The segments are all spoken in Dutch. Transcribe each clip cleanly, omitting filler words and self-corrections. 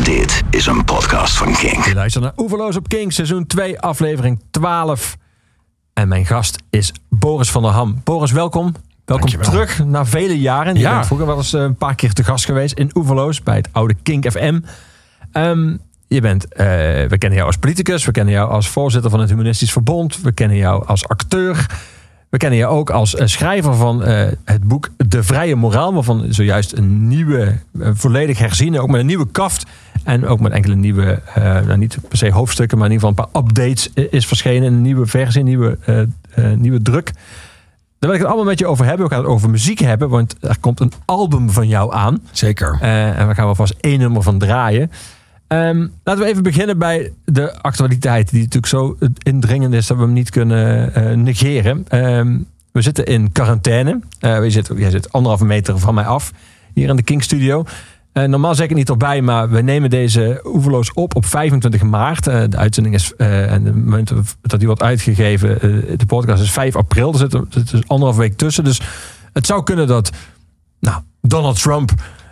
Dit is een podcast van Kink. Je luistert naar Oeverloos op Kink, seizoen 2, aflevering 12. En mijn gast is Boris van der Ham. Boris, welkom. Welkom terug na vele jaren. Je bent vroeger wel eens een paar keer te gast geweest in Oeverloos bij het oude Kink FM. We kennen jou als politicus, we kennen jou als voorzitter van het Humanistisch Verbond, we kennen jou als acteur. We kennen je ook als schrijver van het boek De Vrije Moraal, waarvan zojuist een nieuwe, volledig herziene, ook met een nieuwe kaft en ook met enkele nieuwe, niet per se hoofdstukken, maar in ieder geval een paar updates is verschenen. Een nieuwe versie, een nieuwe druk. Daar wil ik het allemaal met je over hebben. We gaan het over muziek hebben, want er komt een album van jou aan. Zeker. En we gaan er vast 1 nummer van draaien. Laten we even beginnen bij de actualiteit, die natuurlijk zo indringend is dat we hem niet kunnen negeren. We zitten in quarantaine. Jij zit 1,5 meter van mij af, hier in de Kink Studio. Normaal zeg ik het niet erbij, maar we nemen deze Oeverloos op 25 maart. De uitzending is, en het moment dat die wordt uitgegeven, de podcast is 5 april. Er zit dus 1,5 week tussen. Dus het zou kunnen dat Donald Trump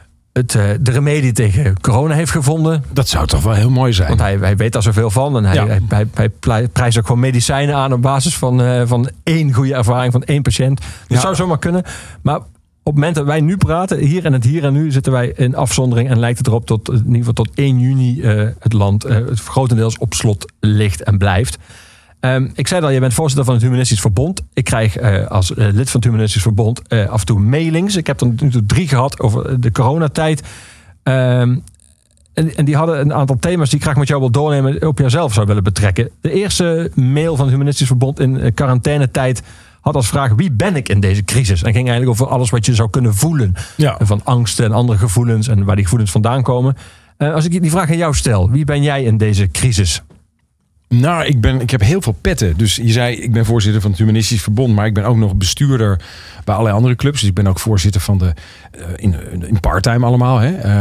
de remedie tegen corona heeft gevonden. Dat zou toch wel heel mooi zijn. Want hij weet daar zoveel van. En hij prijst ook gewoon medicijnen aan op basis van 1 goede ervaring van 1 patiënt. Dat zou zomaar kunnen. Maar op het moment dat wij nu praten, hier en nu, zitten wij in afzondering. En lijkt het erop in ieder geval tot 1 juni het land grotendeels op slot ligt en blijft. Ik zei al, je bent voorzitter van het Humanistisch Verbond. Ik krijg als lid van het Humanistisch Verbond af en toe mailings. Ik heb er nu 3 gehad over de coronatijd. En die hadden een aantal thema's die ik graag met jou wil doornemen, op jouzelf zou willen betrekken. De eerste mail van het Humanistisch Verbond in quarantainetijd had als vraag: wie ben ik in deze crisis? En ging eigenlijk over alles wat je zou kunnen voelen. Ja. Van angsten en andere gevoelens en waar die gevoelens vandaan komen. Als ik die vraag aan jou stel, wie ben jij in deze crisis? Nou, ik heb heel veel petten. Dus je zei, ik ben voorzitter van het Humanistisch Verbond, maar ik ben ook nog bestuurder bij allerlei andere clubs. Dus ik ben ook voorzitter van de, in parttime allemaal,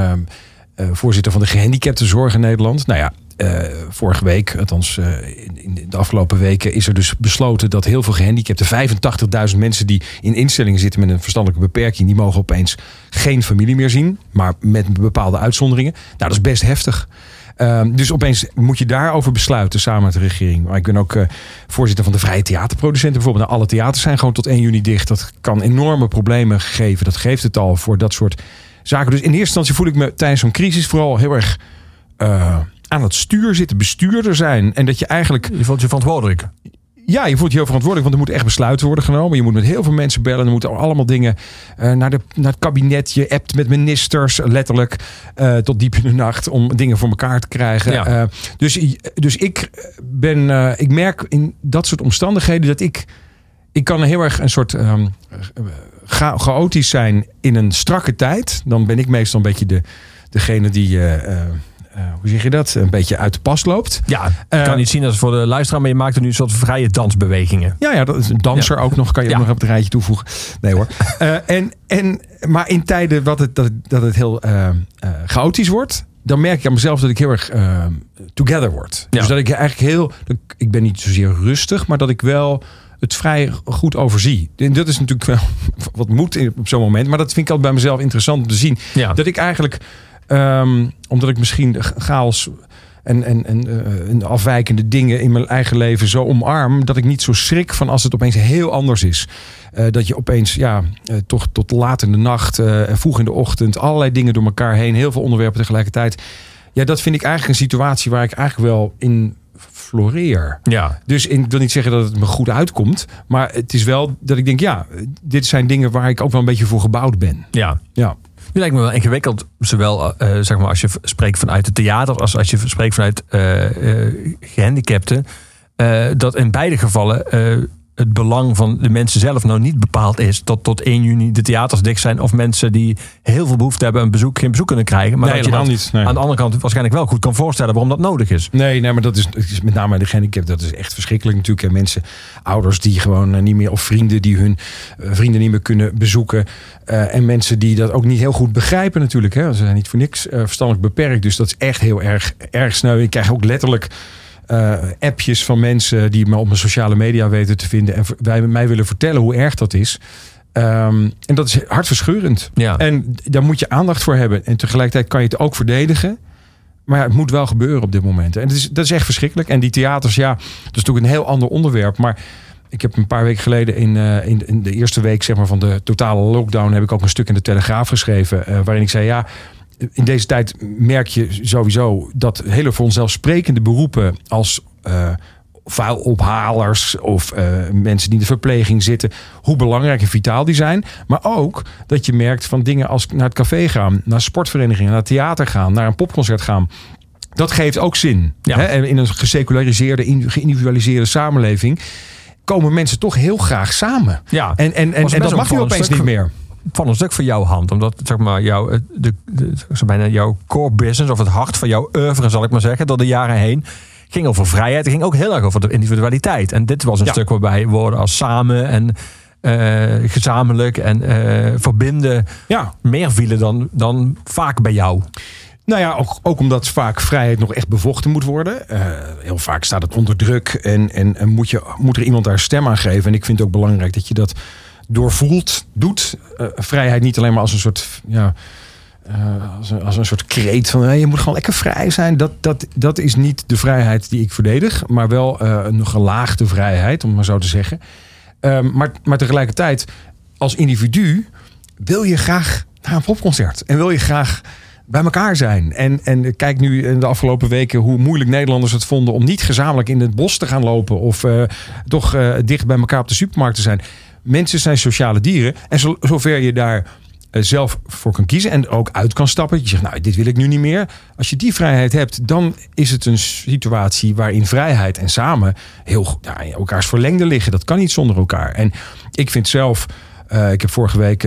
voorzitter van de gehandicaptenzorg in Nederland. Nou ja, vorige week, althans in de afgelopen weken, is er dus besloten dat heel veel gehandicapten, 85.000 mensen die in instellingen zitten met een verstandelijke beperking, die mogen opeens geen familie meer zien, maar met bepaalde uitzonderingen. Nou, dat is best heftig. Dus opeens moet je daarover besluiten samen met de regering. Maar ik ben ook voorzitter van de Vrije Theaterproducenten. Bijvoorbeeld, alle theaters zijn gewoon tot 1 juni dicht. Dat kan enorme problemen geven. Dat geeft het al voor dat soort zaken. Dus in eerste instantie voel ik me tijdens zo'n crisis vooral heel erg aan het stuur zitten, bestuurder zijn. En dat je eigenlijk... Je voelt je verantwoordelijk. Ja, je voelt je heel verantwoordelijk, want er moeten echt besluiten worden genomen. Je moet met heel veel mensen bellen. Er moeten allemaal dingen naar het kabinet. Je appt met ministers, letterlijk, tot diep in de nacht om dingen voor elkaar te krijgen. Ja. Dus ik merk in dat soort omstandigheden dat ik kan heel erg een soort chaotisch zijn in een strakke tijd. Dan ben ik meestal een beetje degene die... hoe zeg je dat? Een beetje uit de pas loopt. Ja, ik kan niet zien als voor de luisteraar, maar je maakt er nu een soort vrije dansbewegingen. Ja, dat is een danser ook nog. Kan je ook nog op het rijtje toevoegen. Nee hoor. Maar in tijden dat het heel chaotisch wordt, dan merk ik aan mezelf dat ik heel erg together word. Ja. Dus dat ik eigenlijk ik ben niet zozeer rustig, maar dat ik wel het vrij goed overzie. En dat is natuurlijk wel wat moet op zo'n moment. Maar dat vind ik altijd bij mezelf interessant om te zien. Ja. Dat ik eigenlijk... omdat ik misschien chaos en afwijkende dingen in mijn eigen leven zo omarm, dat ik niet zo schrik van als het opeens heel anders is. Dat je opeens toch tot laat in de nacht en vroeg in de ochtend allerlei dingen door elkaar heen, heel veel onderwerpen tegelijkertijd. Ja, dat vind ik eigenlijk een situatie waar ik eigenlijk wel in floreer. Ja. Dus ik wil niet zeggen dat het me goed uitkomt, maar het is wel dat ik denk, dit zijn dingen waar ik ook wel een beetje voor gebouwd ben. Ja. Het lijkt me wel ingewikkeld, zowel zeg maar als je spreekt vanuit het theater als je spreekt vanuit gehandicapten. Dat in beide gevallen het belang van de mensen zelf nou niet bepaald is dat tot 1 juni de theaters dicht zijn of mensen die heel veel behoefte hebben geen bezoek kunnen krijgen. Maar dat je dat niet, aan de andere kant waarschijnlijk wel goed kan voorstellen waarom dat nodig is. Nee, maar dat is met name de gehandicapten. Dat is echt verschrikkelijk natuurlijk. En mensen, ouders die gewoon niet meer, of vrienden die hun vrienden niet meer kunnen bezoeken. En mensen die dat ook niet heel goed begrijpen natuurlijk. Hè. Ze zijn niet voor niks verstandelijk beperkt. Dus dat is echt heel erg sneu. Ik krijg ook letterlijk appjes van mensen die me op mijn sociale media weten te vinden en mij willen vertellen hoe erg dat is. En dat is hartverscheurend. Ja. En daar moet je aandacht voor hebben. En tegelijkertijd kan je het ook verdedigen. Maar het moet wel gebeuren op dit moment. En dat is echt verschrikkelijk. En die theaters, dat is natuurlijk een heel ander onderwerp. Maar ik heb een paar weken geleden in de eerste week zeg maar, van de totale lockdown... heb ik ook een stuk in de Telegraaf geschreven. Waarin ik zei, in deze tijd merk je sowieso dat hele vanzelfsprekende beroepen als vuilophalers of mensen die in de verpleging zitten, hoe belangrijk en vitaal die zijn. Maar ook dat je merkt van dingen als naar het café gaan, naar sportverenigingen, naar het theater gaan, naar een popconcert gaan. Dat geeft ook zin. Ja. Hè? En in een geseculariseerde, geïndividualiseerde samenleving komen mensen toch heel graag samen. Ja. En dat mag je opeens niet meer. Van een stuk van jouw hand. Omdat zeg maar jouw core business of het hart van jouw oeuvre, zal ik maar zeggen, door de jaren heen ging over vrijheid. Het ging ook heel erg over de individualiteit. En dit was een stuk waarbij woorden als samen en gezamenlijk en verbinden meer vielen dan vaak bij jou. Nou ja, ook omdat vaak vrijheid nog echt bevochten moet worden. Heel vaak staat het onder druk en moet er iemand daar stem aan geven. En ik vind het ook belangrijk dat je dat doorvoelt, doet. Vrijheid niet alleen maar als een soort als een soort kreet van je moet gewoon lekker vrij zijn. Dat is niet de vrijheid die ik verdedig, maar wel een gelaagde vrijheid, om het maar zo te zeggen. Maar tegelijkertijd, als individu wil je graag naar een popconcert en wil je graag bij elkaar zijn. En kijk nu in de afgelopen weken hoe moeilijk Nederlanders het vonden om niet gezamenlijk in het bos te gaan lopen of toch dicht bij elkaar op de supermarkt te zijn. Mensen zijn sociale dieren en zover je daar zelf voor kan kiezen en ook uit kan stappen. Je zegt, nou, dit wil ik nu niet meer. Als je die vrijheid hebt, dan is het een situatie waarin vrijheid en samen heel in elkaars verlengde liggen. Dat kan niet zonder elkaar. En ik vind zelf, ik heb vorige week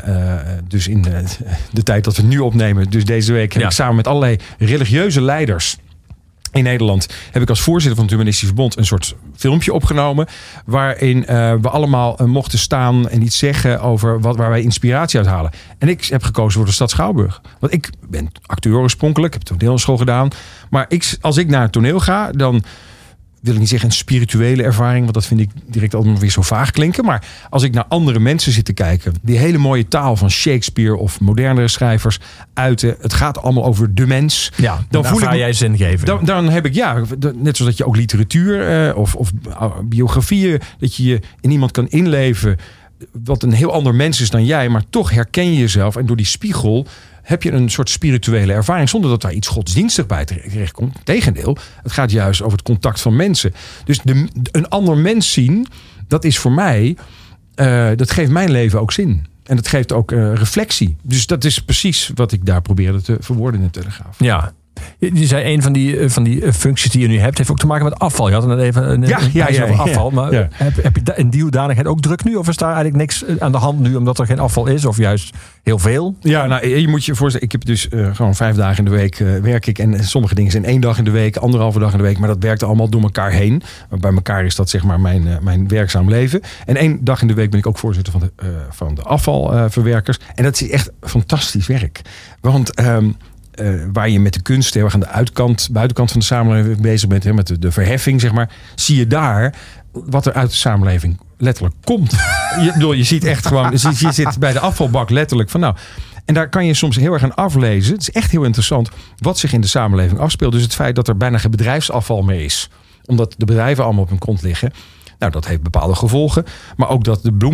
dus in de tijd dat we het nu opnemen, dus deze week heb ik samen met allerlei religieuze leiders in Nederland heb ik als voorzitter van het Humanistisch Verbond een soort filmpje opgenomen waarin we allemaal mochten staan en iets zeggen over waar wij inspiratie uit halen. En ik heb gekozen voor de stad Schouwburg. Want ik ben acteur oorspronkelijk, heb toneelschool gedaan. Maar als ik naar het toneel ga, dan wil ik niet zeggen een spirituele ervaring, want dat vind ik direct altijd weer zo vaag klinken. Maar als ik naar andere mensen zit te kijken, die hele mooie taal van Shakespeare of modernere schrijvers uiten, het gaat allemaal over de mens. Ja, dan voel ik jij zingeving. Dan heb ik net zoals dat je ook literatuur of biografieën, dat je in iemand kan inleven wat een heel ander mens is dan jij, maar toch herken je jezelf en door die spiegel heb je een soort spirituele ervaring zonder dat daar iets godsdienstig bij terechtkomt. Tegendeel, het gaat juist over het contact van mensen. Dus een ander mens zien, dat is voor mij, dat geeft mijn leven ook zin. En dat geeft ook reflectie. Dus dat is precies wat ik daar probeerde te verwoorden in de Telegraaf. Ja. Je zei een van die functies die je nu hebt, heeft ook te maken met afval. Je had het net even een over afval. Maar heb je in die hoedanigheid ook druk nu? Of is daar eigenlijk niks aan de hand nu omdat er geen afval is? Of juist heel veel? Ja, nou, je moet je voorstellen. Ik heb dus gewoon 5 dagen in de week werk ik. En sommige dingen zijn 1 dag in de week, 1,5 dag in de week. Maar dat werkt allemaal door elkaar heen. Maar bij elkaar is dat zeg maar mijn werkzaam leven. En 1 dag in de week ben ik ook voorzitter van de afvalverwerkers. En dat is echt fantastisch werk. Want waar je met de kunst heel erg aan de buitenkant van de samenleving bezig bent, met de verheffing, zeg maar, zie je daar wat er uit de samenleving letterlijk komt. Je ziet echt gewoon, je zit bij de afvalbak letterlijk van nou. En daar kan je soms heel erg aan aflezen. Het is echt heel interessant wat zich in de samenleving afspeelt. Dus het feit dat er bijna geen bedrijfsafval meer is, omdat de bedrijven allemaal op hun kont liggen. Nou, dat heeft bepaalde gevolgen. Maar ook dat de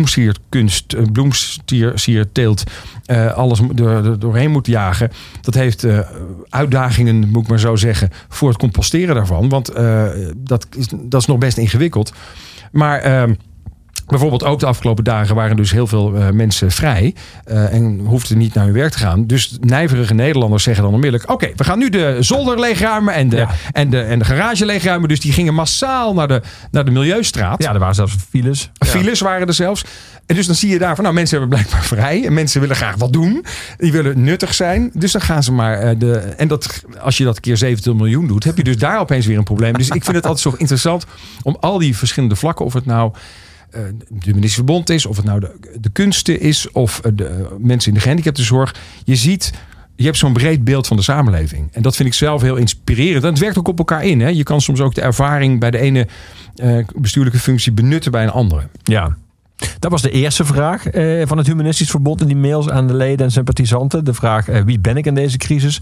bloemsierteelt alles doorheen moet jagen. Dat heeft uitdagingen, moet ik maar zo zeggen, voor het composteren daarvan. Want dat is nog best ingewikkeld. Maar bijvoorbeeld ook de afgelopen dagen waren dus heel veel mensen vrij. En hoefden niet naar hun werk te gaan. Dus nijverige Nederlanders zeggen dan onmiddellijk, oké, we gaan nu de zolder leegruimen en de garage leegruimen. Dus die gingen massaal naar de Milieustraat. Ja, er waren zelfs files. Files waren er zelfs. En dus dan zie je daar van, nou, mensen hebben blijkbaar vrij. En mensen willen graag wat doen. Die willen nuttig zijn. Dus dan gaan ze maar als je dat keer 17 miljoen doet, heb je dus daar opeens weer een probleem. Dus ik vind het altijd zo interessant om al die verschillende vlakken, of het nou de Humanistisch Verbond is, of het nou de kunsten is, of de mensen in de gehandicaptenzorg. Je hebt zo'n breed beeld van de samenleving. En dat vind ik zelf heel inspirerend. En het werkt ook op elkaar in. Hè? Je kan soms ook de ervaring bij de ene bestuurlijke functie benutten bij een andere. Ja. Dat was de eerste vraag van het Humanistisch Verbond in die mails aan de leden en sympathisanten. De vraag, wie ben ik in deze crisis?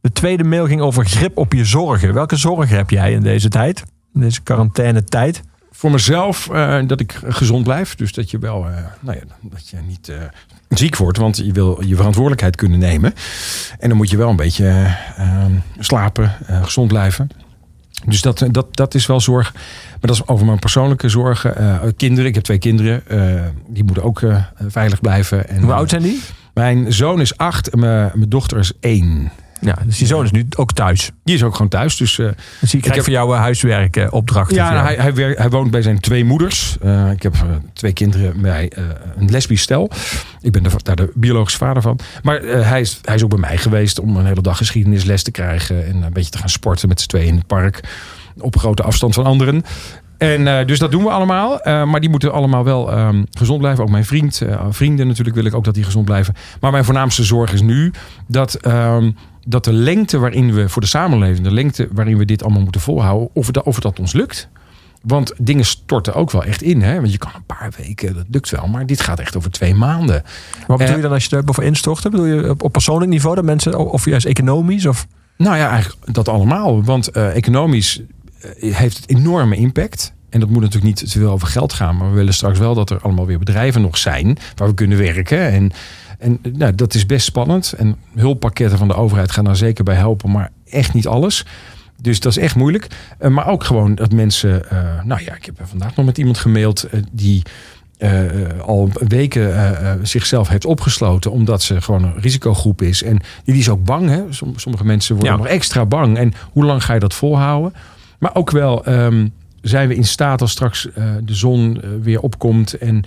De tweede mail ging over grip op je zorgen. Welke zorgen heb jij in deze tijd? In deze quarantaine-tijd? Voor mezelf dat ik gezond blijf. Dus dat je wel dat je niet ziek wordt. Want je wil je verantwoordelijkheid kunnen nemen. En dan moet je wel een beetje slapen, gezond blijven. Dus dat is wel zorg. Maar dat is over mijn persoonlijke zorgen. Kinderen, ik heb 2 kinderen. Die moeten ook veilig blijven. En, hoe oud zijn die? Mijn zoon is 8 en mijn dochter is 1. Ja, dus die zoon is nu ook thuis. Die is ook gewoon thuis. Dus die krijgt voor jou huiswerk opdrachten. Ja, hij woont bij zijn 2 moeders. Ik heb 2 kinderen bij een lesbisch stel. Ik ben daar de biologische vader van. Maar hij is ook bij mij geweest om een hele dag geschiedenisles te krijgen. En een beetje te gaan sporten met z'n 2 in het park. Op grote afstand van anderen. En dus dat doen we allemaal. Maar die moeten allemaal wel gezond blijven. Ook mijn vrienden natuurlijk wil ik ook dat die gezond blijven. Maar mijn voornaamste zorg is nu dat de lengte waarin we voor de samenleving, de lengte waarin we dit allemaal moeten volhouden, of dat ons lukt. Want dingen storten ook wel echt in. Hè? Want je kan een paar weken, dat lukt wel. Maar dit gaat echt over 2 maanden. Wat bedoel je dan als je er over instort? Bedoel je op persoonlijk niveau? Dat mensen, of juist economisch? Of? Nou ja, eigenlijk dat allemaal. Want economisch heeft het enorme impact. En dat moet natuurlijk niet te veel over geld gaan. Maar we willen straks wel dat er allemaal weer bedrijven nog zijn waar we kunnen werken. En dat is best spannend. En hulppakketten van de overheid gaan daar zeker bij helpen. Maar echt niet alles. Dus dat is echt moeilijk. Maar ook gewoon dat mensen... ik heb vandaag nog met iemand gemaild die al weken zichzelf heeft opgesloten. Omdat ze gewoon een risicogroep is. En die is ook bang. Hè? Sommige mensen worden nog extra bang. En hoe lang ga je dat volhouden? Maar ook wel zijn we in staat als straks de zon weer opkomt... En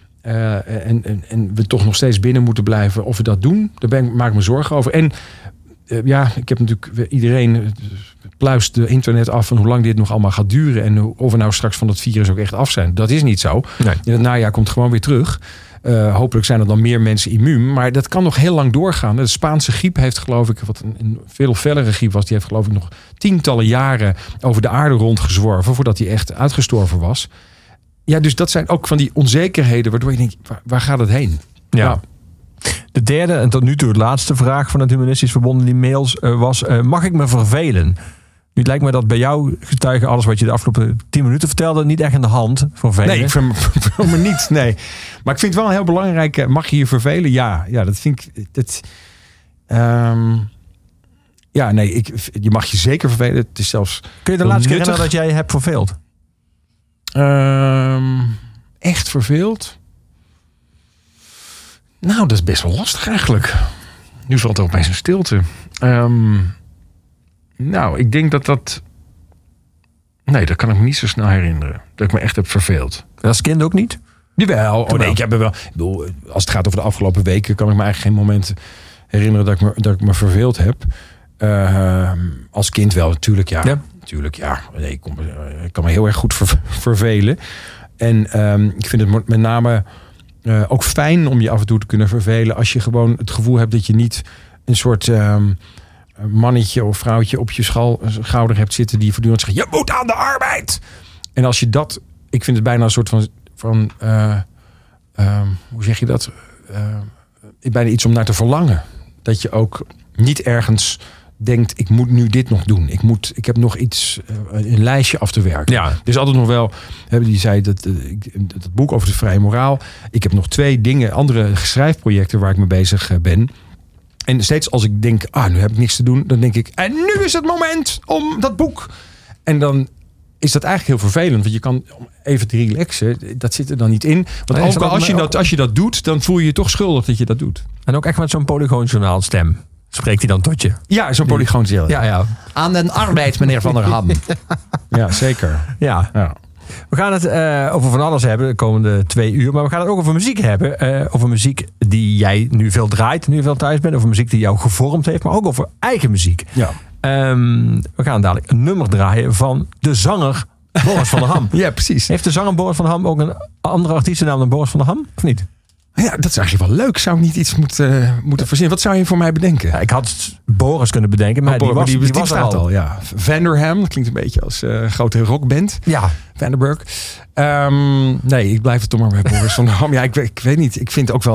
we toch nog steeds binnen moeten blijven. Of we dat doen, daar maak ik me zorgen over. En ik heb natuurlijk iedereen pluist de internet af van hoe lang dit nog allemaal gaat duren. En of we nou straks van dat virus ook echt af zijn. Dat is niet zo. Nee. In het najaar komt gewoon weer terug. Hopelijk zijn er dan meer mensen immuun. Maar dat kan nog heel lang doorgaan. De Spaanse griep heeft geloof ik, wat een veel fellere griep was. Die heeft geloof ik nog tientallen jaren over de aarde rondgezworven. Voordat die echt uitgestorven was. Ja, dus dat zijn ook van die onzekerheden waardoor je denkt, waar gaat het heen? Ja. De derde en tot nu toe de laatste vraag van het Humanistisch Verbonden die mails was, mag ik me vervelen? Nu lijkt me dat bij jou getuigen alles wat je de afgelopen 10 minuten vertelde niet echt in de hand. Vervelen. Nee, ik verveel me niet. Nee. Maar ik vind het wel heel belangrijk. Mag je je vervelen? Ja, dat vind ik... je mag je zeker vervelen. Het is zelfs... Kun je de laatste keer herinneren dat jij hebt verveeld? Echt verveeld? Nou, dat is best wel lastig eigenlijk. Nu valt er opeens een stilte. Ik denk dat... Nee, dat kan ik me niet zo snel herinneren. Dat ik me echt heb verveeld. Als kind ook niet? Jawel. Ik heb er wel... Ik bedoel, als het gaat over de afgelopen weken... kan ik me eigenlijk geen moment herinneren dat ik me verveeld heb. Als kind wel, natuurlijk ja. Natuurlijk ja. Nee, ik kan me heel erg goed vervelen. En ik vind het met name ook fijn om je af en toe te kunnen vervelen... als je gewoon het gevoel hebt dat je niet een soort... mannetje of vrouwtje op je schouder hebt zitten die voortdurend zegt, je moet aan de arbeid. En als je dat, ik vind het bijna een soort van hoe zeg je dat? Bijna iets om naar te verlangen. Dat je ook niet ergens denkt, ik moet nu dit nog doen. Ik heb nog iets, een lijstje af te werken. Ja. Er is altijd nog wel, die zei dat boek over de vrije moraal. Ik heb nog 2 andere schrijfprojecten waar ik mee bezig ben. En steeds als ik denk, nu heb ik niks te doen, dan denk ik, en nu is het moment om dat boek. En dan is dat eigenlijk heel vervelend, want je kan even te relaxen, dat zit er dan niet in. Want ook als je dat doet, dan voel je je toch schuldig dat je dat doet. En ook echt met zo'n polygoonjournaal stem. Spreekt hij dan tot je? Ja, zo'n polygoonjournaal. Ja. Aan den arbeid, meneer Van der Ham. Ja, zeker. Ja. We gaan het over van alles hebben de komende 2 uur. Maar we gaan het ook over muziek hebben. Over muziek die jij nu veel draait, nu je veel thuis bent. Over muziek die jou gevormd heeft. Maar ook over eigen muziek. Ja. We gaan dadelijk een nummer draaien van de zanger Boris van der Ham. Ja, precies. Heeft de zanger Boris van der Ham ook een andere artiestennaam dan Boris van der Ham? Of niet? Ja, dat is eigenlijk wel leuk. Zou ik niet iets moeten verzinnen? Wat zou je voor mij bedenken? Ja, ik had Boris kunnen bedenken, maar die was er al. Ja. Vanderham, dat klinkt een beetje als grote rockband. Ja. Vanderburg. Nee, ik blijf het toch maar bij Boris van der Ham. Ja, ik weet niet. Ik vind ook wel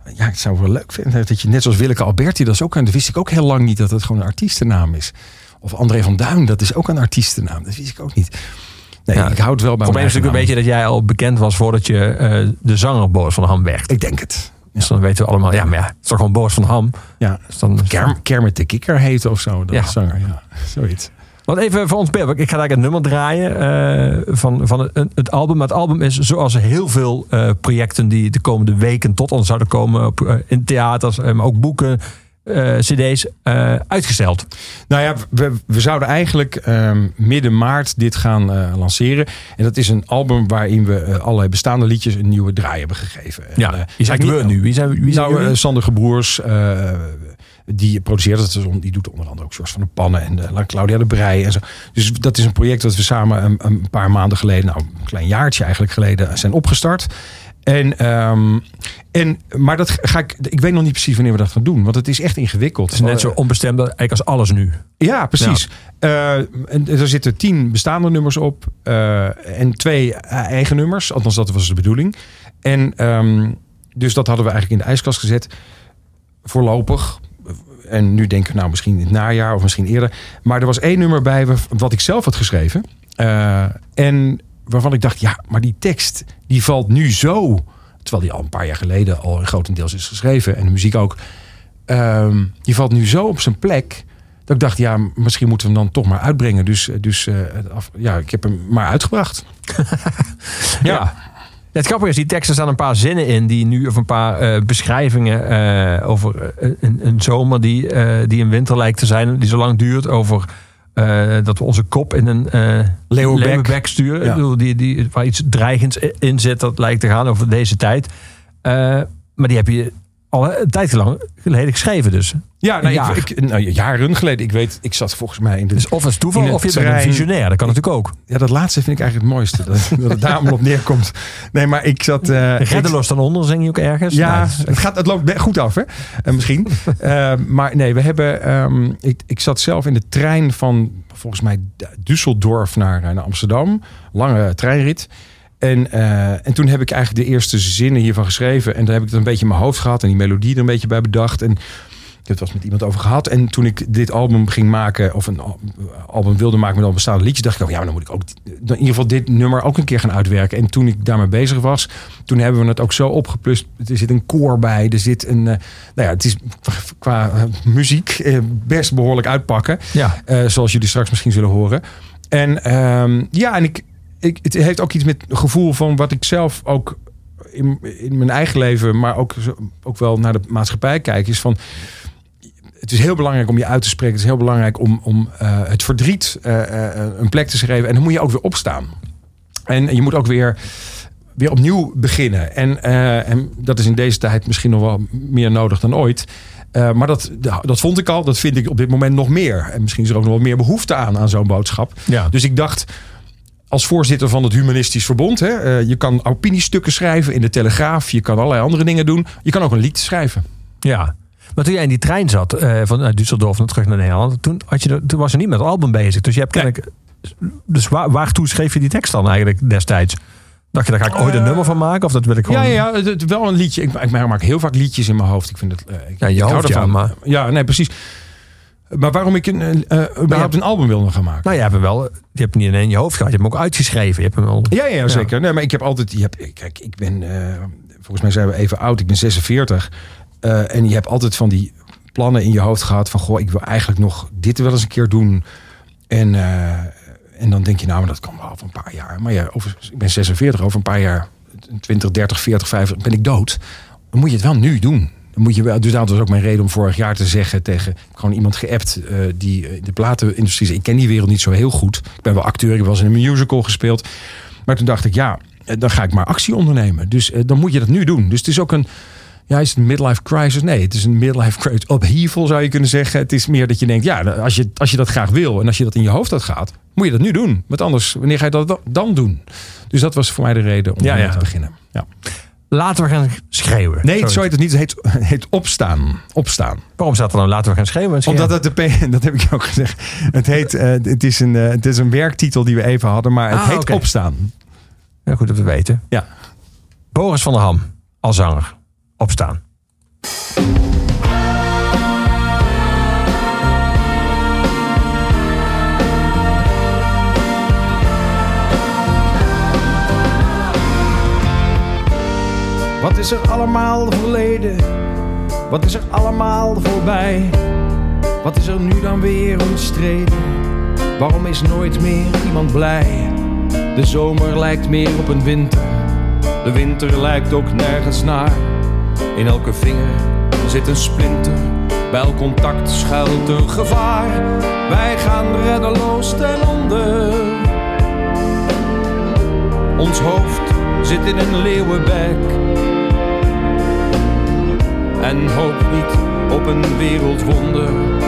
Ja, ik zou het wel leuk vinden dat je net zoals Willeke Alberti, dat wist ik ook heel lang niet dat het gewoon een artiestennaam is. Of André van Duin, dat is ook een artiestennaam. Dat wist ik ook niet. Nee, ik houd het wel bij mijn eigen naam. Weet je dat jij al bekend was voordat je de zanger Boris van Ham werd? Ik denk het. Ja. Dus dan weten we allemaal, het is toch gewoon Boris van Ham. Ja, dus dan Kermit de Kikker heet of zo. Dat is zanger, zoiets. Want even voor ons beeld. Ik ga daar een nummer draaien van het album. Maar het album is zoals heel veel projecten die de komende weken tot ons zouden komen. In theaters, maar ook boeken, cd's, uitgesteld. Nou ja, we zouden eigenlijk midden maart dit gaan lanceren. En dat is een album waarin we allerlei bestaande liedjes een nieuwe draai hebben gegeven. Ja, wie zijn we nu? Wie zijn Sander Gebroers, die produceert het. Die doet onder andere ook George van der Pannen en Claudia de Breij en zo. Dus dat is een project dat we samen een paar maanden geleden, een klein jaartje eigenlijk geleden, zijn opgestart. Maar dat ik weet nog niet precies wanneer we dat gaan doen. Want het is echt ingewikkeld. Het is net zo onbestemd eigenlijk als alles nu. Ja, precies. Ja. En er zitten 10 bestaande nummers op. En 2 eigen nummers. Althans, dat was de bedoeling. En dus dat hadden we eigenlijk in de ijskast gezet. Voorlopig. En nu denken we misschien in het najaar of misschien eerder. Maar er was 1 nummer bij wat ik zelf had geschreven. En waarvan ik dacht, maar die tekst die valt nu zo, terwijl die al een paar jaar geleden al grotendeels is geschreven en de muziek ook, die valt nu zo op zijn plek dat ik dacht, misschien moeten we hem dan toch maar uitbrengen. Dus ik heb hem maar uitgebracht. Ja. Het grappige is, die teksten staan een paar zinnen in die nu, of een paar beschrijvingen over een zomer die een winter lijkt te zijn, die zo lang duurt, over dat we onze kop in een leeuwenbek sturen. Ja. Ik bedoel, waar iets dreigends in zit, dat lijkt te gaan over deze tijd. Maar die heb je al een tijd geleden geschreven dus. Ja, jaren geleden. Ik zat volgens mij in de... Dus of het is toeval of je bent een visionair. Dat kan natuurlijk ook. Ja, dat laatste vind ik eigenlijk het mooiste. dat het daar allemaal op neerkomt. Nee, maar ik zat... Reddeloos dan onder, zing je ook ergens? Ja, het loopt goed af, hè? Misschien. Maar nee, we hebben... Ik zat zelf in de trein van, volgens mij, Düsseldorf naar Amsterdam. Lange treinrit. En toen heb ik eigenlijk de eerste zinnen hiervan geschreven. En daar heb ik het een beetje in mijn hoofd gehad. En die melodie er een beetje bij bedacht. En ik heb het was met iemand over gehad. En toen ik dit album ging maken, of een album wilde maken met al bestaande liedjes, dacht ik, dan moet ik ook in ieder geval dit nummer ook een keer gaan uitwerken. En toen ik daarmee bezig was, toen hebben we het ook zo opgeplust. Er zit een koor bij, er zit een... het is qua muziek best behoorlijk uitpakken. Ja. Zoals jullie straks misschien zullen horen. Het heeft ook iets met het gevoel van wat ik zelf ook in mijn eigen leven, maar ook wel naar de maatschappij kijk, is van, het is heel belangrijk om je uit te spreken. Het is heel belangrijk om het verdriet een plek te geven. En dan moet je ook weer opstaan. En je moet ook weer opnieuw beginnen. En dat is in deze tijd misschien nog wel meer nodig dan ooit. Maar dat vond ik al. Dat vind ik op dit moment nog meer. En misschien is er ook nog wel meer behoefte aan zo'n boodschap. Ja. Dus ik dacht, als voorzitter van het Humanistisch Verbond, je kan opiniestukken schrijven in de Telegraaf. Je kan allerlei andere dingen doen. Je kan ook een lied schrijven. Ja. Maar toen jij in die trein zat vanuit Düsseldorf terug naar Nederland, toen was je niet met het album bezig. Dus je hebt kennelijk. Dus waartoe schreef je die tekst dan eigenlijk destijds? Dacht je, daar ga ik ooit een nummer van maken? Of dat wil ik gewoon... Ja, het wel een liedje. Ik maak heel vaak liedjes in mijn hoofd. Ik vind het. Je hoofd, ja, maar... Ja, nee, precies. Maar waarom ik überhaupt een album wilde gaan maken? Nou, je hebt niet alleen in je hoofd gehad. Je hebt hem ook uitgeschreven. Je hebt hem al... Ja, zeker. Nee, maar ik heb altijd... Kijk, ik ben... volgens mij zijn we even oud. Ik ben 46. En je hebt altijd van die plannen in je hoofd gehad van, goh, ik wil eigenlijk nog dit wel eens een keer doen. En dan denk je, maar dat kan wel over een paar jaar. Maar ik ben 46, over een paar jaar, 20, 30, 40, 50, ben ik dood. Dan moet je het wel nu doen. Dan moet je wel, dus dat was ook mijn reden om vorig jaar te zeggen tegen gewoon iemand geappt die in de platenindustrie zei, ik ken die wereld niet zo heel goed. Ik ben wel acteur, ik heb wel eens in een musical gespeeld. Maar toen dacht ik, dan ga ik maar actie ondernemen. Dus dan moet je dat nu doen. Dus het is ook een... Ja, is het een midlife crisis? Nee, het is een midlife crisis upheaval, zou je kunnen zeggen. Het is meer dat je denkt, als je dat graag wil en als je dat in je hoofd gaat, moet je dat nu doen. Want anders, wanneer ga je dat dan doen? Dus dat was voor mij de reden om te beginnen. Ja. Laten we gaan schreeuwen. Nee, zo heet het niet. Het heet opstaan. Opstaan. Waarom staat er dan laten we gaan schreeuwen? Omdat dat heb ik ook gezegd. Het is een werktitel die we even hadden, maar het heet opstaan. Ja, goed dat we weten. Ja. Boris van der Ham als zanger. Opstaan. Wat is er allemaal verleden? Wat is er allemaal voorbij? Wat is er nu dan weer omstreden? Waarom is nooit meer iemand blij? De zomer lijkt meer op een winter. De winter lijkt ook nergens naar. In elke vinger zit een splinter. Bij elk contact schuilt een gevaar. Wij gaan reddeloos ten onder. Ons hoofd zit in een leeuwenbek. En hoop niet op een wereldwonder.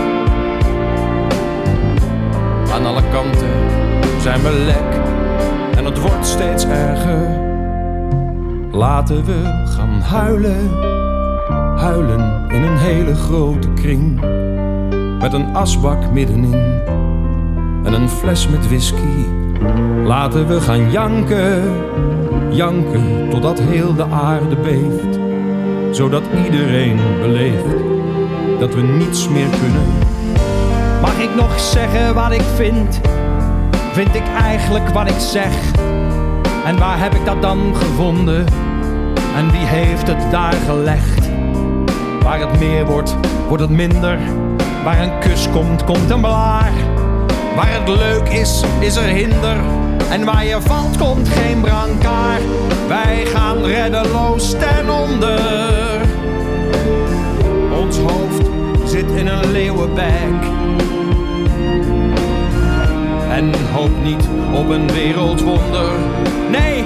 Aan alle kanten zijn we lek en het wordt steeds erger. Laten we gaan huilen, huilen in een hele grote kring. Met een asbak middenin en een fles met whisky. Laten we gaan janken, janken totdat heel de aarde beeft. Zodat iedereen beleeft dat we niets meer kunnen. Mag ik nog zeggen wat ik vind? Vind ik eigenlijk wat ik zeg? En waar heb ik dat dan gevonden? En wie heeft het daar gelegd? Waar het meer wordt, wordt het minder. Waar een kus komt, komt een blaar. Waar het leuk is, is er hinder. En waar je valt, komt geen brancard. Wij gaan reddeloos ten onder. Ons hoofd zit in een leeuwenbek. En hoop niet op een wereldwonder. Nee,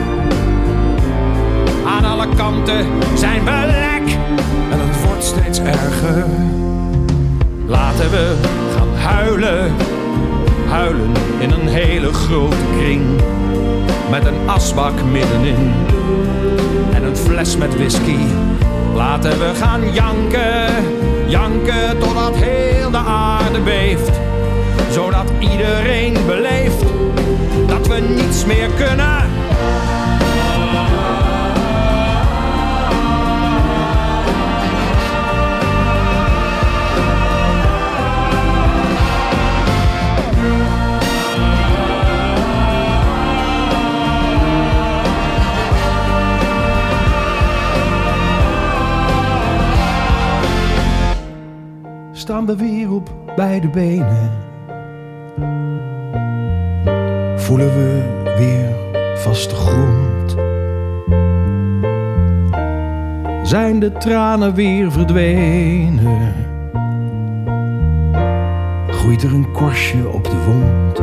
aan alle kanten zijn we lek. En het wordt steeds erger. Laten we gaan huilen. Huilen in een hele grote kring. Met een asbak middenin. En een fles met whisky. Laten we gaan janken. Janken totdat heel de aarde beeft. Zodat iedereen beleeft dat we niets meer kunnen. Staan we weer op beide benen. Voelen we weer vaste grond. Zijn de tranen weer verdwenen. Groeit er een korstje op de wond.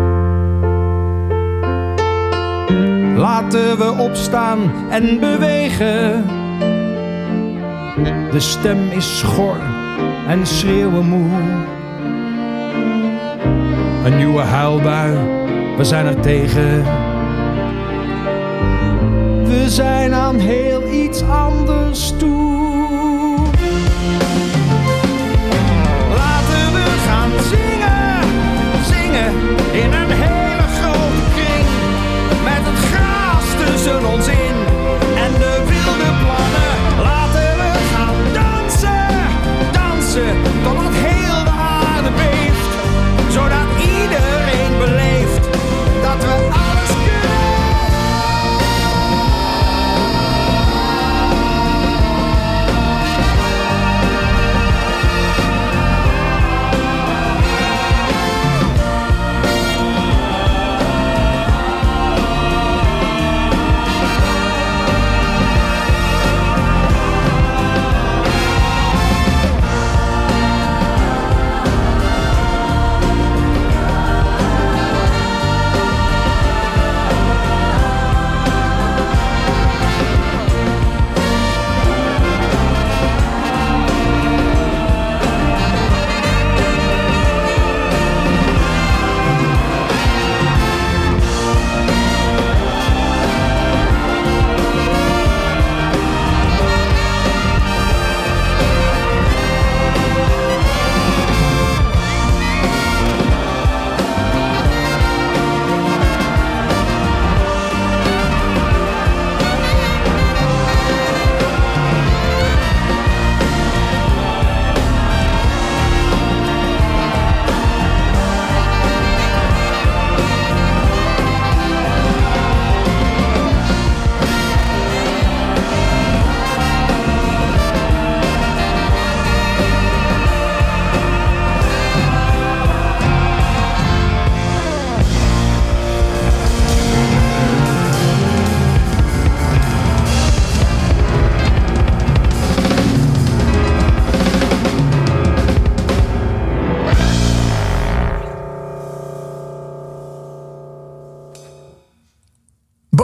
Laten we opstaan en bewegen. De stem is schor en schreeuwen moe. Een nieuwe huilbui, we zijn er tegen. We zijn aan heel iets anders toe. Laten we gaan zingen, zingen in een hele grote kring. Met het gras tussen ons in en de wilde plannen. Laten we gaan dansen, dansen totdat heel de aarde beeft. Zodat iedereen beleeft dat we alles kunnen.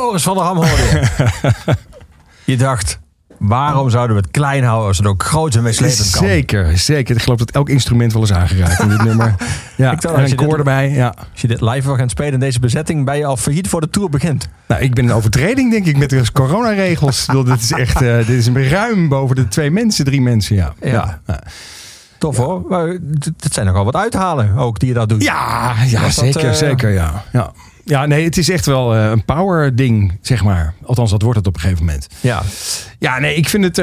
Boris van der Ham hoorde je. Je dacht, waarom zouden we het klein houden als het ook groot en meeslepend kan? Zeker. Ik geloof dat elk instrument wel is aangeraakt in dit nummer. Ja, en een koor erbij. Ja. Als je dit live wil gaan spelen in deze bezetting, ben je al failliet voor de tour begint. Nou, ik ben een overtreding, denk ik, met de coronaregels. Dit is echt, dit is ruim boven de 3 mensen. Ja. Tof hoor. Maar het zijn nogal wat uithalen ook die je daar doet. Ja, zeker. Ja, nee, het is echt wel een power ding, zeg maar. Althans, dat wordt het op een gegeven moment. Ja, nee, ik vind het...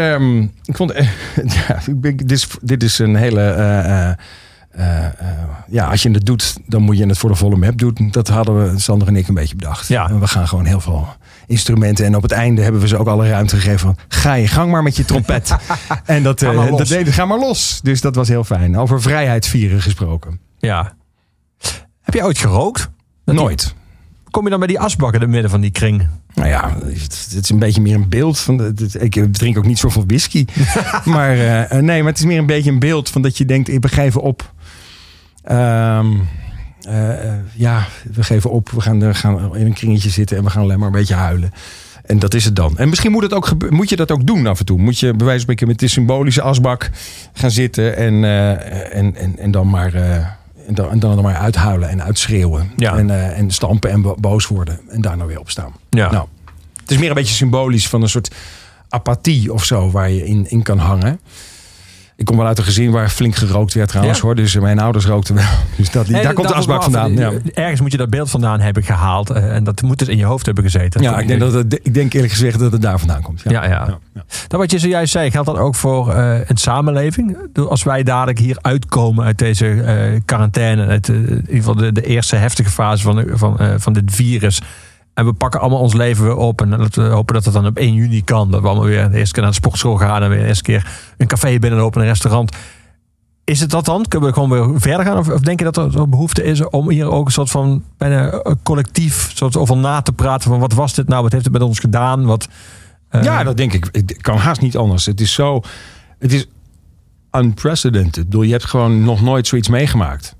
dit is een hele... als je het doet, dan moet je het voor de volle map doen. Dat hadden we, Sander en ik, een beetje bedacht. Ja. En we gaan gewoon heel veel instrumenten. En op het einde hebben we ze ook alle ruimte gegeven van... ga je gang maar met je trompet. En dat ga maar los. Dus dat was heel fijn. Over vrijheidsvieren gesproken. Ja. Heb jij ooit gerookt? Nooit. Kom je dan bij die asbak in het midden van die kring? Nou ja, het is een beetje meer een beeld van... Ik drink ook niet zoveel whisky. maar het is meer een beetje een beeld van dat je denkt... we geven op. We geven op. We gaan in een kringetje zitten en we gaan alleen maar een beetje huilen. En dat is het dan. En misschien moet je dat ook doen af en toe. Moet je bij wijze van spreken met de symbolische asbak gaan zitten en dan maar... En dan maar uithuilen en uitschreeuwen. Ja. En stampen en boos worden. En daar nou weer opstaan. Ja. Nou, het is meer een beetje symbolisch van een soort apathie of zo. Waar je in kan hangen. Ik kom wel uit een gezin waar flink gerookt werd trouwens. Ja. Hoor. Dus mijn ouders rookten wel. Dus daar komt de asbak vandaan. Ja. Ergens moet je dat beeld vandaan hebben gehaald. En dat moet dus in je hoofd hebben gezeten. Ja, ik denk eerlijk gezegd dat het daar vandaan komt. Ja. Dat wat je zojuist zei, geldt dat ook voor een samenleving? Als wij dadelijk hier uitkomen uit deze quarantaine. Uit in ieder geval de eerste heftige fase van dit virus. En we pakken allemaal ons leven weer op. En we hopen dat het dan op 1 juni kan. Dat we allemaal weer de eerste keer naar de sportschool gaan. En weer de eerste keer een café binnenlopen, een restaurant. Is het dat dan? Kunnen we gewoon weer verder gaan? Of denk je dat er een behoefte is om hier ook een soort van bijna collectief soort over na te praten? Van wat was dit nou? Wat heeft het met ons gedaan? Ja, dat denk ik. Het kan haast niet anders. Het is unprecedented. Ik bedoel, je hebt gewoon nog nooit zoiets meegemaakt.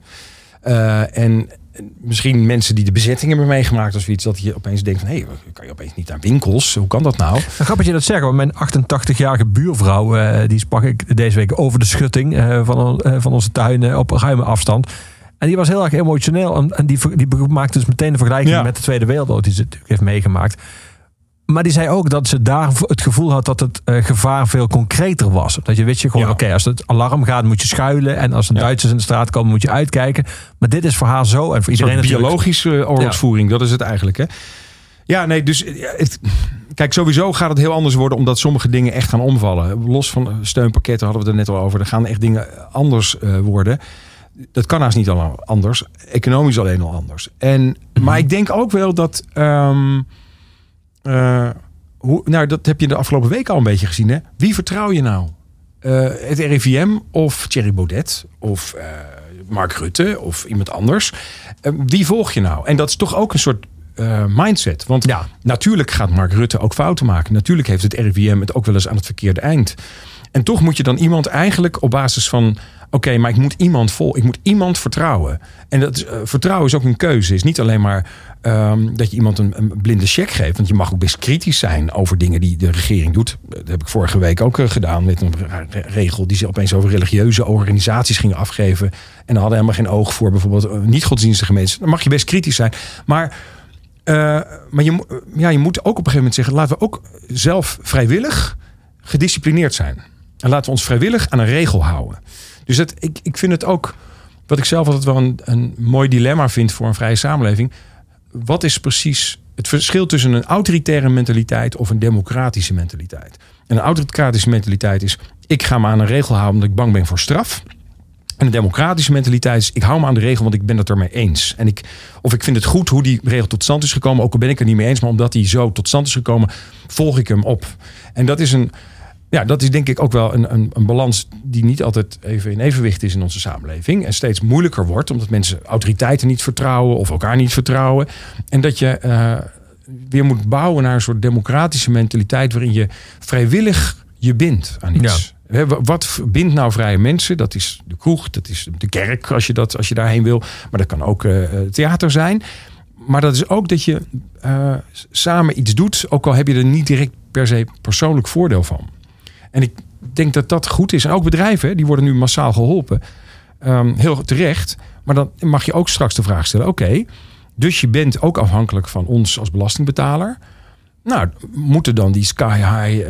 En misschien mensen die de bezetting hebben meegemaakt of zoiets, dat je opeens denkt van, hé, kan je opeens niet naar winkels? Hoe kan dat nou? Grappig dat je dat zegt, want mijn 88-jarige buurvrouw, die sprak ik deze week over de schutting van onze tuin op ruime afstand. En die was heel erg emotioneel en die maakte dus meteen de vergelijking met de Tweede Wereldoorlog die ze natuurlijk heeft meegemaakt. Maar die zei ook dat ze daar het gevoel had dat het gevaar veel concreter was. Dat je weet gewoon, oké, als het alarm gaat moet je schuilen. En als er Duitsers in de straat komen moet je uitkijken. Maar dit is voor haar zo. En voor iedereen biologische oorlogsvoering, dat is het eigenlijk. Hè? Ja, nee, dus kijk, sowieso gaat het heel anders worden omdat sommige dingen echt gaan omvallen. Los van steunpakketten hadden we het er net al over. Er gaan echt dingen anders worden. Dat kan haast niet al anders. Economisch alleen al anders. Maar ik denk ook wel dat... dat heb je de afgelopen week al een beetje gezien. Hè? Wie vertrouw je nou? Het RIVM of Thierry Baudet of Mark Rutte of iemand anders? Wie volg je nou? En dat is toch ook een soort mindset. Want natuurlijk gaat Mark Rutte ook fouten maken. Natuurlijk heeft het RIVM het ook wel eens aan het verkeerde eind. En toch moet je dan iemand eigenlijk op basis van... Oké, maar ik moet iemand vertrouwen. En vertrouwen is ook een keuze. Het is niet alleen maar dat je iemand een blinde cheque geeft. Want je mag ook best kritisch zijn over dingen die de regering doet. Dat heb ik vorige week ook gedaan met een regel die ze opeens over religieuze organisaties gingen afgeven. En hadden helemaal geen oog voor bijvoorbeeld niet-godsdienstige mensen. Dan mag je best kritisch zijn. Maar je moet ook op een gegeven moment zeggen, laten we ook zelf vrijwillig gedisciplineerd zijn. En laten we ons vrijwillig aan een regel houden. Dus ik vind het ook, wat ik zelf altijd wel een mooi dilemma vind voor een vrije samenleving. Wat is precies het verschil tussen een autoritaire mentaliteit of een democratische mentaliteit? En een autoritarische mentaliteit is, ik ga me aan een regel houden omdat ik bang ben voor straf. En een democratische mentaliteit is, ik hou me aan de regel want ik ben het ermee eens. Of ik vind het goed hoe die regel tot stand is gekomen, ook al ben ik er niet mee eens. Maar omdat die zo tot stand is gekomen, volg ik hem op. En dat is denk ik ook wel een balans die niet altijd even in evenwicht is in onze samenleving. En steeds moeilijker wordt, omdat mensen autoriteiten niet vertrouwen of elkaar niet vertrouwen. En dat je weer moet bouwen naar een soort democratische mentaliteit waarin je vrijwillig je bindt aan iets. Ja. Wat bindt nou vrije mensen? Dat is de kroeg, dat is de kerk als je daarheen wil. Maar dat kan ook theater zijn. Maar dat is ook dat je samen iets doet, ook al heb je er niet direct per se persoonlijk voordeel van. En ik denk dat dat goed is. En ook bedrijven, die worden nu massaal geholpen. Heel terecht. Maar dan mag je ook straks de vraag stellen, oké, dus je bent ook afhankelijk van ons als belastingbetaler. Nou, moeten dan die sky high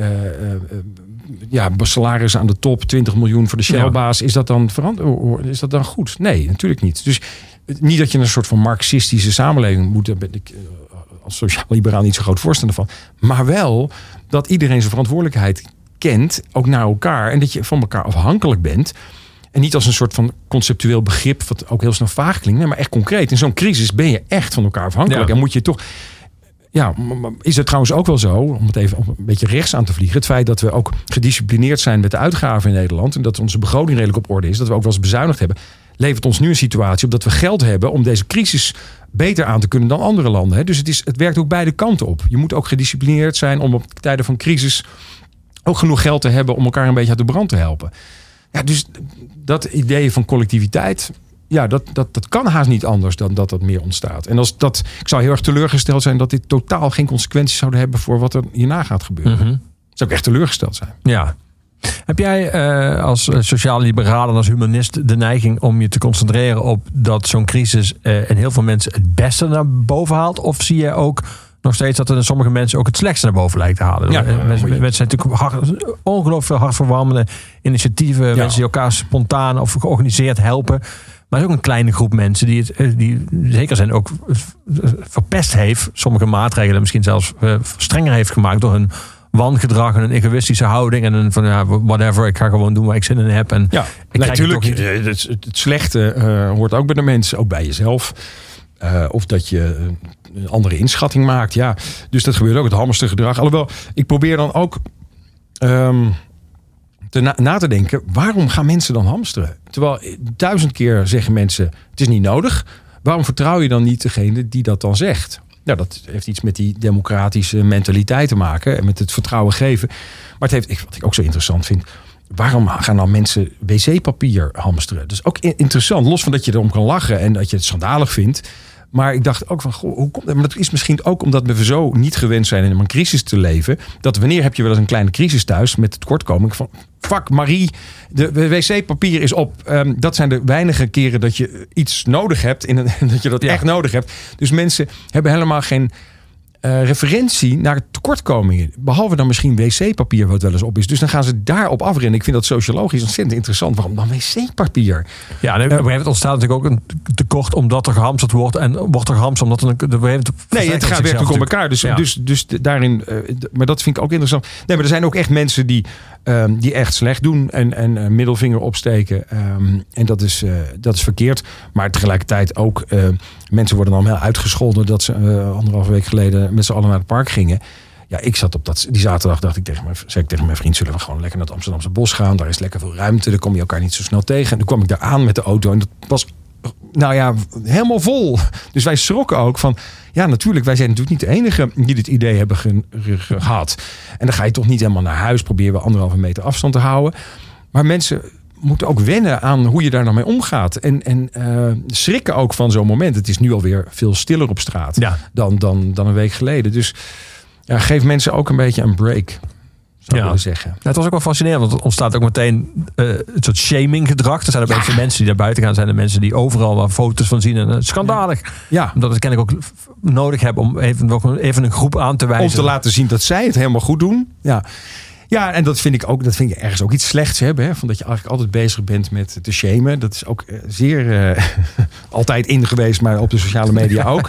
salaris aan de top, 20 miljoen voor de Shell-baas, is dat dan is dat dan goed? Nee, natuurlijk niet. Dus niet dat je een soort van marxistische samenleving moet. Daar ben ik als sociaal-liberaal niet zo groot voorstander van. Maar wel dat iedereen zijn verantwoordelijkheid kent, ook naar elkaar. En dat je van elkaar afhankelijk bent. En niet als een soort van conceptueel begrip, wat ook heel snel vaag klinkt. Nee, maar echt concreet. In zo'n crisis ben je echt van elkaar afhankelijk. Ja. En moet je toch... Ja, is het trouwens ook wel zo, om het even een beetje rechts aan te vliegen, het feit dat we ook gedisciplineerd zijn met de uitgaven in Nederland en dat onze begroting redelijk op orde is, dat we ook wel eens bezuinigd hebben, levert ons nu een situatie op dat we geld hebben om deze crisis beter aan te kunnen dan andere landen. Dus het werkt ook beide kanten op. Je moet ook gedisciplineerd zijn om op tijden van crisis ook genoeg geld te hebben om elkaar een beetje uit de brand te helpen. Ja, dus dat idee van collectiviteit, ja, dat kan haast niet anders dan dat meer ontstaat. En ik zou heel erg teleurgesteld zijn dat dit totaal geen consequenties zouden hebben voor wat er hierna gaat gebeuren. Mm-hmm. Zou ik echt teleurgesteld zijn. Ja. Heb jij als sociaal-liberaal en als humanist de neiging om je te concentreren op dat zo'n crisis en heel veel mensen het beste naar boven haalt? Of zie je ook nog steeds dat er sommige mensen ook het slechtste naar boven lijkt te halen? Ja, mensen zijn natuurlijk ongelooflijk veel hartverwarmende initiatieven. Ja. Mensen die elkaar spontaan of georganiseerd helpen. Maar er is ook een kleine groep mensen die zeker zijn ook verpest heeft. Sommige maatregelen misschien zelfs strenger heeft gemaakt door hun wangedrag en een egoïstische houding. En een van whatever, ik ga gewoon doen waar ik zin in heb. En ja, natuurlijk. Het slechte hoort ook bij de mensen, ook bij jezelf. Of dat je een andere inschatting maakt. Ja, dus dat gebeurt ook, het hamstergedrag. Alhoewel, ik probeer dan ook na te denken, waarom gaan mensen dan hamsteren? Terwijl 1000 keer zeggen mensen, het is niet nodig. Waarom vertrouw je dan niet degene die dat dan zegt? Nou, dat heeft iets met die democratische mentaliteit te maken en met het vertrouwen geven. Maar het heeft, wat ik ook zo interessant vind, waarom gaan dan mensen wc-papier hamsteren? Dat is ook interessant, los van dat je erom kan lachen en dat je het schandalig vindt. Maar ik dacht ook van, hoe komt dat? Maar dat is misschien ook omdat we zo niet gewend zijn in een crisis te leven. Dat wanneer heb je wel eens een kleine crisis thuis met tekortkoming van, fuck Marie, de wc-papier is op. Dat zijn de weinige keren dat je iets nodig hebt. Dat je dat echt nodig hebt. Dus mensen hebben helemaal geen referentie naar tekortkomingen. Behalve dan misschien wc-papier wat wel eens op is. Dus dan gaan ze daarop afrennen. Ik vind dat sociologisch ontzettend interessant. Waarom dan wc-papier? Ja, op een gegeven moment ontstaat natuurlijk ook een tekort omdat er gehamsterd wordt. En wordt er gehamsterd omdat het gaat werkelijk om elkaar. Dus daarin, maar dat vind ik ook interessant. Nee, maar er zijn ook echt mensen die echt slecht doen en middelvinger opsteken. En dat is verkeerd. Maar tegelijkertijd ook mensen worden dan heel uitgescholden dat ze 1,5 week geleden met z'n allen naar het park gingen. Ja, ik zat op die zaterdag, zei ik tegen mijn vriend, zullen we gewoon lekker naar het Amsterdamse bos gaan? Daar is lekker veel ruimte, daar kom je elkaar niet zo snel tegen. En toen kwam ik daar aan met de auto en dat was, helemaal vol. Dus wij schrokken ook van, ja, natuurlijk, wij zijn natuurlijk niet de enige die dit idee hebben gehad. En dan ga je toch niet helemaal naar huis, proberen we 1,5 meter afstand te houden. Maar mensen moeten ook wennen aan hoe je daar nou mee omgaat. En schrikken ook van zo'n moment. Het is nu alweer veel stiller op straat dan een week geleden. Dus ja, geef mensen ook een beetje een break, zou ik willen zeggen. Het was ook wel fascinerend, want er ontstaat ook meteen een soort shaming gedrag. Er zijn ook mensen die daar buiten gaan. Zijn er mensen die overal waar foto's van zien. En schandalig. Ja. Omdat het kennelijk ook nodig hebben om even een groep aan te wijzen. Om te laten zien dat zij het helemaal goed doen. Ja. Ja, en dat vind ik ergens ook iets slechts hebben. Hè? Van dat je eigenlijk altijd bezig bent met te shamen. Dat is ook zeer altijd in geweest, maar op de sociale media ook.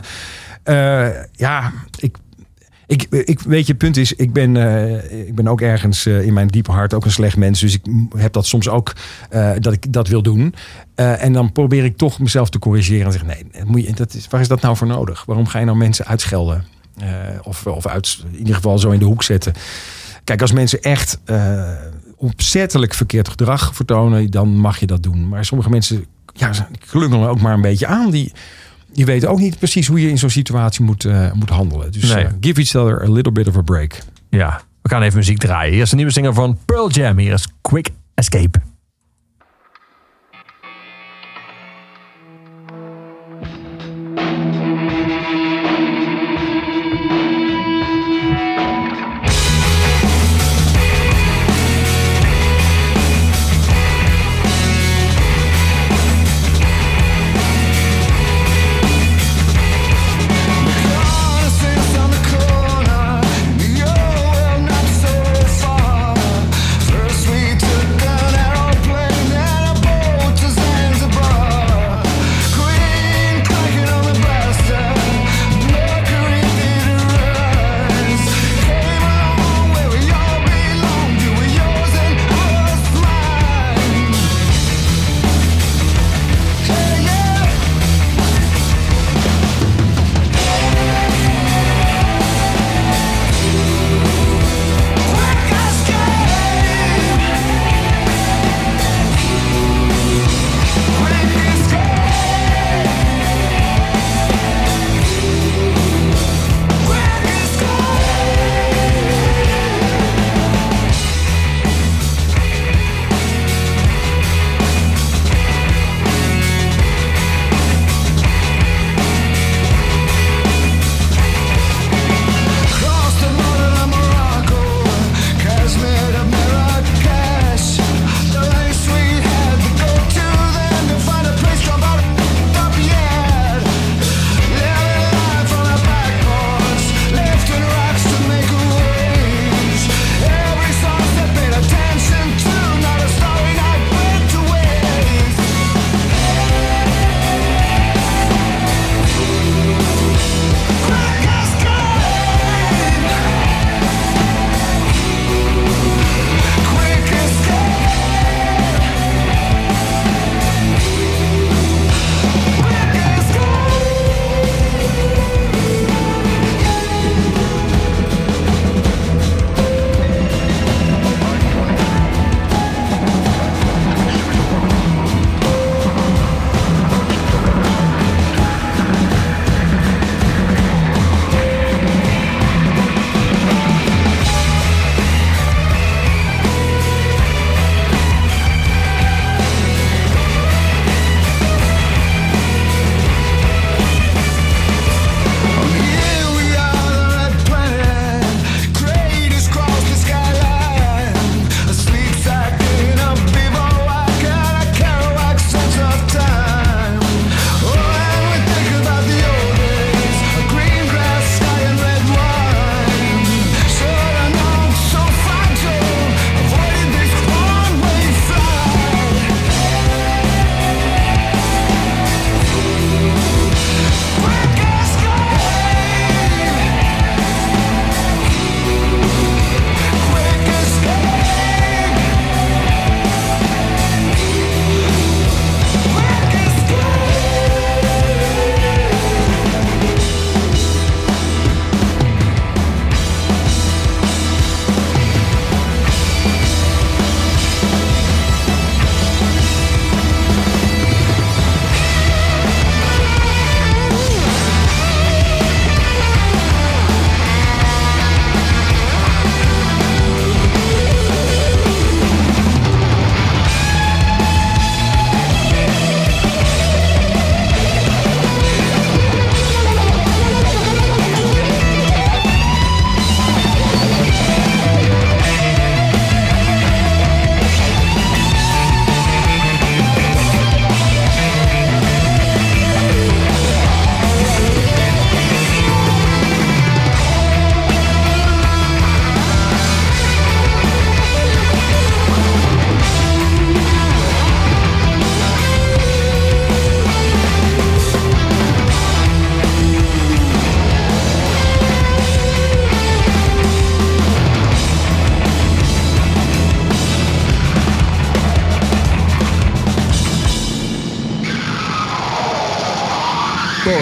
Ik weet je, het punt is, ik ben ook ergens in mijn diepe hart ook een slecht mens. Dus ik heb dat soms ook, dat ik dat wil doen. En dan probeer ik toch mezelf te corrigeren en zeggen, nee, waar is dat nou voor nodig? Waarom ga je nou mensen uitschelden? Of in ieder geval zo in de hoek zetten? Kijk, als mensen echt opzettelijk verkeerd gedrag vertonen, dan mag je dat doen. Maar sommige mensen klungelen ook maar een beetje aan. Die weten ook niet precies hoe je in zo'n situatie moet handelen. Dus give each other a little bit of a break. Ja, we gaan even muziek draaien. Hier is de nieuwe zinger van Pearl Jam. Hier is Quick Escape.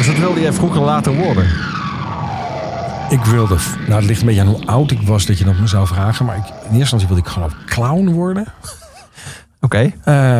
trouwens, wat wilde jij vroeger later worden? Ik wilde... Nou, het ligt een beetje aan hoe oud ik was dat je dat me zou vragen. Maar in eerste instantie wilde ik gewoon clown worden. Oké.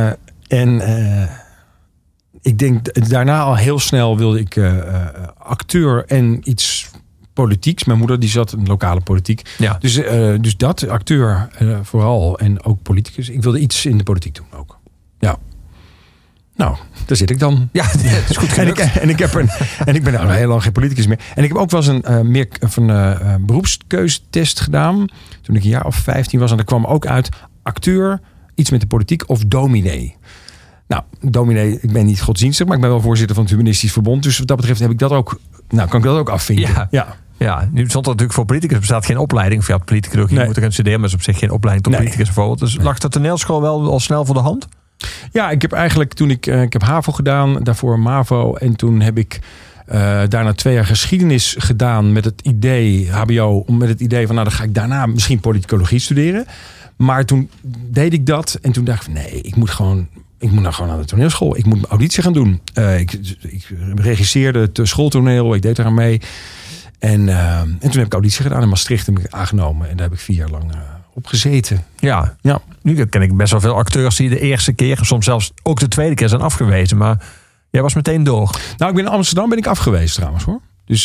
Ik denk daarna al heel snel wilde ik acteur en iets politieks. Mijn moeder die zat in lokale politiek. Ja. Dus dat, acteur vooral en ook politicus. Ik wilde iets in de politiek doen ook. Ja. Nou, daar zit ik dan. Ja, het is goed gelukt. En ik ben nou heel lang geen politicus meer. En ik heb ook wel eens een beroepskeuzetest gedaan. Toen ik een jaar of 15 was. En daar kwam ook uit acteur, iets met de politiek of dominee. Nou, dominee, ik ben niet godsdienstig, maar ik ben wel voorzitter van het Humanistisch Verbond. Dus wat dat betreft heb ik dat ook, kan ik dat ook afvinken. Ja, nu stond er natuurlijk voor politicus bestaat geen opleiding. Of ja, politicologie moet er gaan studeren, maar is op zich geen opleiding tot politicus bijvoorbeeld. Dus lag de toneelschool wel al snel voor de hand? Ja, ik heb eigenlijk toen ik heb HAVO gedaan, daarvoor MAVO. En toen heb ik daarna 2 jaar geschiedenis gedaan met het idee, HBO, met het idee van dan ga ik daarna misschien politicologie studeren. Maar toen deed ik dat en toen dacht ik van nee, ik moet nou gewoon naar de toneelschool. Ik moet een auditie gaan doen. Ik regisseerde het schooltoneel, ik deed eraan mee. En toen heb ik auditie gedaan in Maastricht en ben ik aangenomen. En daar heb ik 4 jaar lang op gezeten. Ja. Nu ken ik best wel veel acteurs die de eerste keer, soms zelfs ook de tweede keer zijn afgewezen. Maar jij was meteen door. Nou, in Amsterdam ben ik afgewezen trouwens hoor. Dus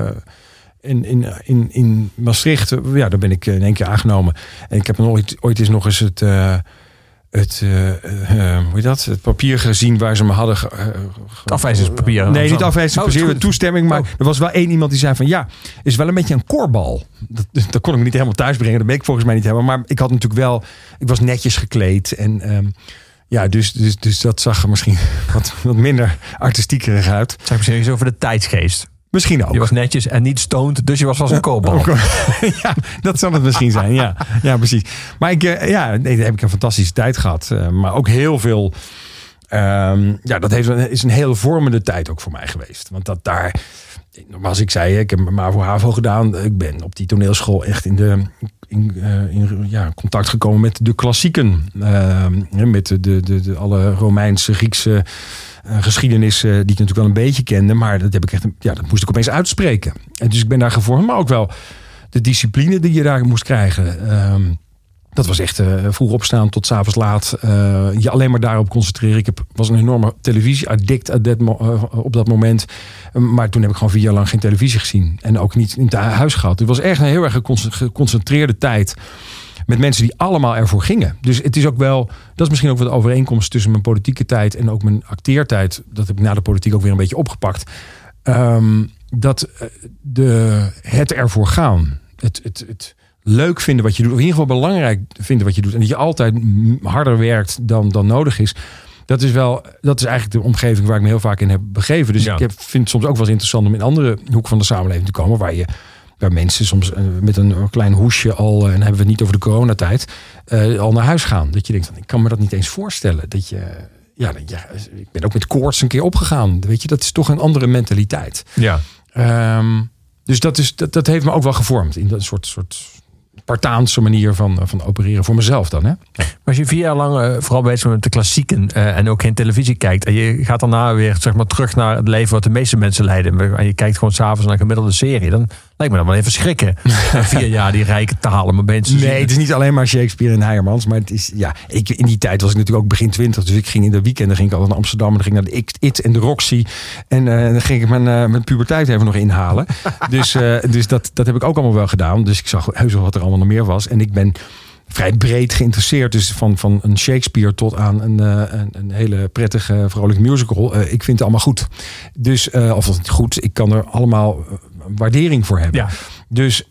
in Maastricht, daar ben ik in 1 keer aangenomen. En ik heb ooit eens nog eens het papier gezien waar ze me hadden... het afwijzingspapier. Nee, niet afwijzingspapier, toestemming. Maar er was wel 1 iemand die zei van is wel een beetje een korbal. Dat kon ik me niet helemaal thuis brengen. Dat ben ik volgens mij niet helemaal. Maar ik had natuurlijk wel... Ik was netjes gekleed. En dus dat zag er misschien wat minder artistiekerig uit. Het zag misschien iets over de tijdsgeest. Misschien ook. Je was netjes en niet stoned, dus je was als een koopbal. Ja, dat zal het misschien zijn. Ja, precies. Maar daar heb ik een fantastische tijd gehad. Maar ook heel veel... is een heel vormende tijd ook voor mij geweest. Want dat daar... Nogmaals, ik zei, ik heb MAVO HAVO gedaan. Ik ben op die toneelschool echt in contact gekomen met de klassieken. Met de alle Romeinse, Griekse... geschiedenis die ik natuurlijk wel een beetje kende, maar dat heb ik echt, dat moest ik opeens uitspreken. En dus ik ben daar gevormd, maar ook wel de discipline die je daar moest krijgen. Dat was echt vroeg opstaan tot 's avonds laat. Je alleen maar daarop concentreren. Ik was een enorme televisie-addict op dat moment. Maar toen heb ik gewoon 4 jaar lang geen televisie gezien. En ook niet in het huis gehad. Het was echt een heel erg geconcentreerde tijd. Met mensen die allemaal ervoor gingen. Dus het is ook wel... Dat is misschien ook wat de overeenkomst tussen mijn politieke tijd en ook mijn acteertijd. Dat heb ik na de politiek ook weer een beetje opgepakt. Het ervoor gaan. Het leuk vinden wat je doet. Of in ieder geval belangrijk vinden wat je doet. En dat je altijd harder werkt dan nodig is. Dat is eigenlijk de omgeving waar ik me heel vaak in heb begeven. Dus ik vind het soms ook wel eens interessant om in andere hoeken van de samenleving te komen. Waar mensen soms met een klein hoesje al, en dan hebben we het niet over de coronatijd, al naar huis gaan. Dat je denkt, ik kan me dat niet eens voorstellen. Ik ben ook met koorts een keer opgegaan. Weet je, dat is toch een andere mentaliteit. Ja. Dus dat heeft me ook wel gevormd in een soort Spartaanse manier van opereren voor mezelf dan. Hè? Maar als je 4 jaar lang vooral bezig met de klassieken en ook geen televisie kijkt en je gaat daarna weer terug naar het leven wat de meeste mensen leiden en je kijkt gewoon 's avonds naar een gemiddelde serie, dan lijkt me dat wel even schrikken. 4 jaar die rijke talen, maar mensen. Nee, het is niet alleen maar Shakespeare en Heijermans, maar het is in die tijd was ik natuurlijk ook begin 20, dus ik ging in de weekenden altijd naar Amsterdam en dan ging naar de IT en de Roxy en dan ging ik mijn puberteit even nog inhalen. Dus dat heb ik ook allemaal wel gedaan. Dus ik zag heus wel wat er allemaal nog meer was. En ik ben vrij breed geïnteresseerd. Dus van een Shakespeare tot aan een hele prettige, vrolijke musical. Ik vind het allemaal goed. Dus, of het goed, ik kan er allemaal waardering voor hebben. Ja. Dus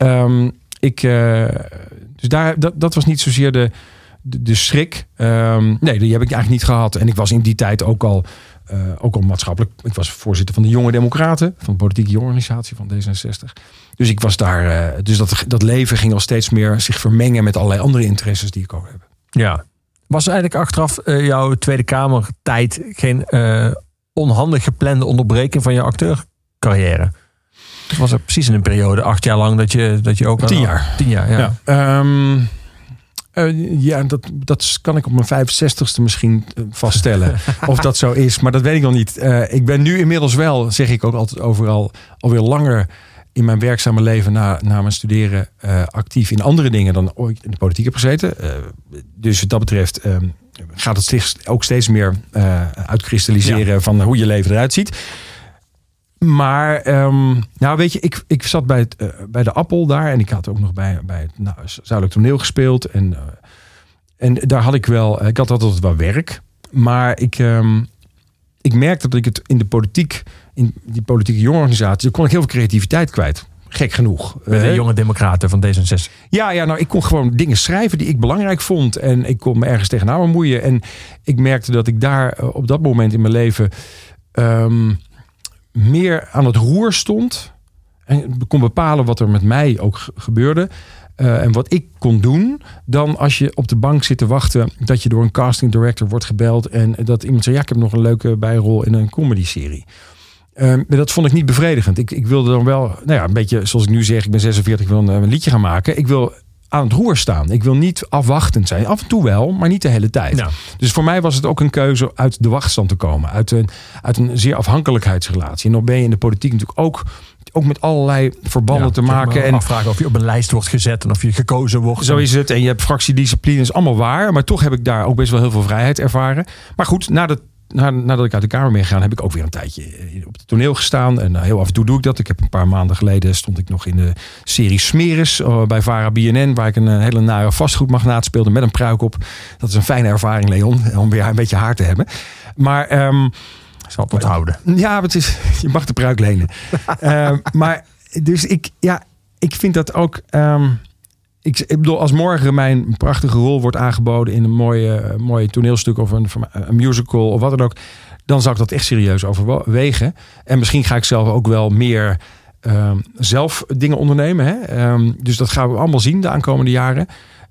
dat was niet zozeer de schrik. Nee, die heb ik eigenlijk niet gehad. En ik was in die tijd ook al maatschappelijk. Ik was voorzitter van de Jonge Democraten, van de politieke jongerenorganisatie van D66. Dus ik was daar. Dus dat leven ging al steeds meer zich vermengen met allerlei andere interesses die ik ook heb. Ja. Was eigenlijk achteraf jouw Tweede Kamertijd geen onhandig geplande onderbreking van je acteurcarrière? Het was er precies in een periode 8 jaar lang dat je ook 10 jaar. 10 jaar, ja. Ja, dat kan ik op mijn 65ste misschien vaststellen. Of dat zo is, maar dat weet ik nog niet. Ik ben nu inmiddels wel, zeg ik ook altijd overal, alweer langer in mijn werkzame leven na mijn studeren actief in andere dingen dan ooit in de politiek heb gezeten. Dus wat dat betreft gaat het ook steeds meer uitkristalliseren van hoe je leven eruit ziet. Maar weet je, ik zat bij de Appel daar en ik had ook nog bij het Zuidelijk Toneel gespeeld. En daar had ik had altijd wel werk. Maar ik merkte dat ik het in die politieke jongerenorganisatie, kon ik heel veel creativiteit kwijt. Gek genoeg. Met de jonge democraten van D66. Ja, ik kon gewoon dingen schrijven die ik belangrijk vond. En ik kon me ergens tegenaan bemoeien. En ik merkte dat ik daar op dat moment in mijn leven meer aan het roer stond. En kon bepalen wat er met mij ook gebeurde. En wat ik kon doen. Dan als je op de bank zit te wachten. Dat je door een casting director wordt gebeld. En dat iemand zegt, ik heb nog een leuke bijrol in een comedy-serie. Dat vond ik niet bevredigend. Ik wilde dan wel, een beetje zoals ik nu zeg. Ik ben 46, ik wil een liedje gaan maken. Ik wil aan het roer staan. Ik wil niet afwachtend zijn. Af en toe wel, maar niet de hele tijd. Ja. Dus voor mij was het ook een keuze uit de wachtstand te komen. Uit een zeer afhankelijkheidsrelatie. En dan ben je in de politiek natuurlijk ook met allerlei verbanden te maken. En afvragen of je op een lijst wordt gezet en of je gekozen wordt. Zo is het. En je hebt fractiediscipline, is allemaal waar. Maar toch heb ik daar ook best wel heel veel vrijheid ervaren. Maar goed, nadat ik uit de Kamer ben gegaan, heb ik ook weer een tijdje op het toneel gestaan. En heel af en toe doe ik dat. Ik heb een paar maanden geleden stond ik nog in de serie Smeris bij Vara BNN, waar ik een hele nare vastgoedmagnaat speelde met een pruik op. Dat is een fijne ervaring, Leon, om weer een beetje haar te hebben. Maar ik zal het onthouden. Ja, je mag de pruik lenen. Maar dus ik vind dat ook. Ik bedoel, als morgen mijn prachtige rol wordt aangeboden in een mooie toneelstuk of een musical of wat dan ook, dan zou ik dat echt serieus overwegen. En misschien ga ik zelf ook wel meer zelf dingen ondernemen. Hè? Dus dat gaan we allemaal zien de aankomende jaren.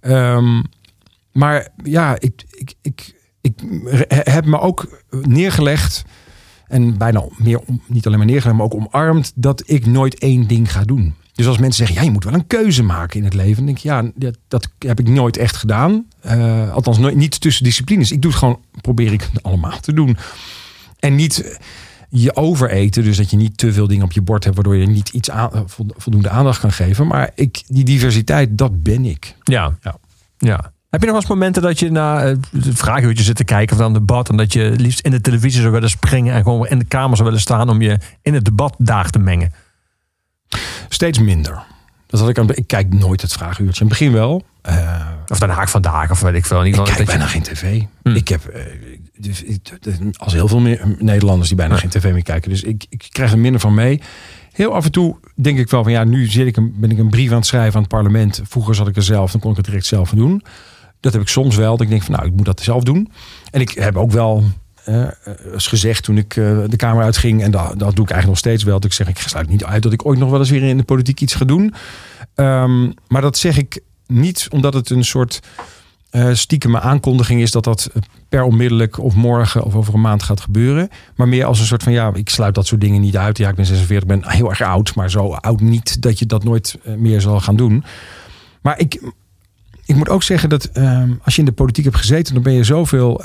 Maar ja, ik heb me ook neergelegd en bijna meer, niet alleen maar neergelegd, maar ook omarmd dat ik nooit één ding ga doen. Dus als mensen zeggen, je moet wel een keuze maken in het leven. Dan denk ik, dat heb ik nooit echt gedaan. Althans, niet tussen disciplines. Ik doe het gewoon, probeer ik het allemaal te doen. En niet je overeten. Dus dat je niet te veel dingen op je bord hebt, waardoor je niet iets voldoende aandacht kan geven. Maar die diversiteit, dat ben ik. Ja. Heb je nog eens momenten dat je na het vragenuurtje zit te kijken of dan een debat en dat je liefst in de televisie zou willen springen en gewoon in de kamer zou willen staan om je in het debat daar te mengen? Steeds minder. Ik kijk nooit het vragenuurtje. In het begin wel. Of Den Haag vandaag of weet ik veel. Ik kijk bijna geen tv. Ik heb als heel veel Nederlanders die bijna geen tv meer kijken. Dus ik krijg er minder van mee. Heel af en toe denk ik wel van nu ben ik een brief aan het schrijven aan het parlement. Vroeger zat ik er zelf, dan kon ik het direct zelf doen. Dat heb ik soms wel. Dat ik denk van ik moet dat zelf doen. En ik heb ook wel is gezegd toen ik de Kamer uitging. En dat doe ik eigenlijk nog steeds wel. Dat ik zeg, ik sluit niet uit dat ik ooit nog wel eens weer in de politiek iets ga doen. Maar dat zeg ik niet omdat het een soort stiekeme aankondiging is dat per onmiddellijk of morgen of over een maand gaat gebeuren. Maar meer als een soort van ik sluit dat soort dingen niet uit. Ja, ik ben 46, ben heel erg oud. Maar zo oud niet dat je dat nooit meer zal gaan doen. Maar ik moet ook zeggen dat als je in de politiek hebt gezeten, dan ben je zoveel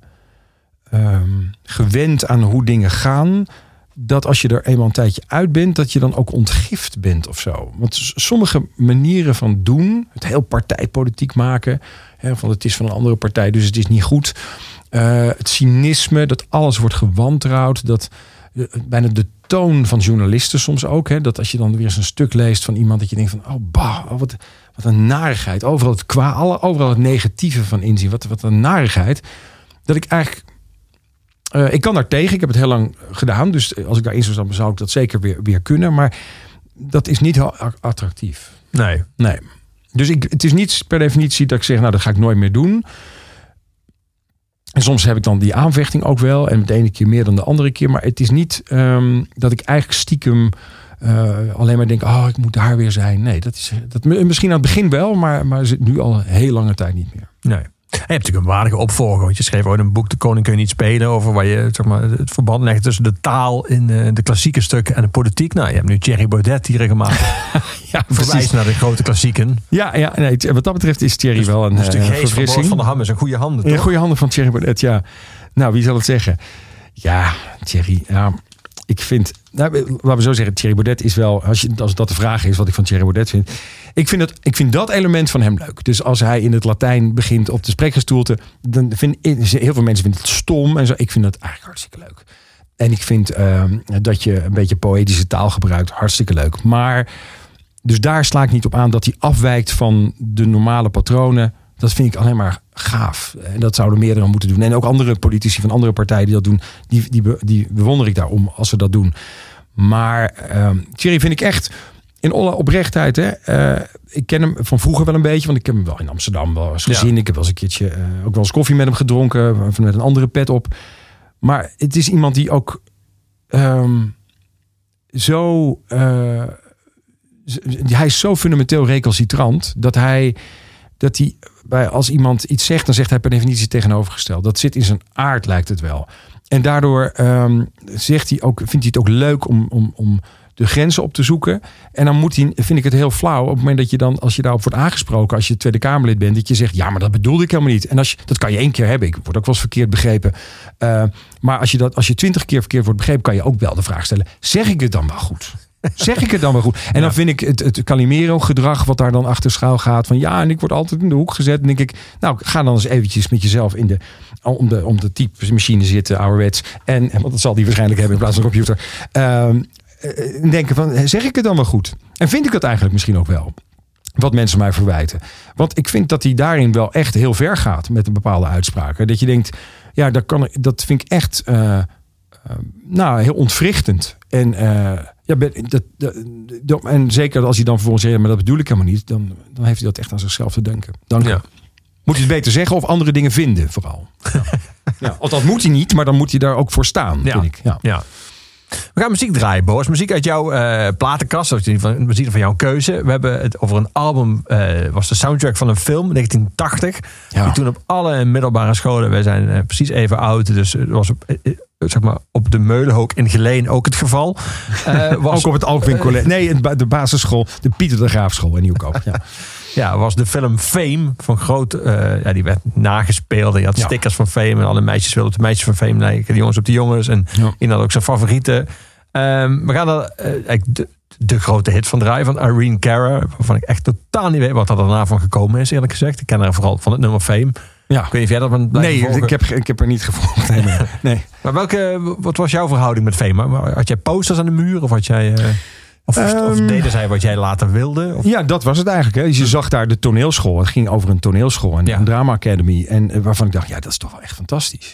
gewend aan hoe dingen gaan, dat als je er eenmaal een tijdje uit bent, dat je dan ook ontgift bent of zo. Want sommige manieren van doen, het heel partijpolitiek maken, van het is van een andere partij, dus het is niet goed. Het cynisme, dat alles wordt gewantrouwd, dat bijna de toon van journalisten soms ook, dat als je dan weer eens een stuk leest van iemand, dat je denkt van, wat een narigheid. Overal het kwaad, overal het negatieve van inzien. Wat een narigheid. Dat ik eigenlijk ik kan daar tegen. Ik heb het heel lang gedaan. Dus als ik daarin zou stappen, zou ik dat zeker weer kunnen. Maar dat is niet heel attractief. Nee. Dus het is niet per definitie dat ik zeg, dat ga ik nooit meer doen. En soms heb ik dan die aanvechting ook wel. En de ene keer meer dan de andere keer. Maar het is niet dat ik eigenlijk stiekem alleen maar denk, ik moet daar weer zijn. Nee, dat misschien aan het begin wel. Maar zit nu al heel lange tijd niet meer. Nee. Je hebt natuurlijk een waardige opvolger. Want je schreef ooit een boek, De Koning kun je niet spelen. Over waar je zeg maar, het verband legt tussen de taal in de klassieke stukken en de politiek. Nou, je hebt nu Thierry Baudet hier gemaakt. Verwijst naar de grote klassieken. Ja, nee, wat dat betreft is Thierry wel een verfrissing. Van der Ham is een goede handen, toch? In goede handen van Thierry Baudet, ja. Nou, wie zal het zeggen? Ja, Thierry, ja... Ik vind, laten we zo zeggen, Thierry Baudet is wel, als dat de vraag is wat ik van Thierry Baudet vind. Ik vind dat element van hem leuk. Dus als hij in het Latijn begint op de spreekgestoelte, dan heel veel mensen vinden het stom en zo. Ik vind dat eigenlijk hartstikke leuk. En ik vind dat je een beetje poëtische taal gebruikt, hartstikke leuk. Maar, dus daar sla ik niet op aan dat hij afwijkt van de normale patronen. Dat vind ik alleen maar gaaf. En dat zouden meerdere moeten doen. En ook andere politici van andere partijen die dat doen, die bewonder ik daarom als ze dat doen. Maar Thierry vind ik echt in alle oprechtheid. Ik ken hem van vroeger wel een beetje, want ik heb hem wel in Amsterdam wel eens gezien. Ja. Ik heb wel eens een keertje ook wel eens koffie met hem gedronken, met een andere pet op. Maar het is iemand die ook hij is zo fundamenteel recalcitrant dat hij als iemand iets zegt, dan zegt hij per definitie tegenovergesteld. Dat zit in zijn aard, lijkt het wel. En daardoor vindt hij het ook leuk om de grenzen op te zoeken. En dan vind ik het heel flauw op het moment dat je dan, als je daarop wordt aangesproken, als je Tweede Kamerlid bent, dat je zegt, ja, maar dat bedoelde ik helemaal niet. En dat kan je 1 keer hebben. Ik word ook wel eens verkeerd begrepen. Maar als je 20 keer verkeerd wordt begrepen, kan je ook wel de vraag stellen, zeg ik het dan wel goed? Zeg ik het dan wel goed? En dan vind ik het Calimero-gedrag wat daar dan achter schuil gaat. Van ja, en ik word altijd in de hoek gezet. En denk ik, nou, ga dan eens eventjes met jezelf om de typemachine zitten, ouderwets. Want dat zal die waarschijnlijk hebben in plaats van een computer. Denken van, zeg ik het dan wel goed? En vind ik dat eigenlijk misschien ook wel? Wat mensen mij verwijten. Want ik vind dat hij daarin wel echt heel ver gaat met een bepaalde uitspraken. Dat je denkt, ja, dat vind ik echt heel ontwrichtend. En en zeker als hij dan vervolgens zegt, maar dat bedoel ik helemaal niet, dan heeft hij dat echt aan zichzelf te denken. Dank je. Moet hij het beter zeggen of andere dingen vinden, vooral. Dat moet hij niet, maar dan moet hij daar ook voor staan, vind ik. Ja. We gaan muziek draaien, Boris. Muziek uit jouw platenkast, muziek van jouw keuze. We hebben het over een album, was de soundtrack van een film, 1980. Ja. Die toen op alle middelbare scholen, wij zijn precies even oud, dus het was op de Meulenhoek in Geleen ook het geval. Ook op het Alkwin College. Nee, de basisschool, de Pieter de Graafschool in Nieuwkoop. Ja, was de film Fame van groot. Die werd nagespeeld. Je had stickers van Fame en alle meisjes wilden op de meisjes van Fame lijken. De jongens op de jongens. En in had ook zijn favorieten. We gaan er de grote hit van draaien van Irene Cara. Waarvan ik echt totaal niet weet wat er daarna van gekomen is, eerlijk gezegd. Ik ken haar vooral van het nummer Fame. Ja. Ik weet niet of jij dat Nee, ik heb er niet gevolgd. Nee. Maar wat was jouw verhouding met Fame? Had jij posters aan de muur? Of had jij... Of deden zij wat jij later wilde? Of? Ja, dat was het eigenlijk. Hè. Je zag daar de toneelschool. Het ging over een toneelschool en een drama academy. En waarvan ik dacht, ja, dat is toch wel echt fantastisch.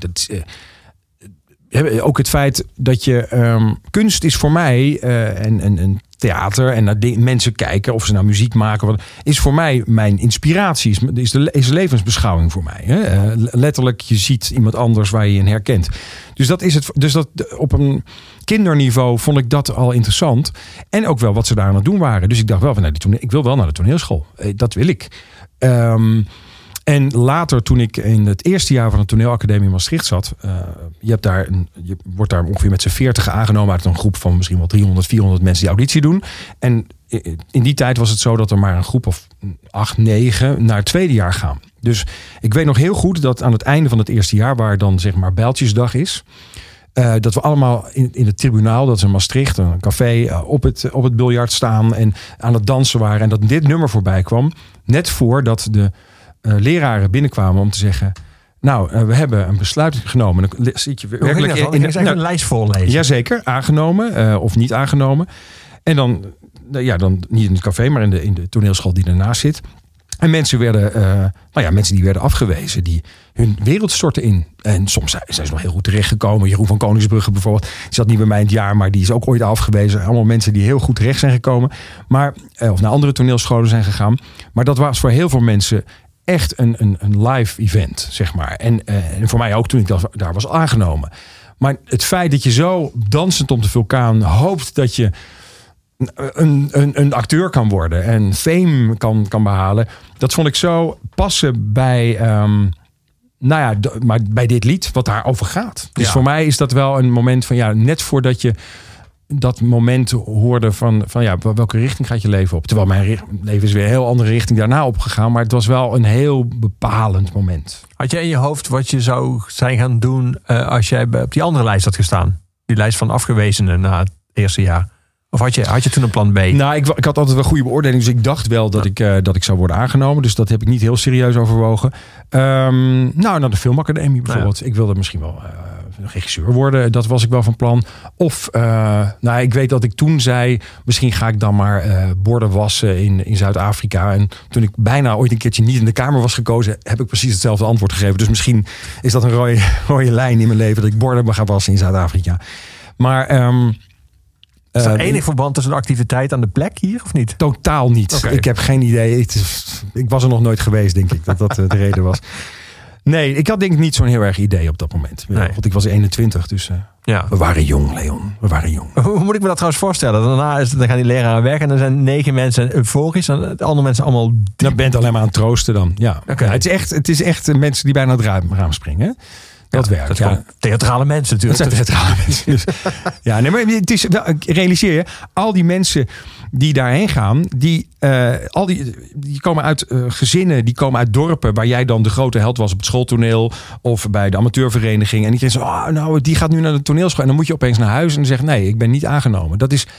Ook het feit dat je... kunst is voor mij en theater en naar mensen kijken of ze nou muziek maken. Is voor mij mijn inspiratie. Is de levensbeschouwing voor mij. Hè. Letterlijk, je ziet iemand anders waar je je in herkent. Dus dat is het. Dus dat op een kinderniveau vond ik dat al interessant. En ook wel wat ze daar aan het doen waren. Dus ik dacht wel van, ik wil wel naar de toneelschool. Dat wil ik. En later, toen ik in het eerste jaar van de toneelacademie in Maastricht zat, je wordt daar ongeveer met z'n 40 aangenomen uit een groep van misschien wel 300, 400 mensen die auditie doen. En in die tijd was het zo dat er maar een groep of 8, 9 naar het tweede jaar gaan. Dus ik weet nog heel goed dat aan het einde van het eerste jaar, waar dan zeg maar Bijltjesdag is, dat we allemaal in het tribunaal, dat is in Maastricht, een café, op het biljart staan en aan het dansen waren. En dat dit nummer voorbij kwam, net voordat de leraren binnenkwamen om te zeggen, nou, we hebben een besluit genomen. Dan zit je werkelijk in een lijst voorlezen. Jazeker, aangenomen of niet aangenomen. En dan niet in het café, maar in de toneelschool die ernaast zit. En mensen mensen die werden afgewezen, die hun wereld stortten in. En soms zijn ze nog heel goed terechtgekomen. Jeroen van Koningsbrugge bijvoorbeeld, die zat niet bij mij in het jaar, maar die is ook ooit afgewezen. Allemaal mensen die heel goed terecht zijn gekomen, of naar andere toneelscholen zijn gegaan. Maar dat was voor heel veel mensen echt een live event, zeg maar. En voor mij ook toen ik daar was aangenomen. Maar het feit dat je zo dansend op de vulkaan hoopt dat je een acteur kan worden en fame kan behalen. Dat vond ik zo passen bij, maar bij dit lied wat daarover gaat. Dus voor mij is dat wel een moment van net voordat je dat moment hoorde van welke richting gaat je leven op. Terwijl mijn leven is weer een heel andere richting daarna opgegaan. Maar het was wel een heel bepalend moment. Had jij in je hoofd wat je zou zijn gaan doen als jij op die andere lijst had gestaan? Die lijst van afgewezenen na het eerste jaar. Of had je toen een plan B? Nou, ik had altijd wel goede beoordeling. Dus ik dacht wel dat ik zou worden aangenomen. Dus dat heb ik niet heel serieus overwogen. Naar de filmacademie bijvoorbeeld. Ik wilde misschien wel regisseur worden. Dat was ik wel van plan. Of, ik weet dat ik toen zei, misschien ga ik dan maar borden wassen in Zuid-Afrika. En toen ik bijna ooit een keertje niet in de Kamer was gekozen, heb ik precies hetzelfde antwoord gegeven. Dus misschien is dat een rode lijn in mijn leven, dat ik borden ga wassen in Zuid-Afrika. Maar is er enig verband tussen de activiteit aan de plek hier of niet? Totaal niet. Okay. Ik heb geen idee. Ik was er nog nooit geweest, denk ik, dat de reden was. Nee, ik had denk ik niet zo'n heel erg idee op dat moment. Nee. Want ik was 21, dus we waren jong, Leon. We waren jong. Hoe moet ik me dat trouwens voorstellen? Dan gaan die leraren weg en dan zijn 9 mensen euforisch en de andere mensen allemaal Dan bent alleen maar aan het troosten dan. Ja. Okay. Het is echt mensen die bijna het raam springen. Dat werkt. Dat zijn theatrale mensen natuurlijk. Dat zijn theatrale mensen. Dus, maar het is wel, realiseer je, al die mensen die daarheen gaan, die komen uit gezinnen, die komen uit dorpen waar jij dan de grote held was op het schooltoneel of bij de amateurvereniging. En die denkt zo, die gaat nu naar de toneelschool. En dan moet je opeens naar huis en zeggen, nee, ik ben niet aangenomen. Dat is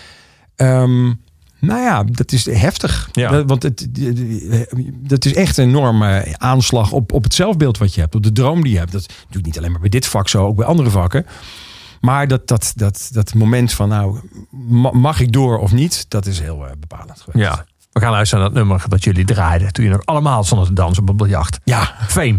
dat is heftig. Ja. Want dat is echt een enorme aanslag op het zelfbeeld wat je hebt. Op de droom die je hebt. Dat is natuurlijk niet alleen maar bij dit vak zo, ook bij andere vakken. Maar dat moment van mag ik door of niet? Dat is heel bepalend geweest. Ja, we gaan luisteren naar dat nummer dat jullie draaiden toen je nog allemaal stonden te dansen op een biljart. Ja. Fame.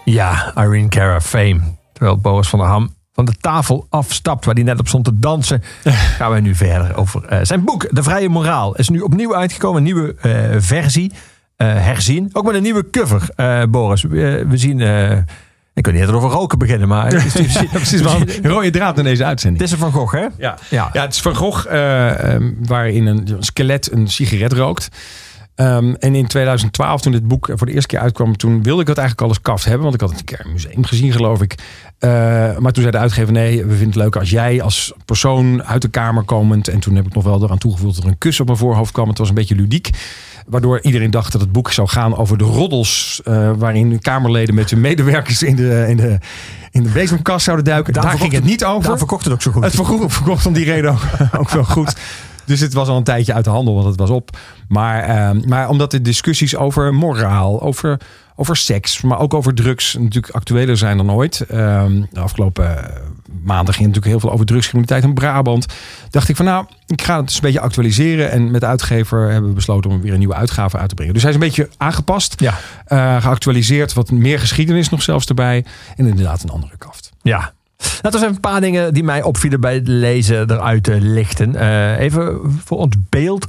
Ja, Irene Cara, Fame. Terwijl Boris van der Ham van de tafel afstapt waar hij net op stond te dansen, gaan we nu verder over zijn boek De Vrije Moraal. Is nu opnieuw uitgekomen, een nieuwe versie, herzien. Ook met een nieuwe cover, Boris. We zien... ik weet niet over roken beginnen, maar... precies wel een rode draad in deze uitzending. Het is een Van Gogh, hè? Ja, het is Van Gogh waarin een skelet een sigaret rookt. En in 2012, toen dit boek voor de eerste keer uitkwam, toen wilde ik dat eigenlijk al eens kaft hebben. Want ik had het een keer in een museum gezien, geloof ik. Maar toen zei de uitgever, nee, we vinden het leuk als jij als persoon uit de kamer komend. En toen heb ik nog wel eraan toegevoegd dat er een kus op mijn voorhoofd kwam. Het was een beetje ludiek. Waardoor iedereen dacht dat het boek zou gaan over de roddels waarin Kamerleden met hun medewerkers in de bezemkast zouden duiken. Daar ging het niet over. Daar verkocht het ook zo goed. Het verkocht om die reden ook wel goed. Dus het was al een tijdje uit de handel, want het was op. Maar omdat de discussies over moraal, over seks, maar ook over drugs natuurlijk actueler zijn dan ooit. De afgelopen maanden ging natuurlijk heel veel over drugscriminaliteit in Brabant. Dacht ik van nou, ik ga het eens een beetje actualiseren. En met de uitgever hebben we besloten om weer een nieuwe uitgave uit te brengen. Dus hij is een beetje aangepast, geactualiseerd. Wat meer geschiedenis nog zelfs erbij. En inderdaad een andere kaft. Ja. Nou, er zijn een paar dingen die mij opvielen bij het lezen eruit te lichten. Even voor ons beeld.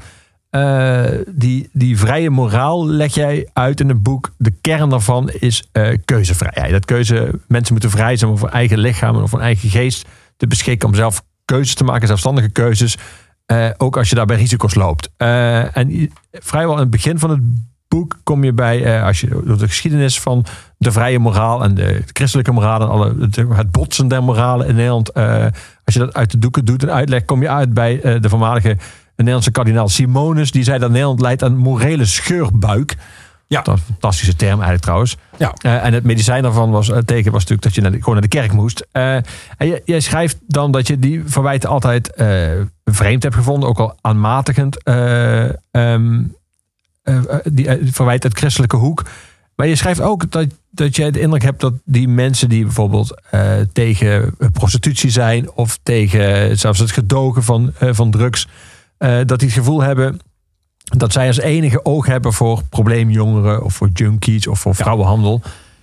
Die vrije moraal leg jij uit in het boek. De kern daarvan is keuzevrijheid. Dat mensen moeten vrij zijn om voor eigen lichaam en of voor eigen geest te beschikken. Om zelf keuzes te maken, zelfstandige keuzes. Ook als je daarbij risico's loopt. En vrijwel in het begin van het boek kom je bij, als je door de geschiedenis van de vrije moraal en de christelijke moraal en het botsen der moralen in Nederland. Als je dat uit de doeken doet en uitlegt, kom je uit bij de voormalige Nederlandse kardinaal Simonus. Die zei dat Nederland leidt aan morele scheurbuik. Ja. Dat is een fantastische term eigenlijk trouwens. Ja. En het medicijn daarvan was natuurlijk dat je gewoon naar de kerk moest. En jij schrijft dan dat je die verwijten altijd vreemd hebt gevonden. Ook al aanmatigend. Die verwijt uit christelijke hoek. Maar je schrijft ook dat jij de indruk hebt dat die mensen die bijvoorbeeld tegen prostitutie zijn of tegen zelfs het gedogen van drugs, dat die het gevoel hebben dat zij als enige oog hebben voor probleemjongeren of voor junkies of voor vrouwenhandel.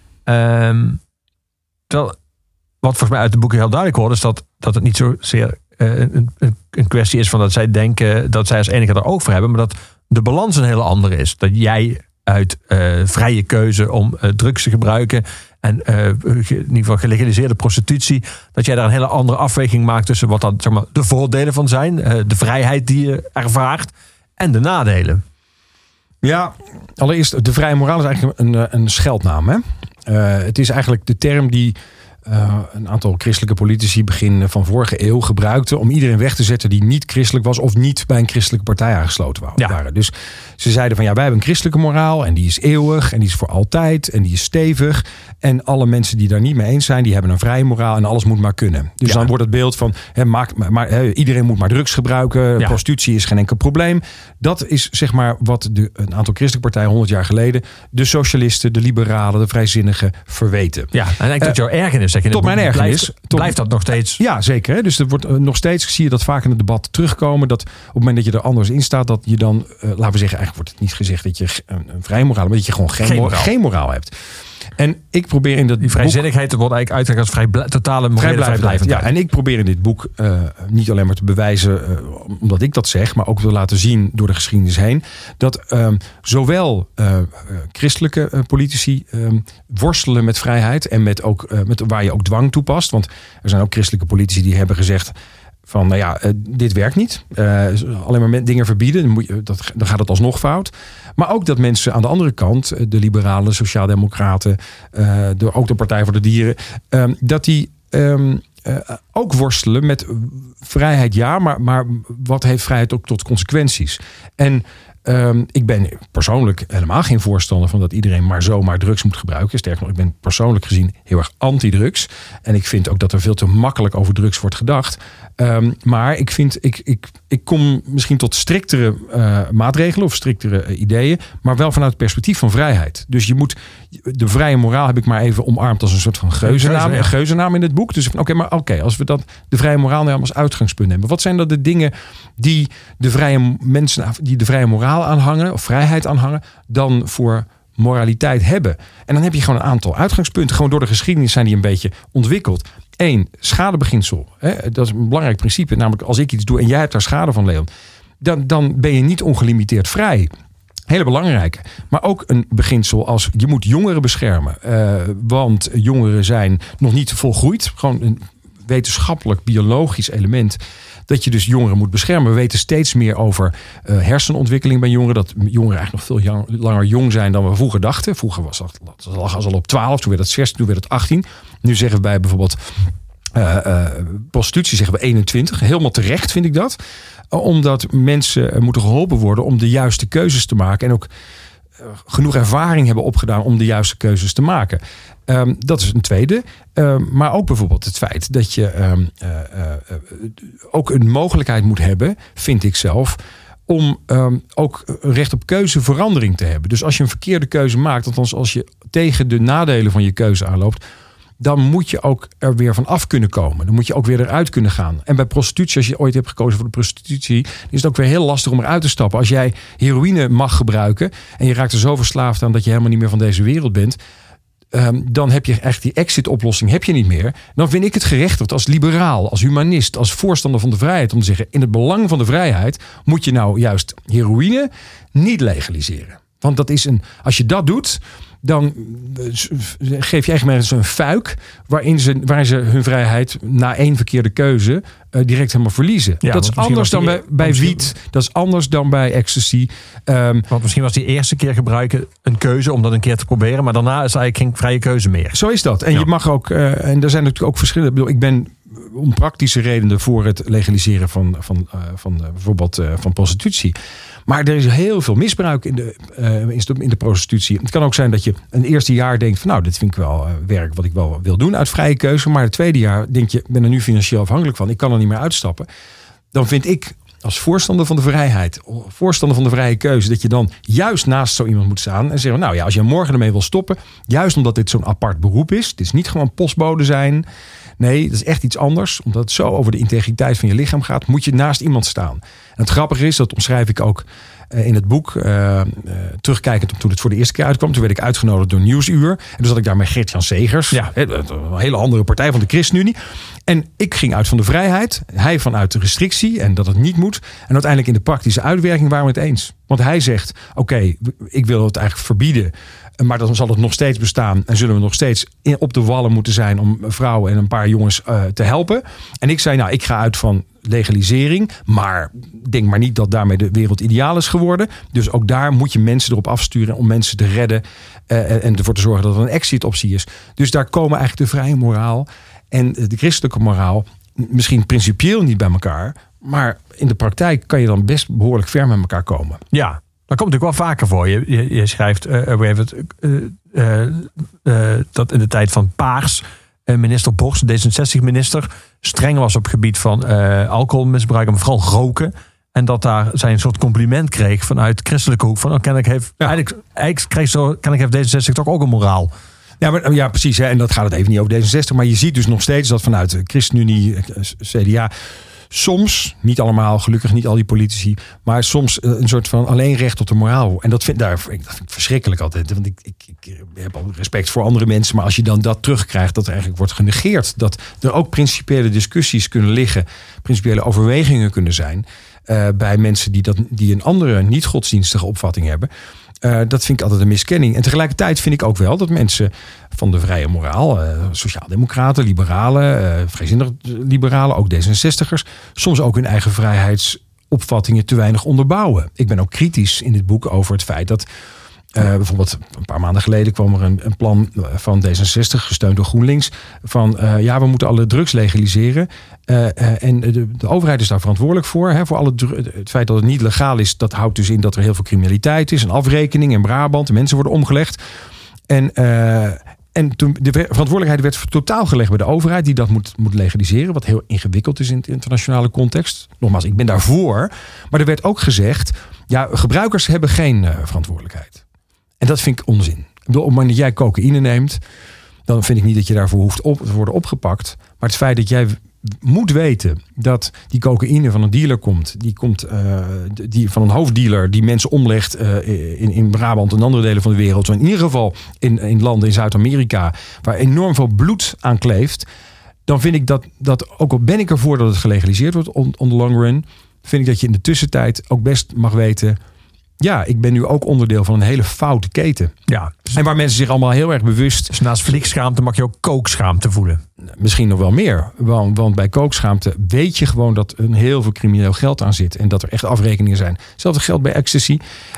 Terwijl, wat volgens mij uit de boeken heel duidelijk wordt, is dat het niet zozeer een kwestie is van dat zij denken dat zij als enige daar oog voor hebben, maar dat de balans een hele andere is. Dat jij uit vrije keuze om drugs te gebruiken en in ieder geval gelegaliseerde prostitutie, dat jij daar een hele andere afweging maakt tussen wat dan zeg maar de voordelen van zijn, de vrijheid die je ervaart en de nadelen. Ja, allereerst de vrije moraal is eigenlijk een scheldnaam. Hè? Het is eigenlijk de term die een aantal christelijke politici begin van vorige eeuw gebruikten om iedereen weg te zetten die niet christelijk was of niet bij een christelijke partij aangesloten waren. Dus ze zeiden van wij hebben een christelijke moraal en die is eeuwig en die is voor altijd en die is stevig. En alle mensen die daar niet mee eens zijn, die hebben een vrije moraal en alles moet maar kunnen. Dus dan wordt het beeld van iedereen moet maar drugs gebruiken, prostitutie is geen enkel probleem. Dat is zeg maar wat een aantal christelijke partijen 100 jaar geleden de socialisten, de liberalen, de vrijzinnigen verweten. Ja, en ik denk dat jouw ergernis. Tot mijn ergernis. Blijft dat nog steeds? Ja, zeker. Hè? Dus er wordt nog steeds, zie je dat vaak in het debat terugkomen, dat op het moment dat je er anders in staat, dat je dan, laten we zeggen, eigenlijk wordt het niet gezegd dat je een vrije moraal hebt, maar dat je gewoon geen moraal hebt. En ik probeer in dat die vrijzinnigheid wordt eigenlijk uitgelegd als totale morele vrijblijvendheid. Ja, en ik probeer in dit boek niet alleen maar te bewijzen, omdat ik dat zeg, maar ook te laten zien door de geschiedenis heen, dat zowel christelijke politici worstelen met vrijheid en met waar je ook dwang toepast. Want er zijn ook christelijke politici die hebben gezegd van dit werkt niet. Alleen maar dingen verbieden, dan gaat het alsnog fout. Maar ook dat mensen aan de andere kant, de liberalen, de sociaaldemocraten, ook de Partij voor de Dieren, dat die ook worstelen met vrijheid, maar wat heeft vrijheid ook tot consequenties? En ik ben persoonlijk helemaal geen voorstander van dat iedereen maar zomaar drugs moet gebruiken. Sterker nog, ik ben persoonlijk gezien heel erg anti-drugs. En ik vind ook dat er veel te makkelijk over drugs wordt gedacht. Maar ik kom misschien tot striktere maatregelen of striktere ideeën, maar wel vanuit het perspectief van vrijheid. Dus je moet de vrije moraal heb ik maar even omarmd als een soort van geuzennaam in het boek. Dus als we dat de vrije moraal nou als uitgangspunt nemen, wat zijn dan de dingen die de vrije mensen die de vrije moraal aanhangen of vrijheid aanhangen, dan voor moraliteit hebben. En dan heb je gewoon een aantal uitgangspunten. Gewoon door de geschiedenis zijn die een beetje ontwikkeld. 1, schadebeginsel. Dat is een belangrijk principe. Namelijk, als ik iets doe en jij hebt daar schade van, Leon, dan ben je niet ongelimiteerd vrij. Hele belangrijke. Maar ook een beginsel als je moet jongeren beschermen. Want jongeren zijn nog niet volgroeid. Gewoon een wetenschappelijk, biologisch element. Dat je dus jongeren moet beschermen. We weten steeds meer over hersenontwikkeling bij jongeren. Dat jongeren eigenlijk nog veel langer jong zijn dan we vroeger dachten. Vroeger was dat al op 12, toen werd het 16, toen werd het 18. Nu zeggen we bij bijvoorbeeld prostitutie zeggen we 21. Helemaal terecht vind ik dat. Omdat mensen moeten geholpen worden om de juiste keuzes te maken. En ook genoeg ervaring hebben opgedaan om de juiste keuzes te maken. Dat is een tweede. Maar ook bijvoorbeeld het feit dat je ook een mogelijkheid moet hebben, vind ik zelf, om ook recht op keuzeverandering te hebben. Dus als je een verkeerde keuze maakt, althans als je tegen de nadelen van je keuze aanloopt, dan moet je ook er weer van af kunnen komen. Dan moet je ook weer eruit kunnen gaan. En bij prostitutie, als je ooit hebt gekozen voor de prostitutie, is het ook weer heel lastig om eruit te stappen. Als jij heroïne mag gebruiken en je raakt er zo verslaafd aan dat je helemaal niet meer van deze wereld bent, dan heb je echt die exit-oplossing heb je niet meer. Dan vind ik het gerechtigd als liberaal, als humanist, als voorstander van de vrijheid om te zeggen, in het belang van de vrijheid moet je nou juist heroïne niet legaliseren. Want dat is als je dat doet, dan geef je echt mensen een fuik waarin ze hun vrijheid na 1 verkeerde keuze direct helemaal verliezen. Ja, dat is anders dan bij wiet. Dat is anders dan bij ecstasy. Want misschien was die eerste keer gebruiken een keuze om dat een keer te proberen. Maar daarna is eigenlijk geen vrije keuze meer. Zo is dat. En je mag ook, en er zijn natuurlijk ook verschillen. Ik ben om praktische redenen voor het legaliseren van bijvoorbeeld van prostitutie. Maar er is heel veel misbruik in de prostitutie. Het kan ook zijn dat je een eerste jaar denkt van nou, dit vind ik wel werk wat ik wel wil doen uit vrije keuze. Maar het tweede jaar denk je, ik ben er nu financieel afhankelijk van. Ik kan er niet meer uitstappen. Dan vind ik als voorstander van de vrijheid, voorstander van de vrije keuze, dat je dan juist naast zo iemand moet staan en zeggen, nou ja, als je morgen ermee wil stoppen, juist omdat dit zo'n apart beroep is. Het is niet gewoon postbode zijn. Nee, dat is echt iets anders. Omdat het zo over de integriteit van je lichaam gaat, moet je naast iemand staan. En het grappige is, dat omschrijf ik ook in het boek, terugkijkend op toen het voor de eerste keer uitkwam. Toen werd ik uitgenodigd door Nieuwsuur. En toen zat ik daar met Gert-Jan Segers. Ja. Een hele andere partij van de ChristenUnie. En ik ging uit van de vrijheid. Hij vanuit de restrictie en dat het niet moet. En uiteindelijk in de praktische uitwerking waren we het eens. Want hij zegt, oké, ik wil het eigenlijk verbieden. Maar dan zal het nog steeds bestaan. En zullen we nog steeds op de wallen moeten zijn om vrouwen en een paar jongens te helpen. En ik zei, nou, ik ga uit van legalisering. Maar denk maar niet dat daarmee de wereld ideaal is geworden. Dus ook daar moet je mensen erop afsturen om mensen te redden. En ervoor te zorgen dat er een exit-optie is. Dus daar komen eigenlijk de vrije moraal en de christelijke moraal misschien principieel niet bij elkaar. Maar in de praktijk kan je dan best behoorlijk ver met elkaar komen. Ja. Dat komt natuurlijk wel vaker voor. Je schrijft dat in de tijd van Paars minister Borst, D66-minister, streng was op het gebied van alcoholmisbruik en vooral roken. En dat daar zij een soort compliment kreeg vanuit christelijke hoek. Van kennelijk heeft D66 toch ook een moraal. Ja, precies. Hè. En dat gaat het even niet over D66. Maar je ziet dus nog steeds dat vanuit de ChristenUnie, CDA, soms, niet allemaal, gelukkig niet al die politici, maar soms een soort van alleen recht tot de moraal. En dat vind ik verschrikkelijk altijd. Want ik heb al respect voor andere mensen, maar als je dan dat terugkrijgt, dat er eigenlijk wordt genegeerd. Dat er ook principiële discussies kunnen liggen, principiële overwegingen kunnen zijn bij mensen die een andere niet-godsdienstige opvatting hebben. Dat vind ik altijd een miskenning. En tegelijkertijd vind ik ook wel dat mensen van de vrije moraal, sociaaldemocraten, liberalen, vrijzinnig liberalen, ook D66'ers, soms ook hun eigen vrijheidsopvattingen te weinig onderbouwen. Ik ben ook kritisch in dit boek over het feit dat bijvoorbeeld een paar maanden geleden kwam er een plan van D66, gesteund door GroenLinks, van we moeten alle drugs legaliseren. En de overheid is daar verantwoordelijk voor. Hè, voor het feit dat het niet legaal is, dat houdt dus in dat er heel veel criminaliteit is, een afrekening in Brabant, de mensen worden omgelegd. En toen de verantwoordelijkheid werd totaal gelegd bij de overheid die dat moet legaliseren. Wat heel ingewikkeld is in het internationale context. Nogmaals, ik ben daarvoor. Maar er werd ook gezegd, gebruikers hebben geen verantwoordelijkheid. En dat vind ik onzin. Op het moment dat jij cocaïne neemt, dan vind ik niet dat je daarvoor hoeft te worden opgepakt. Maar het feit dat jij moet weten dat die cocaïne van een dealer komt. Die komt die van een hoofddealer die mensen omlegt in Brabant en andere delen van de wereld. Zo in ieder geval in landen in Zuid-Amerika waar enorm veel bloed aan kleeft. Dan vind ik dat ook al ben ik ervoor dat het gelegaliseerd wordt on the long run, vind ik dat je in de tussentijd ook best mag weten, ja, ik ben nu ook onderdeel van een hele foute keten. Ja. En waar mensen zich allemaal heel erg bewust... Dus naast flikschaamte mag je ook kookschaamte voelen. Misschien nog wel meer. Want bij kookschaamte weet je gewoon dat er heel veel crimineel geld aan zit. En dat er echt afrekeningen zijn. Hetzelfde geldt bij ecstasy.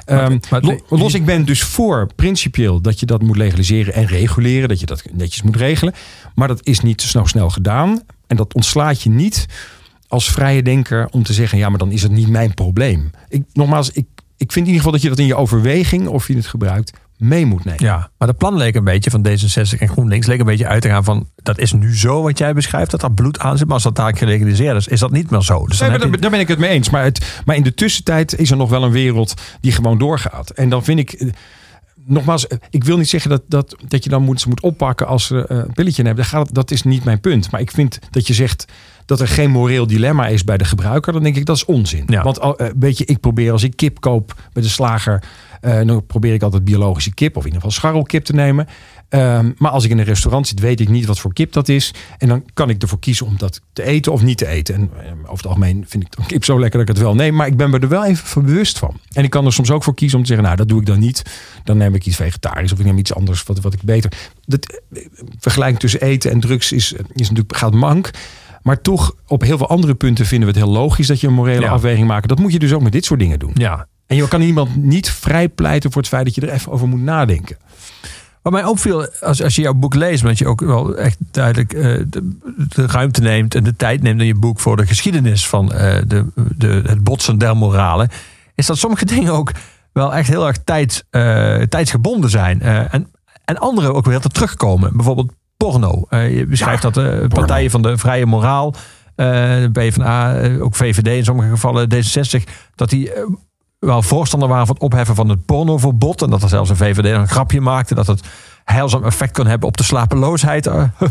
Ik ben dus voor principieel dat je dat moet legaliseren en reguleren. Dat je dat netjes moet regelen. Maar dat is niet zo snel gedaan. En dat ontslaat je niet als vrije denker om te zeggen, ja, maar dan is het niet mijn probleem. Ik vind in ieder geval dat je dat in je overweging, of je het gebruikt, mee moet nemen. Ja, maar de plan leek een beetje van D66 en GroenLinks leek een beetje uit te gaan van, dat is nu zo wat jij beschrijft, dat er bloed aan zit. Maar als dat daar gelegaliseerd is dat niet meer zo. Dus daar ben ik het mee eens. Maar in de tussentijd is er nog wel een wereld die gewoon doorgaat. En dan vind ik, nogmaals, ik wil niet zeggen dat je dan ze moet oppakken als ze een pilletje hebben. Dat is niet mijn punt. Maar ik vind dat je zegt dat er geen moreel dilemma is bij de gebruiker, dan denk ik dat is onzin. Ja. Want ik probeer als ik kip koop bij de slager, dan probeer ik altijd biologische kip of in ieder geval scharrelkip te nemen. Maar als ik in een restaurant zit, weet ik niet wat voor kip dat is. En dan kan ik ervoor kiezen om dat te eten of niet te eten. En over het algemeen vind ik de kip zo lekker dat ik het wel neem. Maar ik ben me er wel even van bewust van. En ik kan er soms ook voor kiezen om te zeggen, nou, dat doe ik dan niet. Dan neem ik iets vegetarisch of ik neem iets anders wat ik beter. De vergelijking tussen eten en drugs is natuurlijk, gaat mank. Maar toch, op heel veel andere punten vinden we het heel logisch dat je een morele afweging maakt. Dat moet je dus ook met dit soort dingen doen. Ja. En je kan iemand niet vrijpleiten voor het feit dat je er even over moet nadenken. Wat mij opviel, als je jouw boek leest, dat je ook wel echt duidelijk de ruimte neemt en de tijd neemt in je boek voor de geschiedenis van het botsen der moralen, is dat sommige dingen ook wel echt heel erg tijdsgebonden zijn. En andere ook weer te terugkomen. Bijvoorbeeld porno. Je beschrijft dat partijen van de vrije moraal, de PvdA, ook VVD in sommige gevallen, D66, dat die wel voorstander waren van het opheffen van het pornoverbod. En dat er zelfs een VVD een grapje maakte dat het heilzaam effect kan hebben op de slapeloosheid.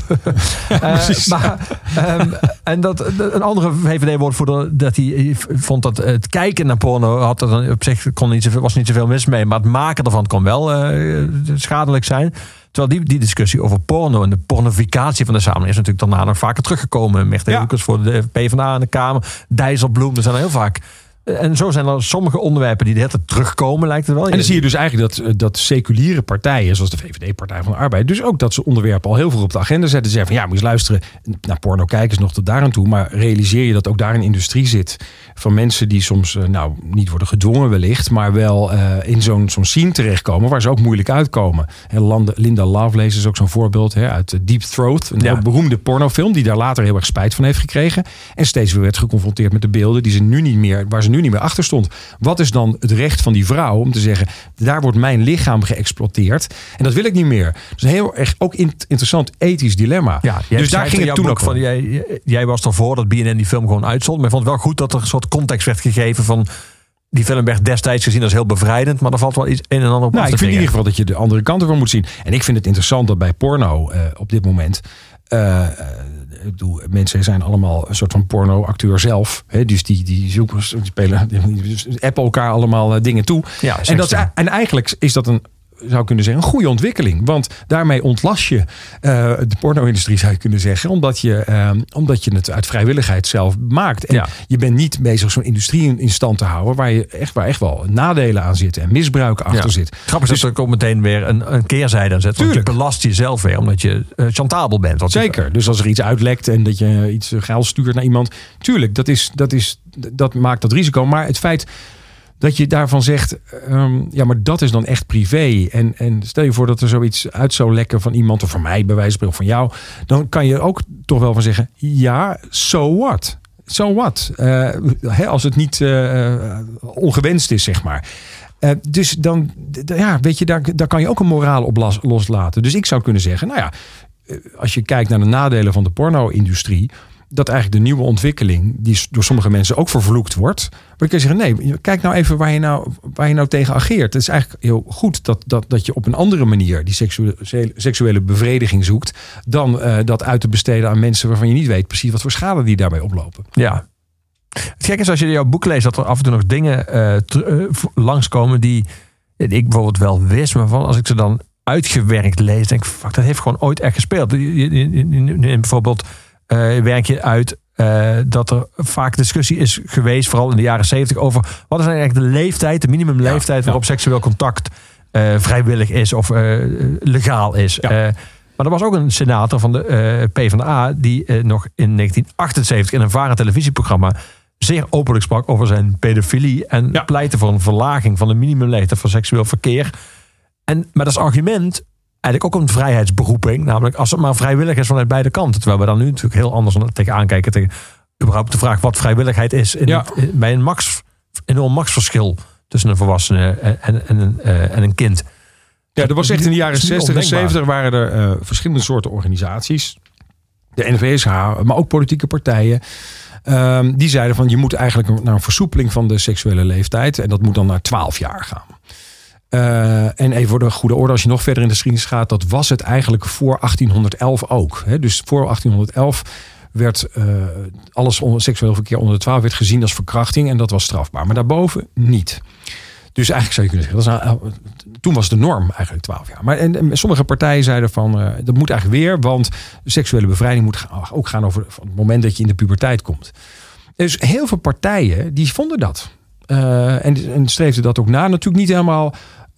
En dat een andere VVD-woordvoerder, dat hij vond dat het kijken naar porno had er op zich was niet zoveel mis mee, maar het maken ervan kon wel schadelijk zijn. Terwijl die discussie over porno en de pornificatie van de samenleving is natuurlijk daarna nog vaker teruggekomen. Mechtel Hoekers voor de PvdA in de Kamer, Dijsselbloem, er zijn er heel vaak. En zo zijn er sommige onderwerpen die de hele tijd terugkomen, lijkt het wel. En dan zie je dus eigenlijk dat seculiere partijen, zoals de VVD, Partij van de Arbeid, dus ook dat ze onderwerpen al heel veel op de agenda zetten. Ze zeggen van, moet je luisteren, naar porno kijken is nog tot daar aan toe. Maar realiseer je dat ook daar een industrie zit van mensen die soms niet worden gedwongen wellicht, maar wel in zo'n scene terechtkomen waar ze ook moeilijk uitkomen. Linda Lovelace is ook zo'n voorbeeld uit Deep Throat, een heel beroemde pornofilm die daar later heel erg spijt van heeft gekregen. En steeds weer werd geconfronteerd met de beelden waar ze nu niet meer achter stond. Wat is dan het recht van die vrouw om te zeggen, daar wordt mijn lichaam geëxploiteerd en dat wil ik niet meer. Dus een heel erg ook interessant ethisch dilemma. Ja, dus daar ging het toen ook van. Jij was ervoor dat BNN die film gewoon uitzond, maar ik vond het wel goed dat er een soort context werd gegeven van, die film werd destijds gezien als heel bevrijdend, maar er valt wel iets een en ander op. Ik vind in ieder geval dat je de andere kant ervan moet zien. En ik vind het interessant dat bij porno op dit moment mensen zijn allemaal een soort van porno-acteur zelf. Dus die zoeken, die spelen, die appen elkaar allemaal dingen toe. Ja, en eigenlijk is dat zou kunnen zeggen, een goede ontwikkeling. Want daarmee ontlast je de porno-industrie, zou je kunnen zeggen. Omdat je het uit vrijwilligheid zelf maakt. En je bent niet bezig zo'n industrie in stand te houden waar echt wel nadelen aan zitten en misbruiken achter zit. Grappig is dat er ook meteen weer een keerzijde aan zet. Want je belast jezelf weer omdat je chantabel bent. Zeker. Dus als er iets uitlekt en dat je iets geil stuurt naar iemand. Tuurlijk, dat maakt dat risico. Maar het feit dat je daarvan zegt, maar dat is dan echt privé. En stel je voor dat er zoiets uit zou lekken van iemand, of van mij bij wijze van spreken, of van jou. Dan kan je ook toch wel van zeggen, so what? So what? Als het niet ongewenst is, zeg maar. Dus dan, weet je, daar kan je ook een moraal op loslaten. Dus ik zou kunnen zeggen, als je kijkt naar de nadelen van de porno-industrie, dat eigenlijk de nieuwe ontwikkeling, die door sommige mensen ook vervloekt wordt. Maar dan kun je zeggen, nee, kijk nou even waar je nou tegen ageert. Het is eigenlijk heel goed dat je op een andere manier die seksuele bevrediging zoekt, dan dat uit te besteden aan mensen waarvan je niet weet precies wat voor schade die daarbij oplopen. Ja. Het gekke is als je jouw boek leest dat er af en toe nog dingen langskomen die ik bijvoorbeeld wel wist, maar als ik ze dan uitgewerkt lees, denk ik, fuck, dat heeft gewoon ooit echt gespeeld. Bijvoorbeeld werk je uit dat er vaak discussie is geweest, vooral in de jaren 70, over wat is eigenlijk de leeftijd, de minimumleeftijd waarop seksueel contact vrijwillig is of legaal is. Ja. Maar er was ook een senator van de PvdA die nog in 1978 in een varen televisieprogramma zeer openlijk sprak over zijn pedofilie en pleitte voor een verlaging van de minimumleeftijd voor seksueel verkeer. Maar dat is argument eigenlijk ook een vrijheidsberoeping. Namelijk als het maar vrijwillig is vanuit beide kanten. Terwijl we dan nu natuurlijk heel anders tegenaan kijken. Tegen überhaupt de vraag wat vrijwilligheid is. Bij een enorm machtsverschil tussen een volwassene en een kind. Ja, er was echt in de jaren 60 en 70 waren er verschillende soorten organisaties. De NVSH, maar ook politieke partijen. Die zeiden van je moet eigenlijk naar een versoepeling van de seksuele leeftijd. En dat moet dan naar 12 jaar gaan. En even voor de goede orde, als je nog verder in de geschiedenis gaat, dat was het eigenlijk voor 1811 ook. Hè? Dus voor 1811 werd alles seksueel verkeer onder de 12 werd gezien als verkrachting en dat was strafbaar. Maar daarboven niet. Dus eigenlijk zou je kunnen zeggen, toen was de norm eigenlijk 12 jaar. Maar en sommige partijen zeiden van, dat moet eigenlijk weer, want seksuele bevrijding moet ook gaan over het moment dat je in de puberteit komt. Dus heel veel partijen die vonden dat. En streefden dat ook na. Natuurlijk niet helemaal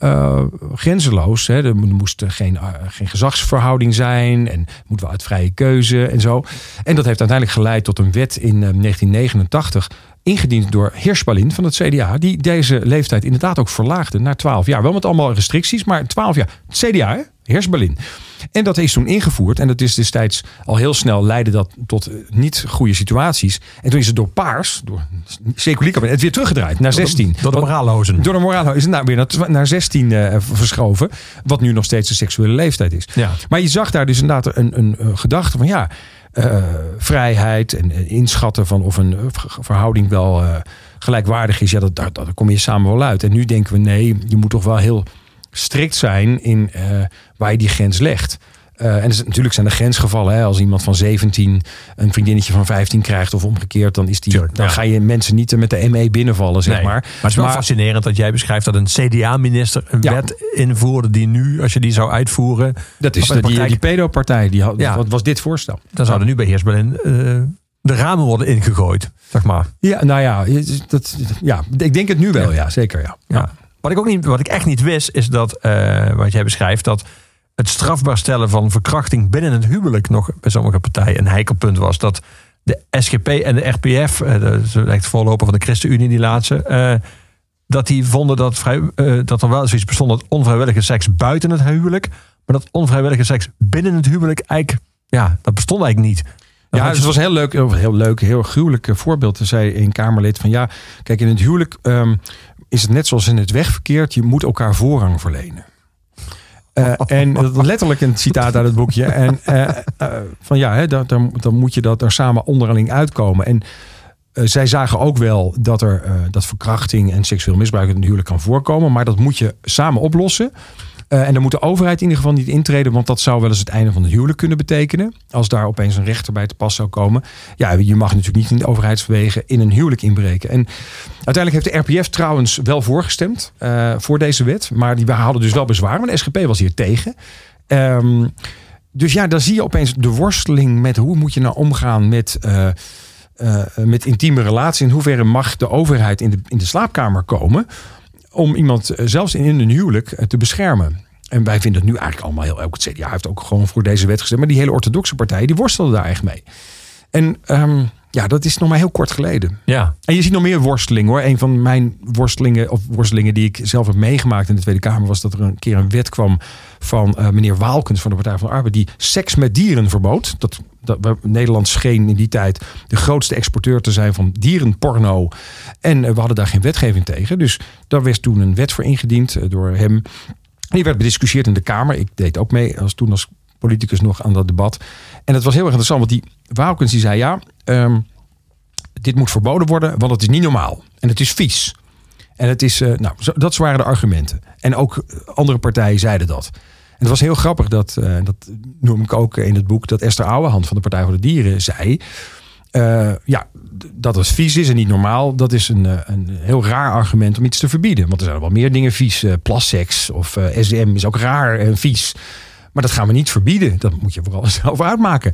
grenzeloos. Hè. Er moest geen gezagsverhouding zijn. En moet wel uit vrije keuze en zo. En dat heeft uiteindelijk geleid tot een wet in 1989... ingediend door Hirschbalin van het CDA... die deze leeftijd inderdaad ook verlaagde naar 12 jaar. Wel met allemaal restricties, maar 12 jaar. Het CDA, hè? Hirschbalin. En dat is toen ingevoerd. En dat is destijds al heel snel leidde dat tot niet goede situaties. En toen is het door Paars, door seculier kabinet, het weer teruggedraaid naar 16. Door de moraallozen. Door de moraallozen is het weer naar 16 verschoven. Wat nu nog steeds de seksuele leeftijd is. Ja. Maar je zag daar dus inderdaad een gedachte van ja... vrijheid en inschatten van of een verhouding wel gelijkwaardig is. Ja, daar kom je samen wel uit. En nu denken we nee, je moet toch wel heel strikt zijn in waar je die grens legt. En natuurlijk zijn er grensgevallen. Hè? Als iemand van 17 een vriendinnetje van 15 krijgt of omgekeerd, dan ga je mensen niet met de ME binnenvallen, zeg maar. Maar het is wel fascinerend dat jij beschrijft dat een CDA-minister een wet invoerde die nu, als je die zou uitvoeren... Dat is die pedo-partij. Wat was dit voorstel? Dan zouden nu bij Hirschbalin de ramen worden ingegooid, zeg maar. Ja, nou ja, ik denk het nu wel, ja zeker. Ja. Wat ik echt niet wist, is dat, wat jij beschrijft, dat het strafbaar stellen van verkrachting binnen het huwelijk nog bij sommige partijen een heikel punt was. Dat de SGP en de RPF, de voorloper van de ChristenUnie, die laatste, dat die vonden dat er wel zoiets bestond als onvrijwillige seks buiten het huwelijk, maar dat onvrijwillige seks binnen het huwelijk eigenlijk, dat bestond eigenlijk niet. Ja, dus het was een heel gruwelijk voorbeeld. Er zei een Kamerlid van ja, kijk, in het huwelijk is het net zoals in het wegverkeer, je moet elkaar voorrang verlenen. En letterlijk een citaat uit het boekje. En van ja, dan moet je dat er samen onderling uitkomen. En zij zagen ook wel dat verkrachting en seksueel misbruik in het huwelijk kan voorkomen. Maar dat moet je samen oplossen. En dan moet de overheid in ieder geval niet intreden, want dat zou wel eens het einde van het huwelijk kunnen betekenen. Als daar opeens een rechter bij te pas zou komen. Ja, je mag natuurlijk niet in de overheidswegen in een huwelijk inbreken. En uiteindelijk heeft de RPF trouwens wel voorgestemd voor deze wet. Maar die hadden dus wel bezwaar, maar de SGP was hier tegen. Dus ja, dan zie je opeens de worsteling met hoe moet je nou omgaan met intieme relaties. In hoeverre mag de overheid in de slaapkamer komen om iemand zelfs in een huwelijk te beschermen. En wij vinden het nu eigenlijk allemaal heel... Ook het CDA heeft ook gewoon voor deze wet gestemd. Maar die hele orthodoxe partijen, die worstelden daar echt mee. En dat is nog maar heel kort geleden. Ja. En je ziet nog meer worsteling hoor. Een van mijn worstelingen die ik zelf heb meegemaakt in de Tweede Kamer was dat er een keer een wet kwam van meneer Waalkens van de Partij van de Arbeid die seks met dieren verbood. Nederland scheen in die tijd de grootste exporteur te zijn van dierenporno. En we hadden daar geen wetgeving tegen. Dus daar werd toen een wet voor ingediend door hem. Die werd bediscussieerd in de Kamer. Ik deed ook mee als politicus nog aan dat debat. En het was heel erg interessant, want die Waalkens die zei dit moet verboden worden, want het is niet normaal. En het is vies. En het is, dat waren de argumenten. En ook andere partijen zeiden dat. En het was heel grappig, dat noem ik ook in het boek, dat Esther Ouwehand van de Partij voor de Dieren zei, dat het vies is en niet normaal, dat is een heel raar argument om iets te verbieden. Want er zijn wel meer dingen vies. Plasseks of SDM is ook raar en vies. Maar dat gaan we niet verbieden. Dat moet je vooral zelf uitmaken.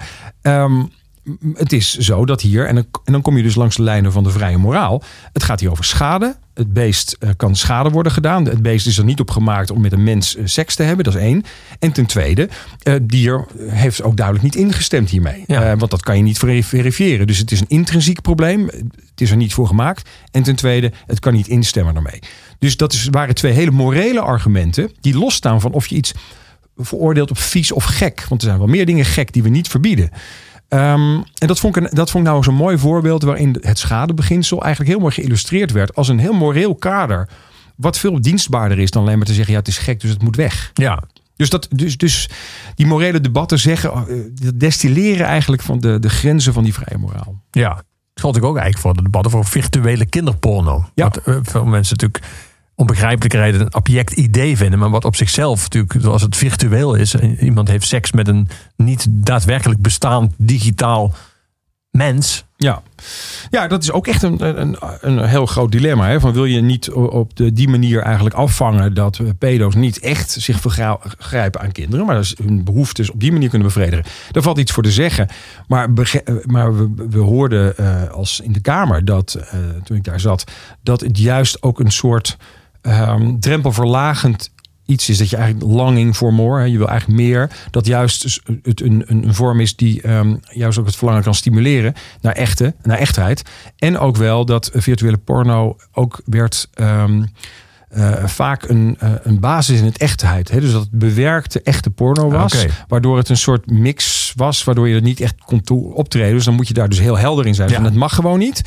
Het is zo dat hier, en dan kom je dus langs de lijnen van de vrije moraal. Het gaat hier over schade. Het beest kan schade worden gedaan. Het beest is er niet op gemaakt om met een mens seks te hebben. Dat is 1. En ten tweede, het dier heeft ook duidelijk niet ingestemd hiermee. Ja. Want dat kan je niet verifiëren. Dus het is een intrinsiek probleem. Het is er niet voor gemaakt. En ten tweede, het kan niet instemmen daarmee. Dus dat waren 2 hele morele argumenten die losstaan van of je iets veroordeelt op vies of gek. Want er zijn wel meer dingen gek die we niet verbieden. En dat vond ik nou zo'n mooi voorbeeld waarin het schadebeginsel eigenlijk heel mooi geïllustreerd werd als een heel moreel kader. Wat veel dienstbaarder is dan alleen maar te zeggen, het is gek, dus het moet weg. Ja. Dus die morele debatten destilleren eigenlijk van de grenzen van die vrije moraal. Ja, dat geldt ook eigenlijk voor de debatten voor virtuele kinderporno. Ja. Wat veel mensen natuurlijk onbegrijpelijke reden een abject idee vinden, maar wat op zichzelf natuurlijk, zoals het virtueel is, iemand heeft seks met een niet daadwerkelijk bestaand digitaal mens. Ja, dat is ook echt een heel groot dilemma. Hè? Van wil je niet op die manier eigenlijk afvangen dat pedo's niet echt zich vergrijpen aan kinderen, maar dat hun behoeftes op die manier kunnen bevredigen. Daar valt iets voor te zeggen. Maar we hoorden als in de Kamer dat, toen ik daar zat, dat het juist ook een soort drempelverlagend iets is, dat je eigenlijk longing for more, je wil eigenlijk meer, dat juist het een vorm is die juist ook het verlangen kan stimuleren naar echtheid. En ook wel dat virtuele porno ook werd vaak een basis in het echtheid. Hè? Dus dat het bewerkte echte porno was, waardoor het een soort mix was, waardoor je er niet echt kon optreden. Dus dan moet je daar dus heel helder in zijn. Ja. En dat mag gewoon niet.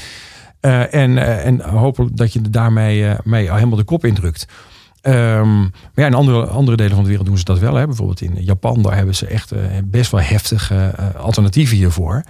En hopen dat je daarmee helemaal de kop indrukt. Maar in andere delen van de wereld doen ze dat wel. Hè. Bijvoorbeeld in Japan, daar hebben ze echt best wel heftige alternatieven hiervoor.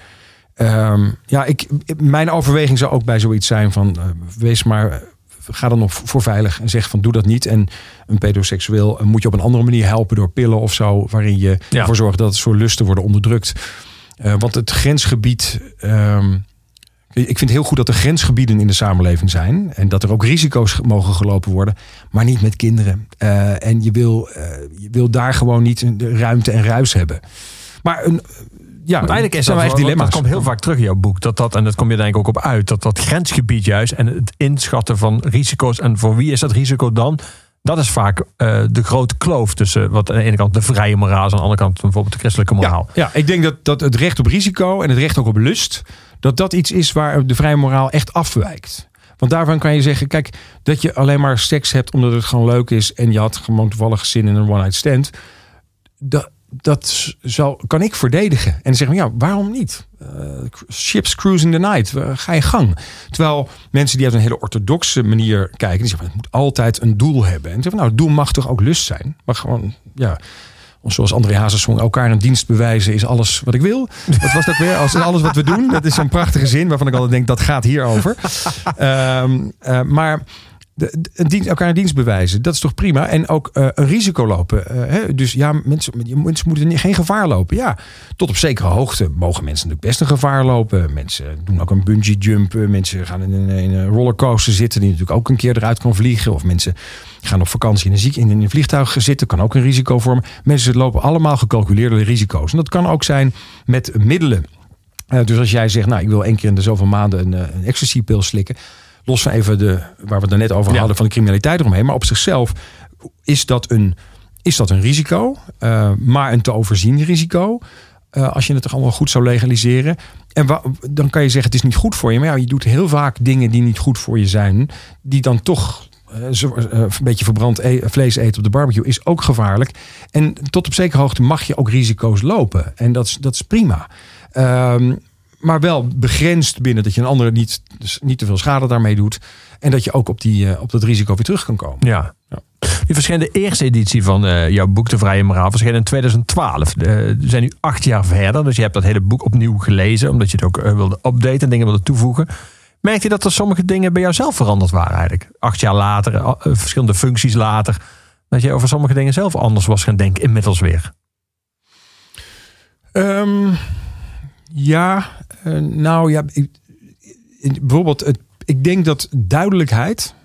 Mijn overweging zou ook bij zoiets zijn van ga dan nog voor veilig en zeg van doe dat niet. En een pedoseksueel moet je op een andere manier helpen door pillen of zo, waarin je ervoor zorgt dat het soort lusten worden onderdrukt. Want het grensgebied. Ik vind het heel goed dat er grensgebieden in de samenleving zijn. En dat er ook risico's mogen gelopen worden. Maar niet met kinderen. En je wil daar gewoon niet de ruimte en ruis hebben. Maar uiteindelijk is dat dilemma's. Dat komt heel vaak terug in jouw boek. En dat kom je denk ik ook op uit. Dat grensgebied juist. En het inschatten van risico's. En voor wie is dat risico dan? Dat is vaak de grote kloof tussen wat aan de ene kant de vrije moraal is, aan de andere kant bijvoorbeeld de christelijke moraal. Ja, ik denk dat het recht op risico en het recht ook op lust, dat iets is waar de vrije moraal echt afwijkt. Want daarvan kan je zeggen, kijk, dat je alleen maar seks hebt omdat het gewoon leuk is en je had gewoon toevallig zin in een one-night stand. Dat kan ik verdedigen. En zeggen, waarom niet? Ships cruising the night. Ga je gang. Terwijl mensen die uit een hele orthodoxe manier kijken, die zeggen, het moet altijd een doel hebben. En zeggen, het doel mag toch ook lust zijn? Maar gewoon, zoals André Hazes zong, elkaar een dienst bewijzen is alles wat ik wil. Dat was dat weer, als alles wat we doen. Dat is zo'n prachtige zin waarvan ik altijd denk, dat gaat hierover. Maar elkaar een dienst bewijzen, dat is toch prima. En ook een risico lopen. Dus mensen moeten geen gevaar lopen. Ja, tot op zekere hoogte mogen mensen natuurlijk best een gevaar lopen. Mensen doen ook een bungee jump. Mensen gaan in een rollercoaster zitten die natuurlijk ook een keer eruit kan vliegen. Of mensen gaan op vakantie in een vliegtuig zitten. Kan ook een risico vormen. Mensen lopen allemaal gecalculeerde risico's. En dat kan ook zijn met middelen. Dus als jij zegt, ik wil 1 keer in de zoveel maanden een ecstasy-pil slikken. Los van even waar we het net over hadden van de criminaliteit eromheen. Maar op zichzelf is dat een risico. Maar een te overzien risico. Als je het toch allemaal goed zou legaliseren. En dan kan je zeggen het is niet goed voor je. Maar je doet heel vaak dingen die niet goed voor je zijn. Die dan toch een beetje verbrand vlees eten op de barbecue is ook gevaarlijk. En tot op zekere hoogte mag je ook risico's lopen. En dat is prima. Maar wel begrensd binnen dat je een andere niet te veel schade daarmee doet. En dat je ook op dat risico weer terug kan komen. Ja. Nu verscheen de eerste editie van jouw boek De Vrije Moraal verscheen in 2012. We zijn nu 8 jaar verder. Dus je hebt dat hele boek opnieuw gelezen. Omdat je het ook wilde updaten en dingen wilde toevoegen. Merkte je dat er sommige dingen bij jou zelf veranderd waren eigenlijk? 8 jaar later, verschillende functies later. Dat je over sommige dingen zelf anders was gaan denken inmiddels weer. Bijvoorbeeld, ik denk dat duidelijkheid.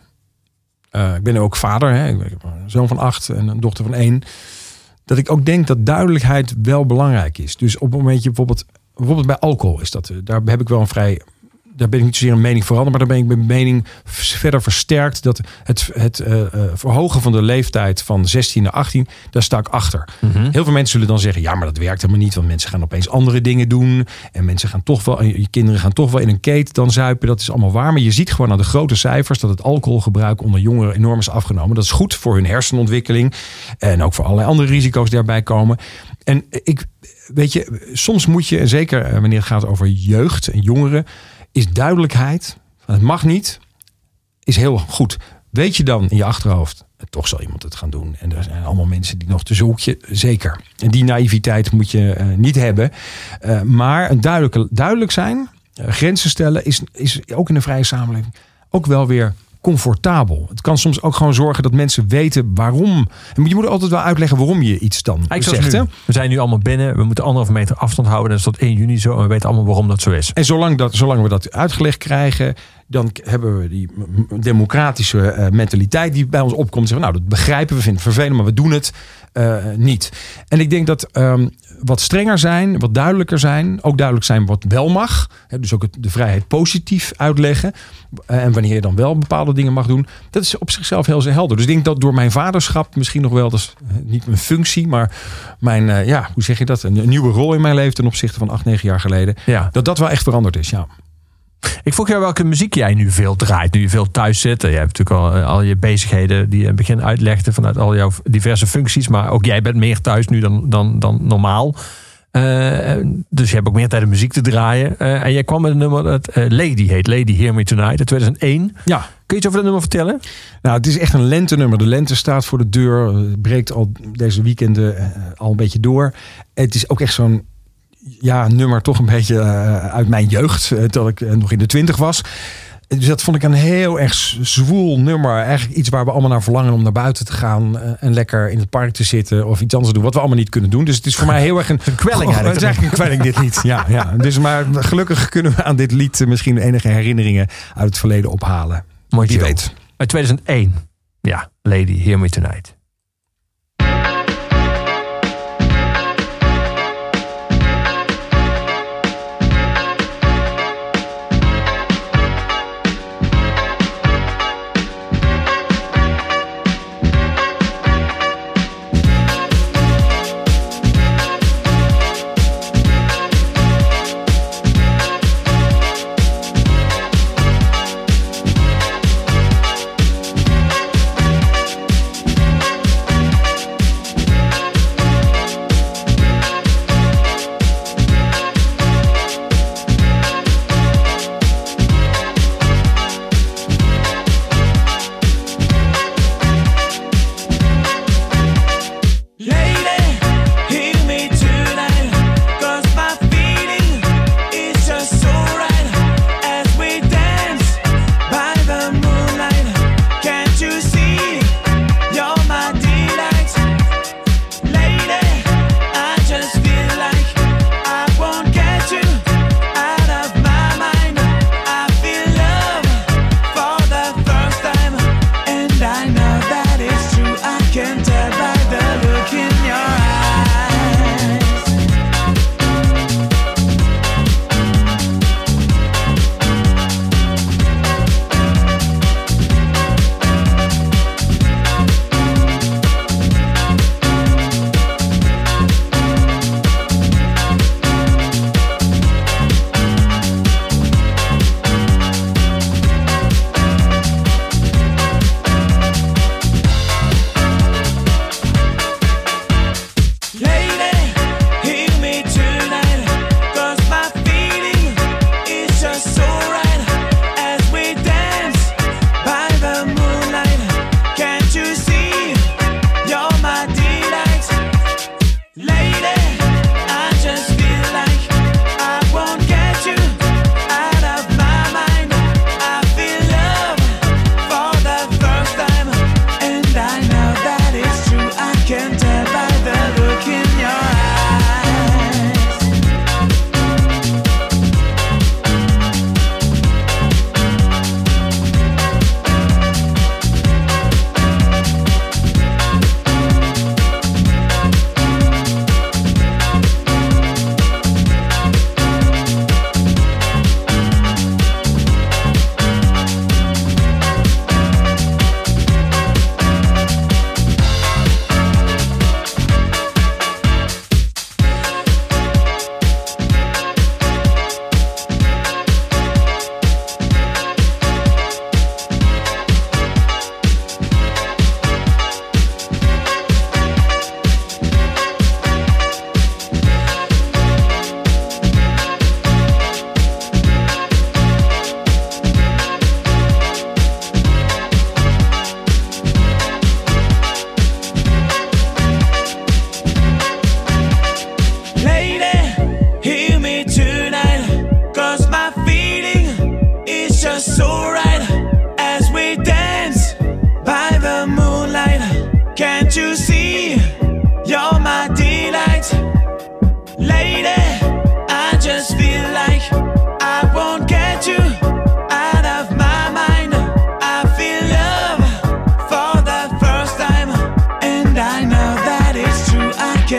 Ik ben ook vader, hè? Ik heb een zoon van 8 en een dochter van 1. Dat ik ook denk dat duidelijkheid wel belangrijk is. Dus op het momentje bijvoorbeeld bij alcohol is dat. Daar heb ik wel daar ben ik niet zozeer een mening veranderd, maar daar ben ik mijn mening verder versterkt. Dat het verhogen van de leeftijd van 16 naar 18, daar sta ik achter. Mm-hmm. Heel veel mensen zullen dan zeggen, ja, maar dat werkt helemaal niet. Want mensen gaan opeens andere dingen doen. En mensen gaan toch wel, je kinderen gaan toch wel in een keet dan zuipen. Dat is allemaal waar. Maar je ziet gewoon aan de grote cijfers dat het alcoholgebruik onder jongeren enorm is afgenomen. Dat is goed voor hun hersenontwikkeling. En ook voor allerlei andere risico's die daarbij komen. En weet je, soms moet je, en zeker wanneer het gaat over jeugd en jongeren, is duidelijkheid, het mag niet, is heel goed. Weet je dan in je achterhoofd, toch zal iemand het gaan doen. En er zijn allemaal mensen die nog te zoeken, zeker. En die naïviteit moet je niet hebben. Maar een duidelijk zijn, grenzen stellen, is ook in een vrije samenleving ook wel weer comfortabel. Het kan soms ook gewoon zorgen dat mensen weten waarom. En je moet altijd wel uitleggen waarom je iets dan zegt. Hè? We zijn nu allemaal binnen. We moeten 1,5 meter afstand houden. Dat is tot 1 juni zo. En we weten allemaal waarom dat zo is. En zolang we dat uitgelegd krijgen, dan hebben we die democratische mentaliteit die bij ons opkomt. Zeggen, nou, dat begrijpen we, vinden het vervelend, maar we doen het niet. En ik denk dat wat strenger zijn, wat duidelijker zijn, ook duidelijk zijn wat wel mag. Hè, dus ook de vrijheid positief uitleggen. En wanneer je dan wel bepaalde dingen mag doen, dat is op zichzelf heel helder. Dus ik denk dat door mijn vaderschap misschien nog wel, dat is niet mijn functie, maar mijn, hoe zeg je dat? Een nieuwe rol in mijn leven ten opzichte van 8-9 jaar geleden. Ja. Dat wel echt veranderd is, ja. Ik vroeg jou welke muziek jij nu veel draait, nu je veel thuis zit. Je hebt natuurlijk al je bezigheden die je in het begin uitlegde vanuit al jouw diverse functies. Maar ook jij bent meer thuis nu dan normaal. Dus je hebt ook meer tijd om muziek te draaien. En jij kwam met een nummer dat Lady heet. Lady Hear Me Tonight, uit 2001. Ja. Kun je iets over dat nummer vertellen? Nou, het is echt een lentenummer. De lente staat voor de deur. Het breekt al deze weekenden al een beetje door. Het is ook echt zo'n nummer toch een beetje uit mijn jeugd. Terwijl ik nog in de 20 was. Dus dat vond ik een heel erg zwoel nummer. Eigenlijk iets waar we allemaal naar verlangen om naar buiten te gaan. En lekker in het park te zitten. Of iets anders te doen. Wat we allemaal niet kunnen doen. Dus het is voor mij heel erg een kwelling. Het is eigenlijk een kwelling, dit lied. Ja. Dus, maar gelukkig kunnen we aan dit lied misschien enige herinneringen uit het verleden ophalen. Mooi, wie weet. Uit 2001. Ja, Lady Hear Me Tonight.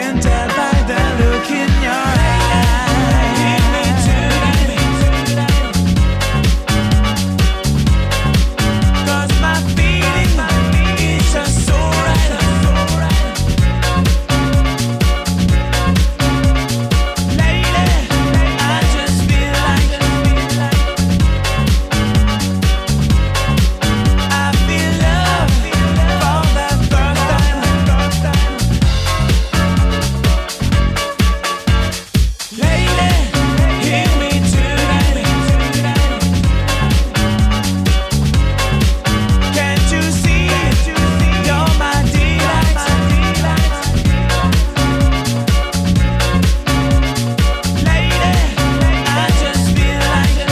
can tell by the look in your eye. Give me tonight, 'cause my feeling is just so right. Lately, I just feel like I feel love for the first time. Lately, hear me tonight. Can't you see you're my delight? Lately, I just feel like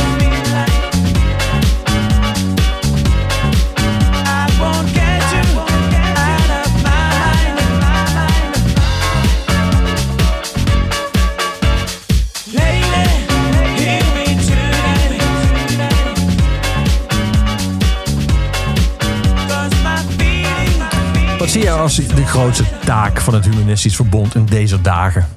I won't get you out of my mind. Lately, hear me tonight, 'cause my feeling. Wat zie je als de grootste taak van het Humanistisch Verbond in deze dagen?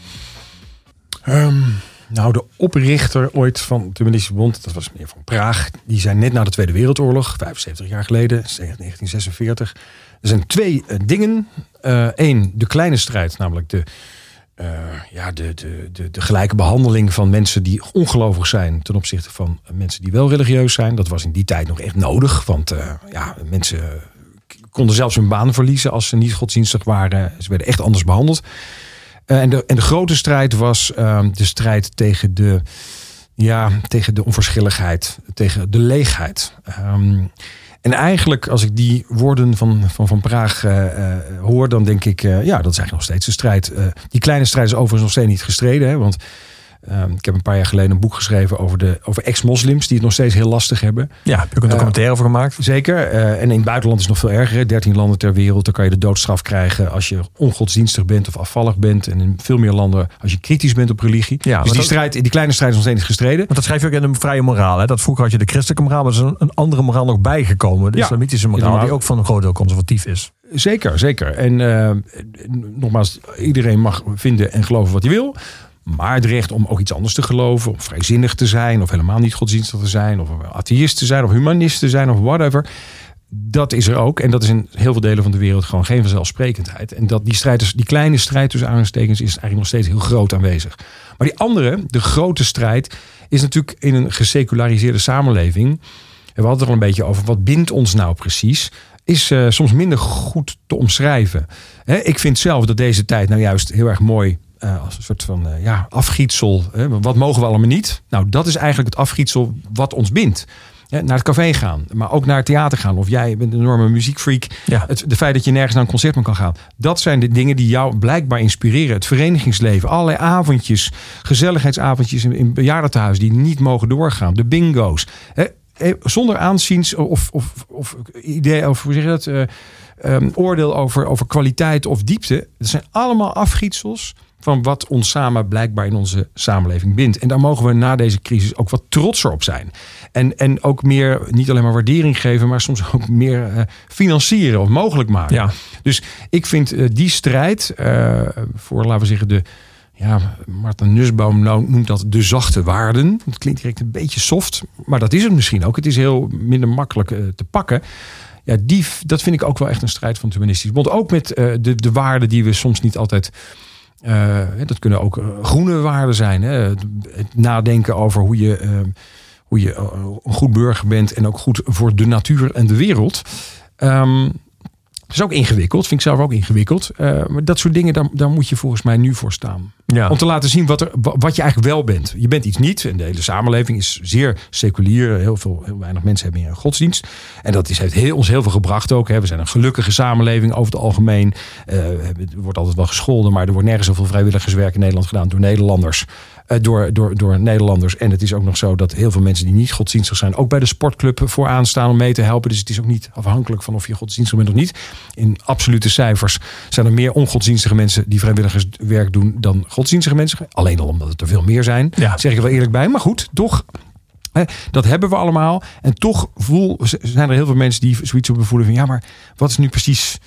Nou, de oprichter ooit van het Humanistisch Verbond, dat was meneer Van Praag. Die zei net na de Tweede Wereldoorlog, 75 jaar geleden, 1946. Er zijn 2 dingen. 1, de kleine strijd, namelijk de gelijke behandeling van mensen die ongelovig zijn ten opzichte van mensen die wel religieus zijn. Dat was in die tijd nog echt nodig, want mensen konden zelfs hun baan verliezen als ze niet godsdienstig waren. Ze werden echt anders behandeld. En de grote strijd was de strijd tegen de onverschilligheid, tegen de leegheid. En eigenlijk, als ik die woorden van Praag hoor, dan denk ik, dat is eigenlijk nog steeds de strijd. Die kleine strijd is overigens nog steeds niet gestreden, hè, want ik heb een paar jaar geleden een boek geschreven over ex-moslims die het nog steeds heel lastig hebben. Ja, heb je ook een documentaire over gemaakt? Zeker. En in het buitenland is het nog veel erger. Hè? 13 landen ter wereld. Dan kan je de doodstraf krijgen als je ongodsdienstig bent of afvallig bent. En in veel meer landen als je kritisch bent op religie. Ja, dus die kleine strijd is nog steeds niet gestreden. Want dat schrijf je ook in de vrije moraal. Hè? Dat vroeger had je de christelijke moraal, maar er is een andere moraal nog bijgekomen. De islamitische moraal, die ook van een groot deel conservatief is. Zeker. En nogmaals, iedereen mag vinden en geloven wat hij wil. Maar het recht om ook iets anders te geloven, om vrijzinnig te zijn, of helemaal niet godsdienstig te zijn, of atheïst te zijn, of humanist te zijn, of whatever. Dat is er ook. En dat is in heel veel delen van de wereld gewoon geen vanzelfsprekendheid. En dat die kleine strijd tussen aanhalingstekens is eigenlijk nog steeds heel groot aanwezig. Maar die andere, de grote strijd, is natuurlijk in een geseculariseerde samenleving. We hadden het er al een beetje over. Wat bindt ons nou precies? Is soms minder goed te omschrijven. Ik vind zelf dat deze tijd nou juist heel erg mooi als een soort van afgietsel. Wat mogen we allemaal niet? Nou, dat is eigenlijk het afgietsel wat ons bindt. Naar het café gaan, maar ook naar het theater gaan. Of jij bent een enorme muziekfreak. Ja. De feit dat je nergens naar een concert meer kan gaan. Dat zijn de dingen die jou blijkbaar inspireren. Het verenigingsleven, allerlei avondjes, gezelligheidsavondjes in bejaardentehuizen die niet mogen doorgaan. De bingo's. Zonder aanziens of idee over, hoe zeg je dat? Oordeel over kwaliteit of diepte. Dat zijn allemaal afgietsels van wat ons samen blijkbaar in onze samenleving bindt. En daar mogen we na deze crisis ook wat trotser op zijn. En ook meer, niet alleen maar waardering geven, maar soms ook meer financieren of mogelijk maken. Ja. Dus ik vind die strijd voor, laten we zeggen, Martin Nussbaum noemt dat de zachte waarden. Dat klinkt direct een beetje soft, maar dat is het misschien ook. Het is heel minder makkelijk te pakken. Ja, dat vind ik ook wel echt een strijd van het Humanistisch Verbond. Ook met de waarden die we soms niet altijd. Dat kunnen ook groene waarden zijn. Het nadenken over hoe je een goed burger bent en ook goed voor de natuur en de wereld. Dat is ook ingewikkeld, vind ik zelf ook ingewikkeld. Maar dat soort dingen, daar moet je volgens mij nu voor staan. Ja. Om te laten zien wat je eigenlijk wel bent. Je bent iets niet. En de hele samenleving is zeer seculier. Heel weinig mensen hebben meer een godsdienst. En dat heeft ons heel veel gebracht ook. We zijn een gelukkige samenleving over het algemeen. Er wordt altijd wel gescholden, maar er wordt nergens zoveel vrijwilligerswerk in Nederland gedaan door Nederlanders. Door Nederlanders. En het is ook nog zo dat heel veel mensen die niet godsdienstig zijn ook bij de sportclub vooraan staan om mee te helpen. Dus het is ook niet afhankelijk van of je godsdienstig bent of niet. In absolute cijfers zijn er meer ongodsdienstige mensen die vrijwilligerswerk doen dan godsdienstige mensen. Alleen al omdat het er veel meer zijn. Ja. Zeg ik er wel eerlijk bij. Maar goed, toch. Dat hebben we allemaal. En toch zijn er heel veel mensen die zoiets op voelen van ja, maar wat is nu precies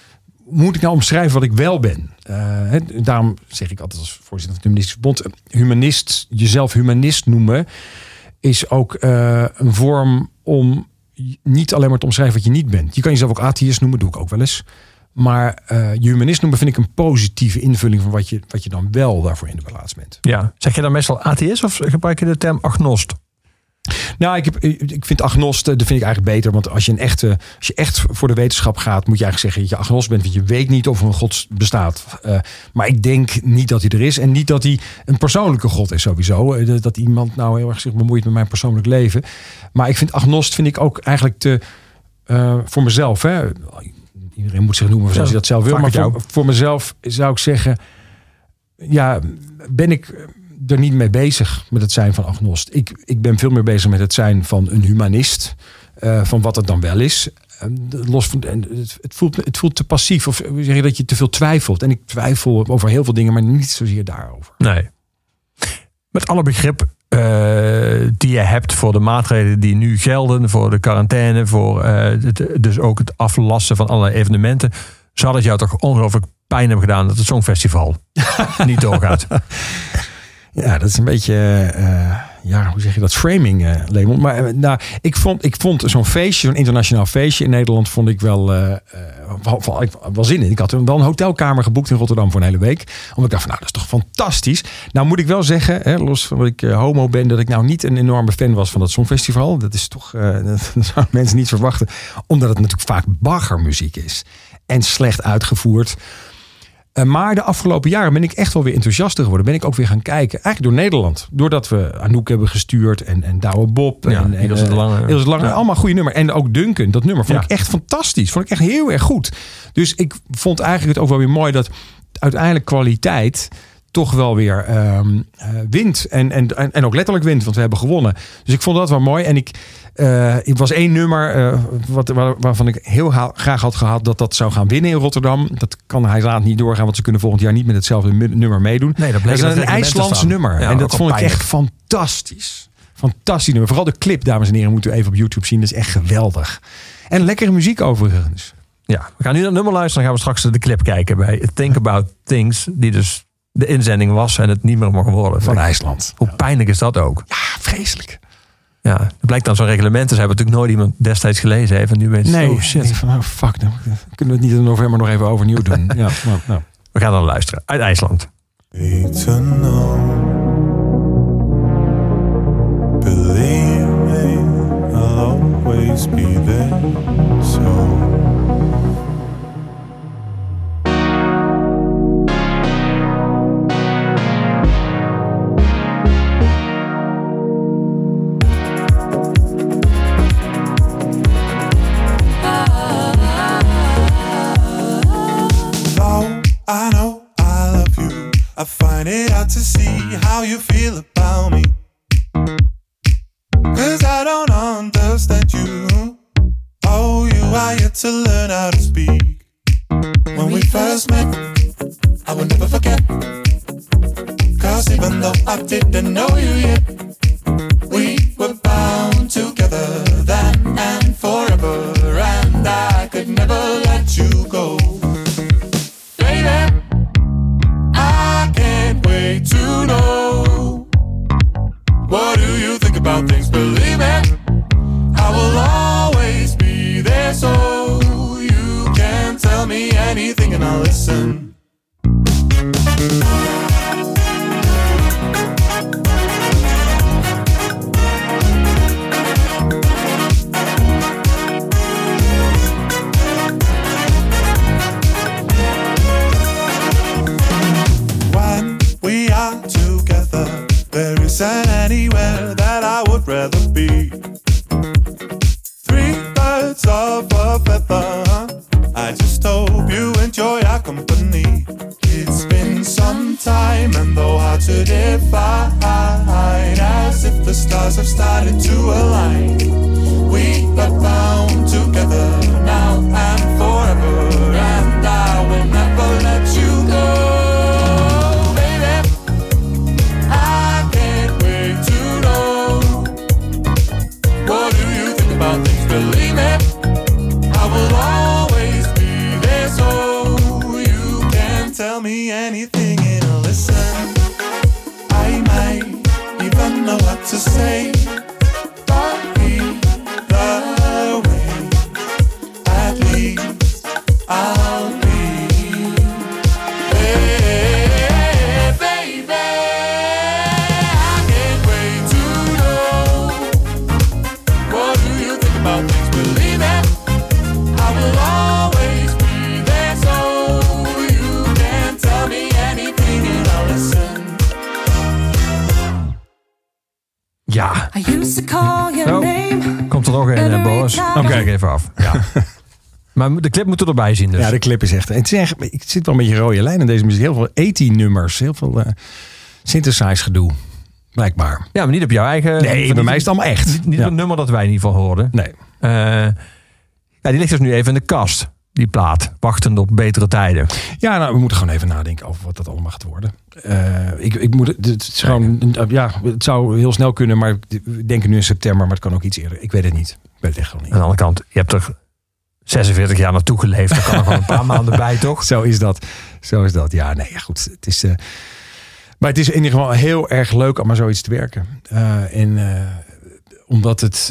moet ik nou omschrijven wat ik wel ben? Daarom zeg ik altijd als voorzitter van het Humanistisch Bond, jezelf humanist noemen is ook een vorm om niet alleen maar te omschrijven wat je niet bent. Je kan jezelf ook atheïst noemen, doe ik ook wel eens. Maar je humanist noemen vind ik een positieve invulling van wat je dan wel daarvoor in de plaats bent. Ja. Zeg je dan meestal atheïst of gebruik je de term agnost? Nou, ik vind agnost, dat vind ik eigenlijk beter. Want als je echt voor de wetenschap gaat, moet je eigenlijk zeggen dat je agnost bent. Want je weet niet of er een God bestaat. Maar ik denk niet dat hij er is. En niet dat hij een persoonlijke God is sowieso. Dat iemand nou heel erg zich bemoeit met mijn persoonlijk leven. Maar ik vind agnost ook eigenlijk voor mezelf. Hè. Iedereen moet zich noemen zoals hij dat zelf wil. Maar voor mezelf zou ik zeggen, ja, ben ik er niet mee bezig met het zijn van agnost. Ik ben veel meer bezig met het zijn van een humanist. Van wat het dan wel is. Los van, het voelt te passief. Of zeg je dat je te veel twijfelt. En ik twijfel over heel veel dingen, maar niet zozeer daarover. Nee. Met alle begrip die je hebt voor de maatregelen die nu gelden. Voor de quarantaine. Voor dus ook het aflassen van allerlei evenementen. Zou het jou toch ongelooflijk pijn hebben gedaan dat het Songfestival niet doorgaat? Ja, dat is een beetje, hoe zeg je dat, framing, Lemon. Maar ik vond zo'n feestje, zo'n internationaal feestje in Nederland, vond ik wel zin in. Ik had wel een hotelkamer geboekt in Rotterdam voor een hele week. Omdat ik dacht van, dat is toch fantastisch. Nou moet ik wel zeggen, los van dat ik homo ben, dat ik nou niet een enorme fan was van dat Songfestival. Dat is toch, dat zouden mensen niet verwachten. Omdat het natuurlijk vaak baggermuziek is. En slecht uitgevoerd. Maar de afgelopen jaren ben ik echt wel weer enthousiaster geworden. Ben ik ook weer gaan kijken. Eigenlijk door Nederland. Doordat we Anouk hebben gestuurd. En Douwe Bob. Ja, en Ilse de Lange. Ja. Allemaal goede nummer. En ook Duncan. Dat nummer vond ik echt fantastisch. Vond ik echt heel erg goed. Dus ik vond eigenlijk het ook wel weer mooi dat uiteindelijk kwaliteit toch wel weer wint. En ook letterlijk wint. Want we hebben gewonnen. Dus ik vond dat wel mooi. En het was één nummer waarvan ik heel graag had gehad dat zou gaan winnen in Rotterdam. Dat kan helaas niet doorgaan, want ze kunnen volgend jaar niet met hetzelfde nummer meedoen. Nee, dat bleek een IJslands nummer. Ja, en dat vond ik echt fantastisch. Fantastisch nummer. Vooral de clip, dames en heren, moeten we even op YouTube zien. Dat is echt geweldig. En lekkere muziek overigens. Ja, we gaan nu naar het nummer luisteren. Dan gaan we straks de clip kijken bij Think About Things. Die dus de inzending was en het niet meer mag worden. Van IJsland. Hoe pijnlijk is dat ook? Ja, vreselijk. Ja, het blijkt dan zo'n reglement te zijn. Hebben natuurlijk nooit iemand destijds gelezen heeft. En nu weet je, shit. Nee, van, fuck, dan kunnen we het niet in november nog even overnieuw doen. Ja, nou. We gaan dan luisteren. Uit IJsland. Believe me, I'll always be there. So I know I love you. I find it hard to see how you feel about me. 'Cause I don't understand you. Oh, you are yet to learn how to speak. When we first met, I will never forget. 'Cause even though I didn't know you yet, we were bound together then and forever. And I could never let you go. I can't wait to know. What do you think about things? Believe me, I will always be there, so you can tell me anything and I'll listen. There isn't anywhere that I would rather be. 3 birds of a feather. I just hope you enjoy our company. It's been some time and though hard to define, as if the stars have started to align. We are bound together now and forever, and I will never let you go. Believe me, I will always be there, so to say, but either way, at least I'll be there, baby. I can't wait to know, what do you think about things? Believe it, I will always be there, so you can tell me anything and I'll listen. Ja. I used to call your name. Komt er nog een, Boris? Dan kijk ik even af. Ja. Maar de clip moet er erbij zien dus. Ja, de clip is echt... Het zit wel een beetje rode lijn in deze muziek. Heel veel 80-nummers. Heel veel synthesize gedoe. Blijkbaar. Ja, maar niet op jouw eigen... Nee, bij mij is het allemaal echt. Niet een nummer dat wij in ieder geval hoorden. Nee. Ja, die ligt dus nu even in de kast. Die plaat. Wachtend op betere tijden. Ja, nou, we moeten gewoon even nadenken over wat dat allemaal gaat worden. Het is gewoon, het zou heel snel kunnen, maar we denken nu in september, maar het kan ook iets eerder. Ik weet het niet. Ik weet het echt gewoon niet. Aan de andere kant, je hebt er 46 jaar naartoe geleefd. Dan kan er gewoon een paar maanden bij, toch? Zo is dat. Ja, nee, goed. Het is, maar het is in ieder geval heel erg leuk om maar zoiets te werken. Omdat het...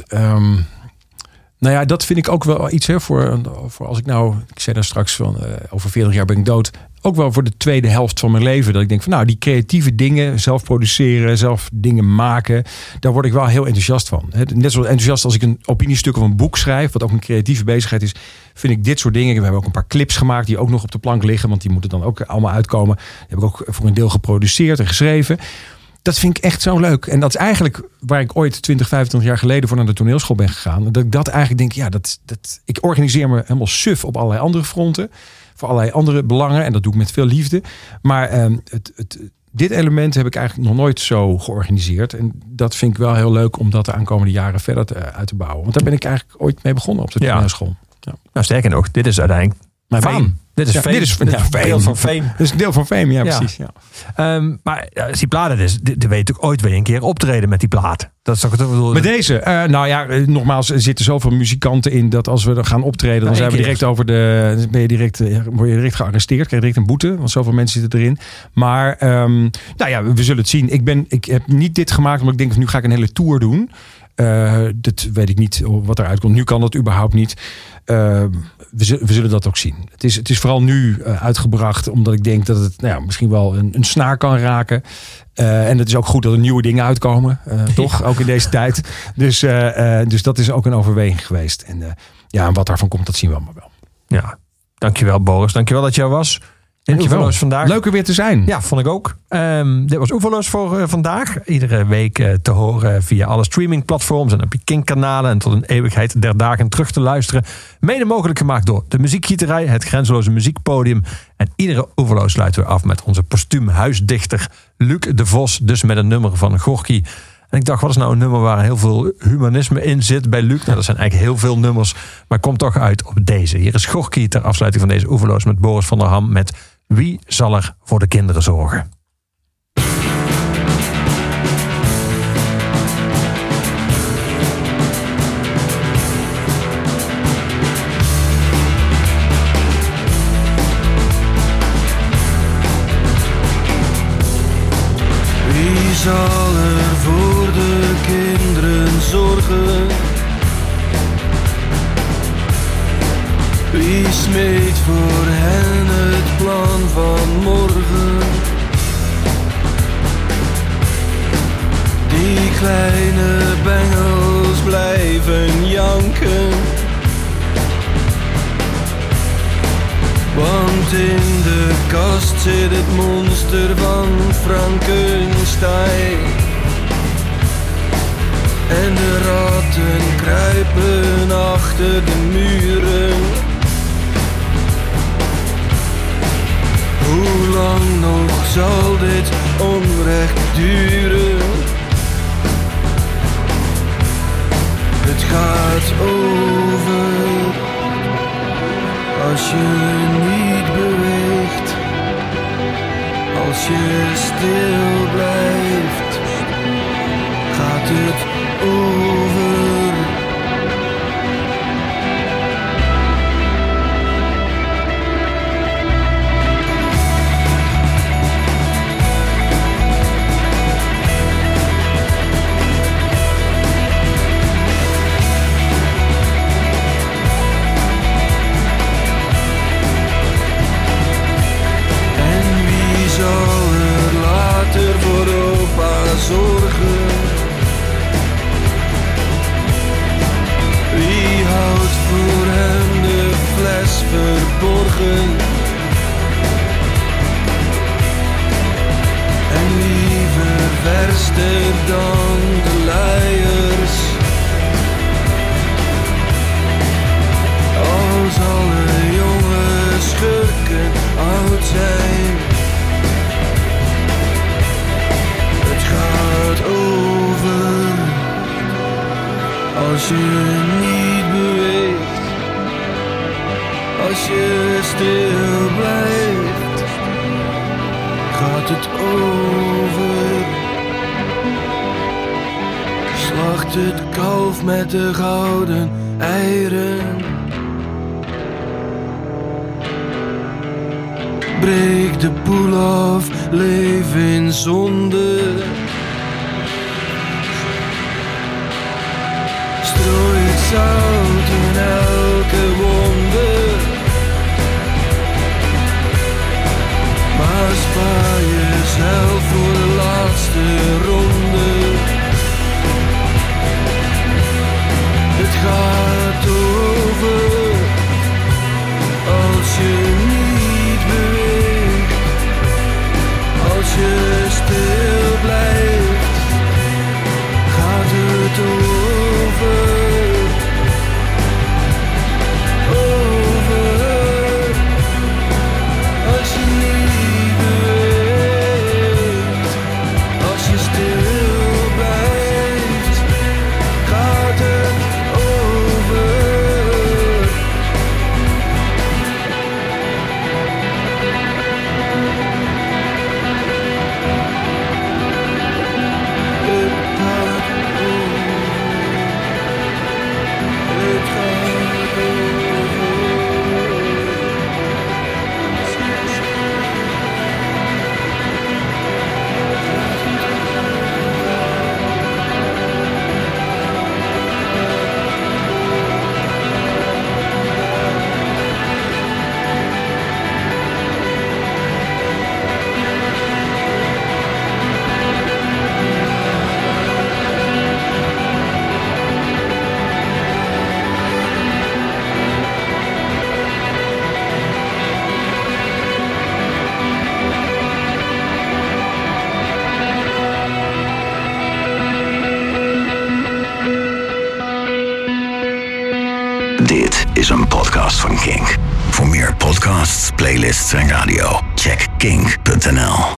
nou ja, dat vind ik ook wel iets voor als ik nou... Ik zei daar straks van over 40 jaar ben ik dood. Ook wel voor de tweede helft van mijn leven. Dat ik denk van nou, die creatieve dingen, zelf produceren, zelf dingen maken. Daar word ik wel heel enthousiast van. Net zo enthousiast als ik een opiniestuk of een boek schrijf. Wat ook een creatieve bezigheid is. Vind ik dit soort dingen. We hebben ook een paar clips gemaakt die ook nog op de plank liggen. Want die moeten dan ook allemaal uitkomen. Die heb ik ook voor een deel geproduceerd en geschreven. Dat vind ik echt zo leuk. En dat is eigenlijk waar ik ooit 20, 25 jaar geleden voor naar de toneelschool ben gegaan. Dat ik dat eigenlijk denk, ja, ik organiseer me helemaal suf op allerlei andere fronten. Voor allerlei andere belangen. En dat doe ik met veel liefde. Maar dit element heb ik eigenlijk nog nooit zo georganiseerd. En dat vind ik wel heel leuk om dat de aankomende jaren verder uit te bouwen. Want daar ben ik eigenlijk ooit mee begonnen op de toneelschool. Ja. Nou, sterker nog, dit is uiteindelijk mijn baan. Dit is Fame. Dit is deel van Fame. Dit is een deel van Fame, ja, precies. Ja. Maar als die plaat is, die weet ook ooit weer een keer optreden met die plaat. Dat is toch het bedoel. Met deze? Nou ja, nogmaals, er zitten zoveel muzikanten in dat als we gaan optreden, dan zijn we direct word je direct gearresteerd, krijg je direct een boete, want zoveel mensen zitten erin. Maar nou ja, we zullen het zien. Ik heb niet dit gemaakt omdat ik denk, nu ga ik een hele tour doen. Dat weet ik niet wat eruit komt. Nu kan dat überhaupt niet. We zullen dat ook zien. Het is vooral nu uitgebracht omdat ik denk dat het misschien wel een snaar kan raken. En het is ook goed dat er nieuwe dingen uitkomen. Toch? Ook in deze tijd. Dus dat is ook een overweging geweest. En wat daarvan komt, dat zien we allemaal wel. Ja, dankjewel Boris. Dankjewel dat je er was. Oeverloos vandaag. Leuk er weer te zijn. Ja, vond ik ook. Dit was Oeverloos voor vandaag. Iedere week te horen via alle streamingplatforms en op je Kink-kanalen. En tot een eeuwigheid der dagen terug te luisteren. Mede mogelijk gemaakt door de Muziekgieterij, het Grenzeloze Muziekpodium. En iedere Oeverloos sluiten we af met onze postuum huisdichter Luc de Vos. Dus met een nummer van Gorky. En ik dacht, wat is nou een nummer waar heel veel humanisme in zit bij Luc? Nou, dat zijn eigenlijk heel veel nummers. Maar komt toch uit op deze. Hier is Gorky ter afsluiting van deze Oeverloos met Boris van der Ham met Wie zal er voor de kinderen zorgen? Wie zal er voor de kinderen zorgen? Wie smeet voor hen het plan van morgen? Die kleine bengels blijven janken. Want in de kast zit het monster van Frankenstein. En de ratten kruipen achter de muren. Hoe lang nog zal dit onrecht duren? Het gaat over als je niet beweegt, als je stil blijft, gaat het over. zorgen. Wie houdt voor hem de fles verborgen? En wie ververst er dan de luiers? Als alle jonge schurken oud zijn. Het gaat over als je niet beweegt, als je stil blijft, gaat het over. Slacht het kalf met de gouden eieren. Breek de boel af, leef in zonde. Strooi het zout in elke wonde. Maar spaar jezelf voor de laatste ronde. Het gaat over als je niet beweegt, als je stil blijft, gaat het over. Als je niet beweegt, als je stil blijft, gaat het over. Het gaat Dit is een podcast van Kink. Voor meer podcasts, playlists en radio, check kink.nl.